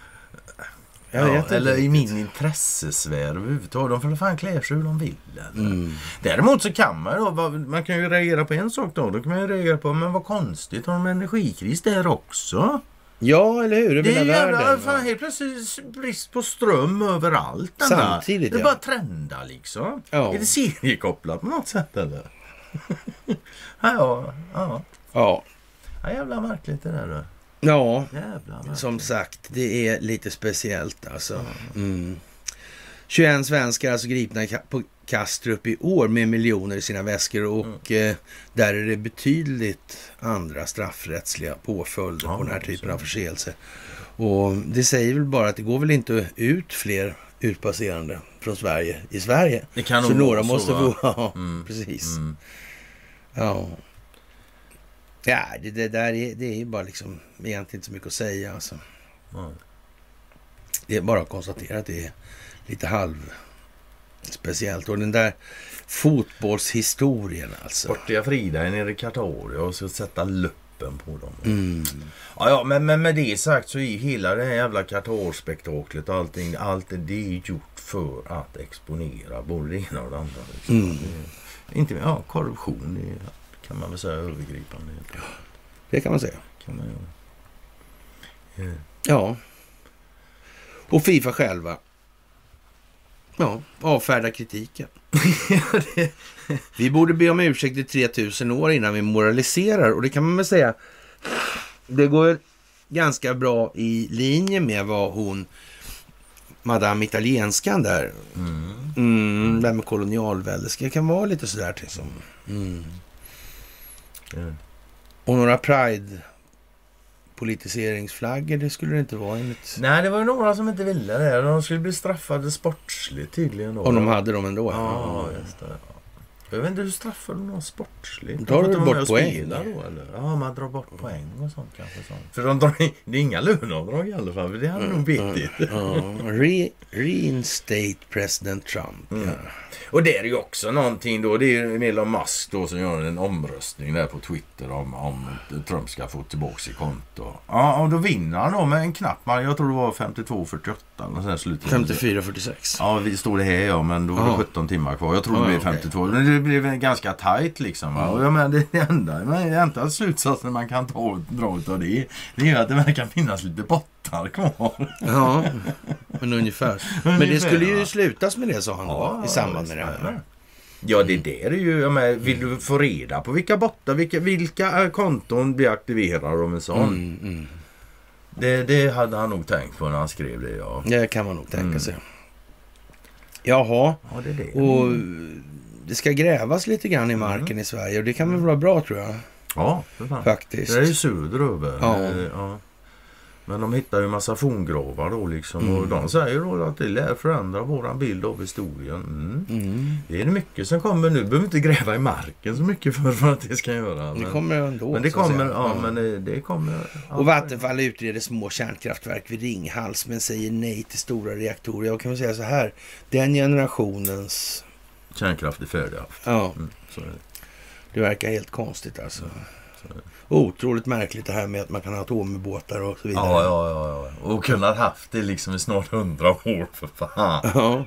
Jag vet Ja, inte eller i riktigt. min intressesfär överhuvudtaget. De får fan klä sig hur de vill. Eller? Mm. Däremot så kan man då, vad- man kan ju reagera på en sak då. Då kan man ju reagera på, men vad konstigt, har de energikris där också? Ja, eller hur? Det är hela jävla, världen. fan, helt plötsligt brist på ström överallt. den där. Samtidigt, Det är ja. bara trenda liksom. Ja. Är det seriekopplat på något sätt eller? ja, ja, ja. Ja, Ja, jävla märkligt det där då. ja. Jävla märkligt. Som sagt, det är lite speciellt alltså. Mm. tjugoett svenskar alltså gripna i, ka- på, Kastrup i år med miljoner i sina väskor och mm. eh, där är det betydligt andra straffrättsliga påföljder ja, på den här typen av förseelse. Och det säger väl bara att det går väl inte ut fler utpasserande från Sverige i Sverige. Det kan så några så, måste få... Ja, mm. precis. Mm. Ja. Ja, det, det där är, det är ju bara liksom egentligen inte så mycket att säga. Alltså. Mm. Det är bara att konstatera att det är lite halv speciellt. Och den där fotbollshistorien alltså. Sportiga Frida är nere i Qatar och ska sätta luppen på dem. Mm. Ja, ja men, men med det sagt så är hela det här jävla Qatar-spektaklet och allting, allt det är gjort för att exponera både det ena och det andra. Liksom. Mm. Det är, inte, ja, korruption det är, kan man väl säga övergripande. Det kan man säga. Kan man göra. Yeah. Ja. Och FIFA själva. Ja, avfärda kritiken. Vi borde be om ursäkt i tre tusen år innan vi moraliserar. Och det kan man väl säga. Det går ganska bra i linje med vad hon, Madame Italienskan där. Mm. Mm, det här med kolonialvälde. Det kan vara lite sådär till som. Mm. Mm. Och några Pride politiseringsflaggor, det skulle det inte vara enligt... Nej, det var några som inte ville det. De skulle bli straffade sportsligt tydligen. Då. Och de hade dem ändå. Ja, just det. Jag vet inte, hur straffar de någon sportsligt? Tar du bort poäng? Då, eller? Ja, man drar bort poäng och sånt kanske. Sånt. För de drar, det är inga löneavdrag i alla fall, för det hade mm, nog bitit. Mm, mm. Re, reinstate President Trump. Mm. Ja. Och det är ju också någonting då, det är ju Elon Musk då som gör en omröstning där på Twitter om, om Trump ska få tillbaka sitt konto. Ja, och då vinner han då med en knapp, jag tror det var femtiotvå fyrtioåtta eller sen slutet. femtiofyra fyrtiosex. Ja, vi stod det här ja, men då var det Aha. sjutton timmar kvar. Jag tror det ah, blev femtiotvå. Okay. Men det blev ganska tajt liksom. Va? Och jag menar, det enda, men det enda slutsatsen man kan ta och dra ut av det, det är att det verkar finnas lite bottar kvar. Ja, men ungefär. Men det skulle ju slutas med det, sa han då, ja, i samband med det här. Ja, det där är ju, jag menar, vill du få reda på vilka bottar, vilka, vilka konton blir aktiverade av en sån? Mm, mm. Det, det hade han nog tänkt på när han skrev det, ja. Det kan man nog tänka mm. sig. Jaha, ja, det är det. Och det ska grävas lite grann i marken mm. i Sverige, och det kan väl vara bra, tror jag. Ja, för fan. Faktiskt. Det är ju söderöver. Ja. Ja. Men de hittar ju massa forngravar då liksom. Mm. Och de säger då att det lär förändra våran bild av historien. Mm. Mm. Det är det mycket som kommer nu. Behöver inte gräva i marken så mycket för, för att det ska göra. Men, det kommer ändå. Men det kommer, ja, mm. men det, det kommer. Ja. Och Vattenfall utreder små kärnkraftverk vid Ringhals men säger nej till stora reaktorer. Jag kan väl säga så här. Den generationens... Kärnkraft är färdig. Ja. Mm, så är det. Det verkar helt konstigt alltså. Mm. Otroligt märkligt det här med att man kan ha atombåtar och så vidare. Ja, ja, ja, ja. Och kunnat haft det liksom i snart hundra år för fan. Ja,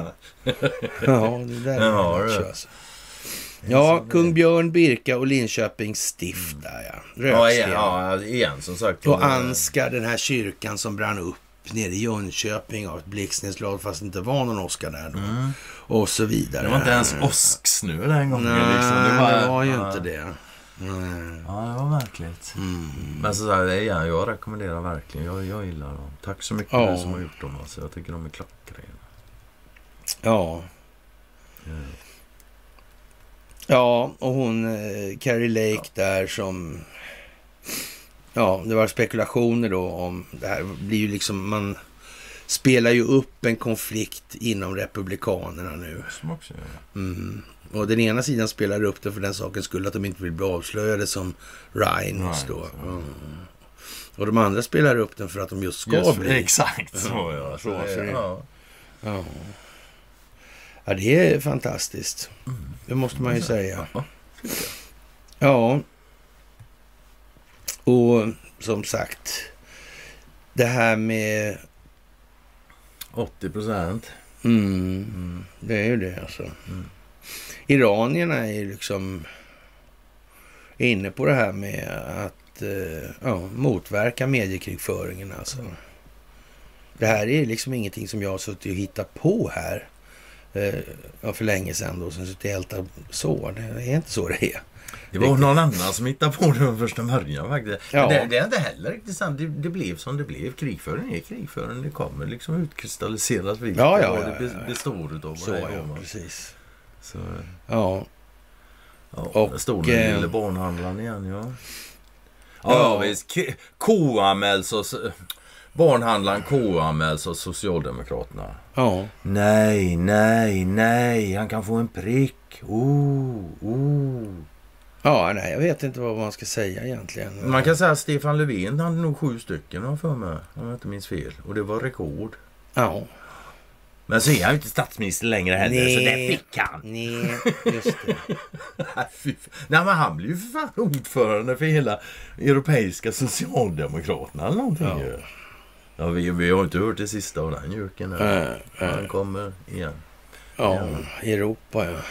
ja det där är ja, det. Alltså. Ja, Kung Björn, Birka och Linköpings stift mm. där, ja. Ja, igen, ja, igen som sagt. Och Anska, den här kyrkan som brann upp nere i Jönköping av ett blixtnedslag fast det inte var någon åska där då. Mm. Och så vidare. Det var inte ens åsksnö den gången. Nej, liksom. det, var, det var ju ja. inte det. Mm. Ja, det var verkligt. Mm. Men så säger jag igen, jag rekommenderar verkligen. Jag, jag gillar dem. Tack så mycket ja. du som har gjort dem. Alltså. Jag tycker de är klockrena. Ja. Mm. Ja, och hon, eh, Carrie Lake ja. där som... Ja, det var spekulationer då om... Det här blir ju liksom... Man spelar ju upp en konflikt inom republikanerna nu. Som också gör det. Mm. Och den ena sidan spelar upp det för den saken skulle att de inte vill bli avslöjade som Rhinos då. Mm. Och de andra spelar upp den för att de just ska just, bli. Exakt så, ja. Så, så, så ja. Ja. Ja, det är fantastiskt. Mm. Det måste man ju säga. Ja. Ja. Och som sagt, det här med åttio procent. Mm, mm. Det är ju det alltså. Mm. Iranierna är ju liksom inne på det här med att eh, ja, motverka mediekrigföringen alltså. Det här är liksom ingenting som jag har suttit och hittat på här eh, för länge sedan då, som suttit helt så. Det är inte så det är. Det var någon annan som hittade på det från första början faktiskt. Ja. Det, det är inte heller riktigt sant. Det, det blev som det blev. Krigföring är krigföring. Det kommer liksom utkristalliseras vid. Ja, ja, och ja, det ja, ja. består utav så, ja, precis. Så, ja. ja, Och, där står den eh, lilla barnhandlaren igen, ja. Ja. Ja, visst. K- K-anmäls och... Barnhandlaren K-anmäls av Socialdemokraterna. Ja. Nej, nej, nej. Han kan få en prick. Oh, oh. Ja, nej, jag vet inte vad man ska säga egentligen. Man kan säga att Stefan Löfven hade nog sju stycken var för mig, om jag inte minns fel. Och det var rekord. Ja. Men så är han ju inte statsminister längre heller, Nej. så det fick han. Nej, just det. Nej, men han blev ju för fan ordförande för hela Europeiska Socialdemokraterna eller någonting. Ja. Ja. Ja, vi, vi har inte hört det sista av den juken. Äh, äh. Han kommer igen. Ja, Europa, ja.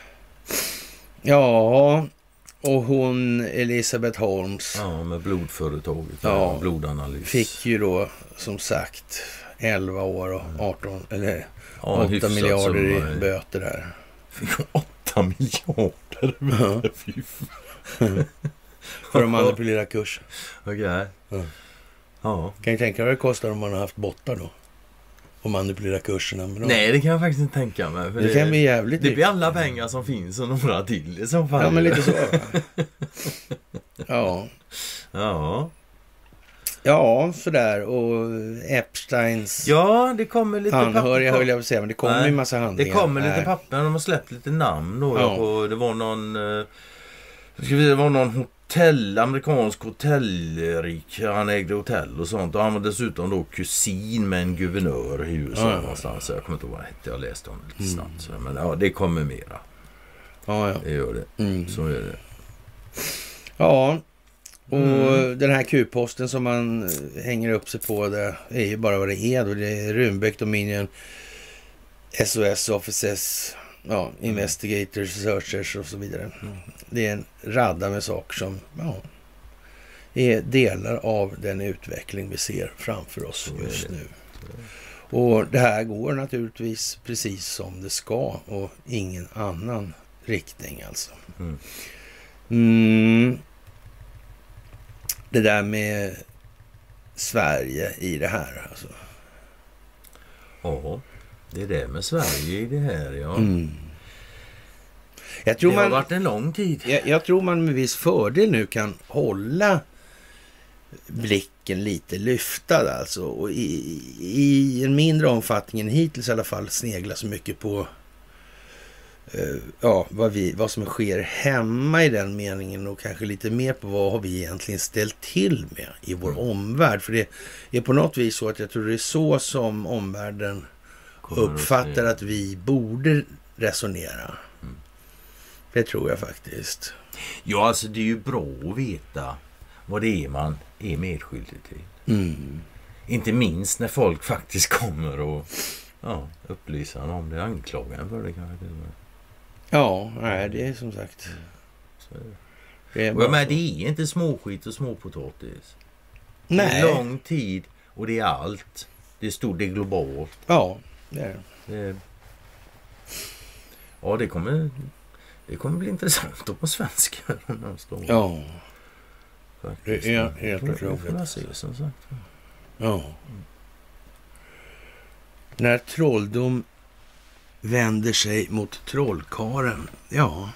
Ja, och hon, Elisabeth Holmes, Ja, med blodföretaget. Ja. Blodanalys. fick ju då, som sagt, elva år och arton, eller Ja, åtta hyfsat miljarder summa. i böter där. Fick åtta miljarder. Ja. Fy fan. För att manipulera kursen. Okej. Ja. Ja. Kan ju tänka dig vad det kostar om man har haft bottar då. Och manipulera kurserna. Men då, Nej, det kan jag faktiskt inte tänka mig. För det kan bli jävligt det blir alla pengar som finns och några till i så fall. Ja, men lite så. Va? Ja. Ja. Ja, sådär. Och Epsteins Ja, det kommer lite anhöriga papper. höll jag på att säga, men det kommer Nej, ju en massa Det handlingar. kommer lite Nej. papper. De har släppt lite namn då. Ja. Ja. På, det var någon... Eh, ska vi säga, det var någon hotell, amerikansk hotellrik. Han ägde hotell och sånt. Och han var dessutom då kusin med en guvernör i U S A Ja, ja. någonstans. Jag kommer inte ihåg vad det hette. Jag läste om det lite Mm. snabbt. Så, men ja, det kommer mera. Ja, ja. Det gör det. Mm. Så är det. Ja, och Mm. den här Q-posten som man hänger upp sig på, det är ju bara vad det är då. Det är Runbeck Dominion, S O S Offices, ja, Investigators, Searchers och så vidare. Det är en radda med saker som ja, är delar av den utveckling vi ser framför oss Så är just det. nu. Och det här går naturligtvis precis som det ska och ingen annan riktning alltså. Mm. Mm. Det där med Sverige i det här alltså. Ja, det är det med Sverige i det här, ja. Mm. Jag tror Det har man, varit en lång tid. jag, jag tror man med viss fördel nu kan hålla blicken lite lyftad alltså. Och i, i en mindre omfattning än hittills i alla fall snegla så mycket på uh, ja, vad, vi, vad som sker hemma i den meningen och kanske lite mer på vad har vi egentligen ställt till med i vår Mm. omvärld. För det är på något vis så att jag tror det är så som omvärlden Kommer att uppfattar se. att vi borde resonera. Mm. Det tror jag faktiskt. Ja, alltså det är ju bra att veta vad det är man är medskyldig till. Mm. Inte minst när folk faktiskt kommer och ja, upplysa en om det. Anklagar en för det kanske till och med. Ja, nej, det är som sagt. Så är det. Det är Och bara jag menar, så. det är inte småskit och småpotatis. Det Nej. är lång tid och det är allt. Det är stort, det är globalt. Ja, det är det. Det är... Ja, det kommer, det kommer bli intressant att på svenska. Ja, Faktiskt. det är helt Vi får- vi får otroligt. se, som sagt. Ja. När trolldom vänder sig mot trollkaren. Ja,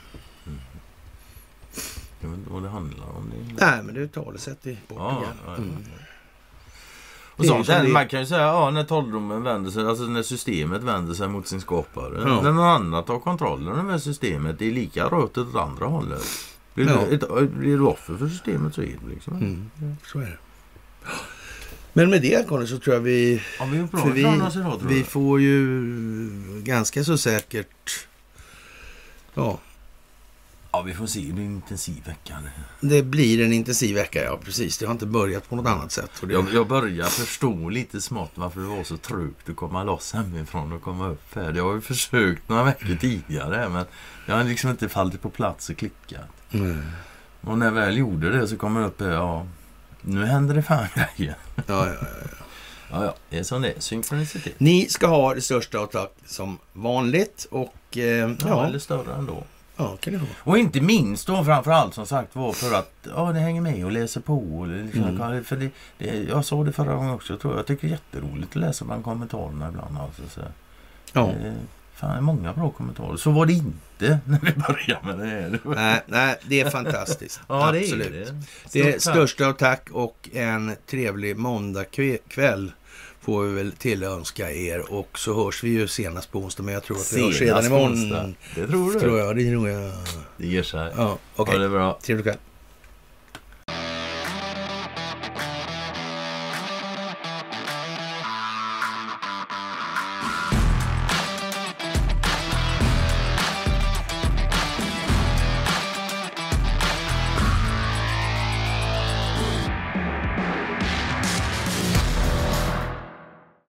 Jag vet inte vad det handlar om. Det. nej, men det är ett talesätt i Portugal. Ja, ja, ja. Mm. Och Det är sånt som där, det- man kan ju säga, ja, när trolldomen vänder sig, alltså när systemet vänder sig mot sin skapare. Ja. När någon annan tar kontrollen över systemet, det är lika rött åt andra hållet. Blir, Ja. det, ett, blir det offer för systemet så är det liksom. Mm, så är det. Men med det, Conny, så tror jag vi... Ja, vi är bra För vi, ifrån oss idag, tror vi jag. får ju ganska så säkert... Ja, Ja, vi får se. Det är en intensiv vecka nu. det blir en intensiv vecka, ja precis. Det har inte börjat på något annat sätt. Och det, Jag, jag börjar förstå lite smått varför det var så trögt att komma loss hemifrån och komma upp här. Jag har ju försökt några veckor tidigare, men jag har liksom inte fallit på plats och klickat. mm. Och när jag väl gjorde det så kommer jag upp här, ja, nu händer det fan grejer. ja, ja, ja. Ja, ja, det är som det är. Synkronicitet. Ni ska ha det största av tack som vanligt och eh, Ja, ja, eller större ändå. ja, kan det få. Och inte minst då framförallt som sagt var för att ja, det hänger med och läser på. Och liksom, Mm. för det, det, jag sa det förra gången också, jag tror jag tycker det är jätteroligt att läsa bland kommentarerna ibland. Alltså, så. Ja, Det är Fan, många bra kommentarer. Så var det inte när vi började med det här. Nej, nej, det är fantastiskt. Ja, absolut. Det är det. Det är största av tack och en trevlig måndagkväll får vi väl tillönska er. Och så hörs vi ju senast på onsdag, men jag tror att vi hörs redan imorgon. Det tror du? Tror jag, det tror jag. Det ger sig. Ja, okej. Ha det bra. Trevlig kväll.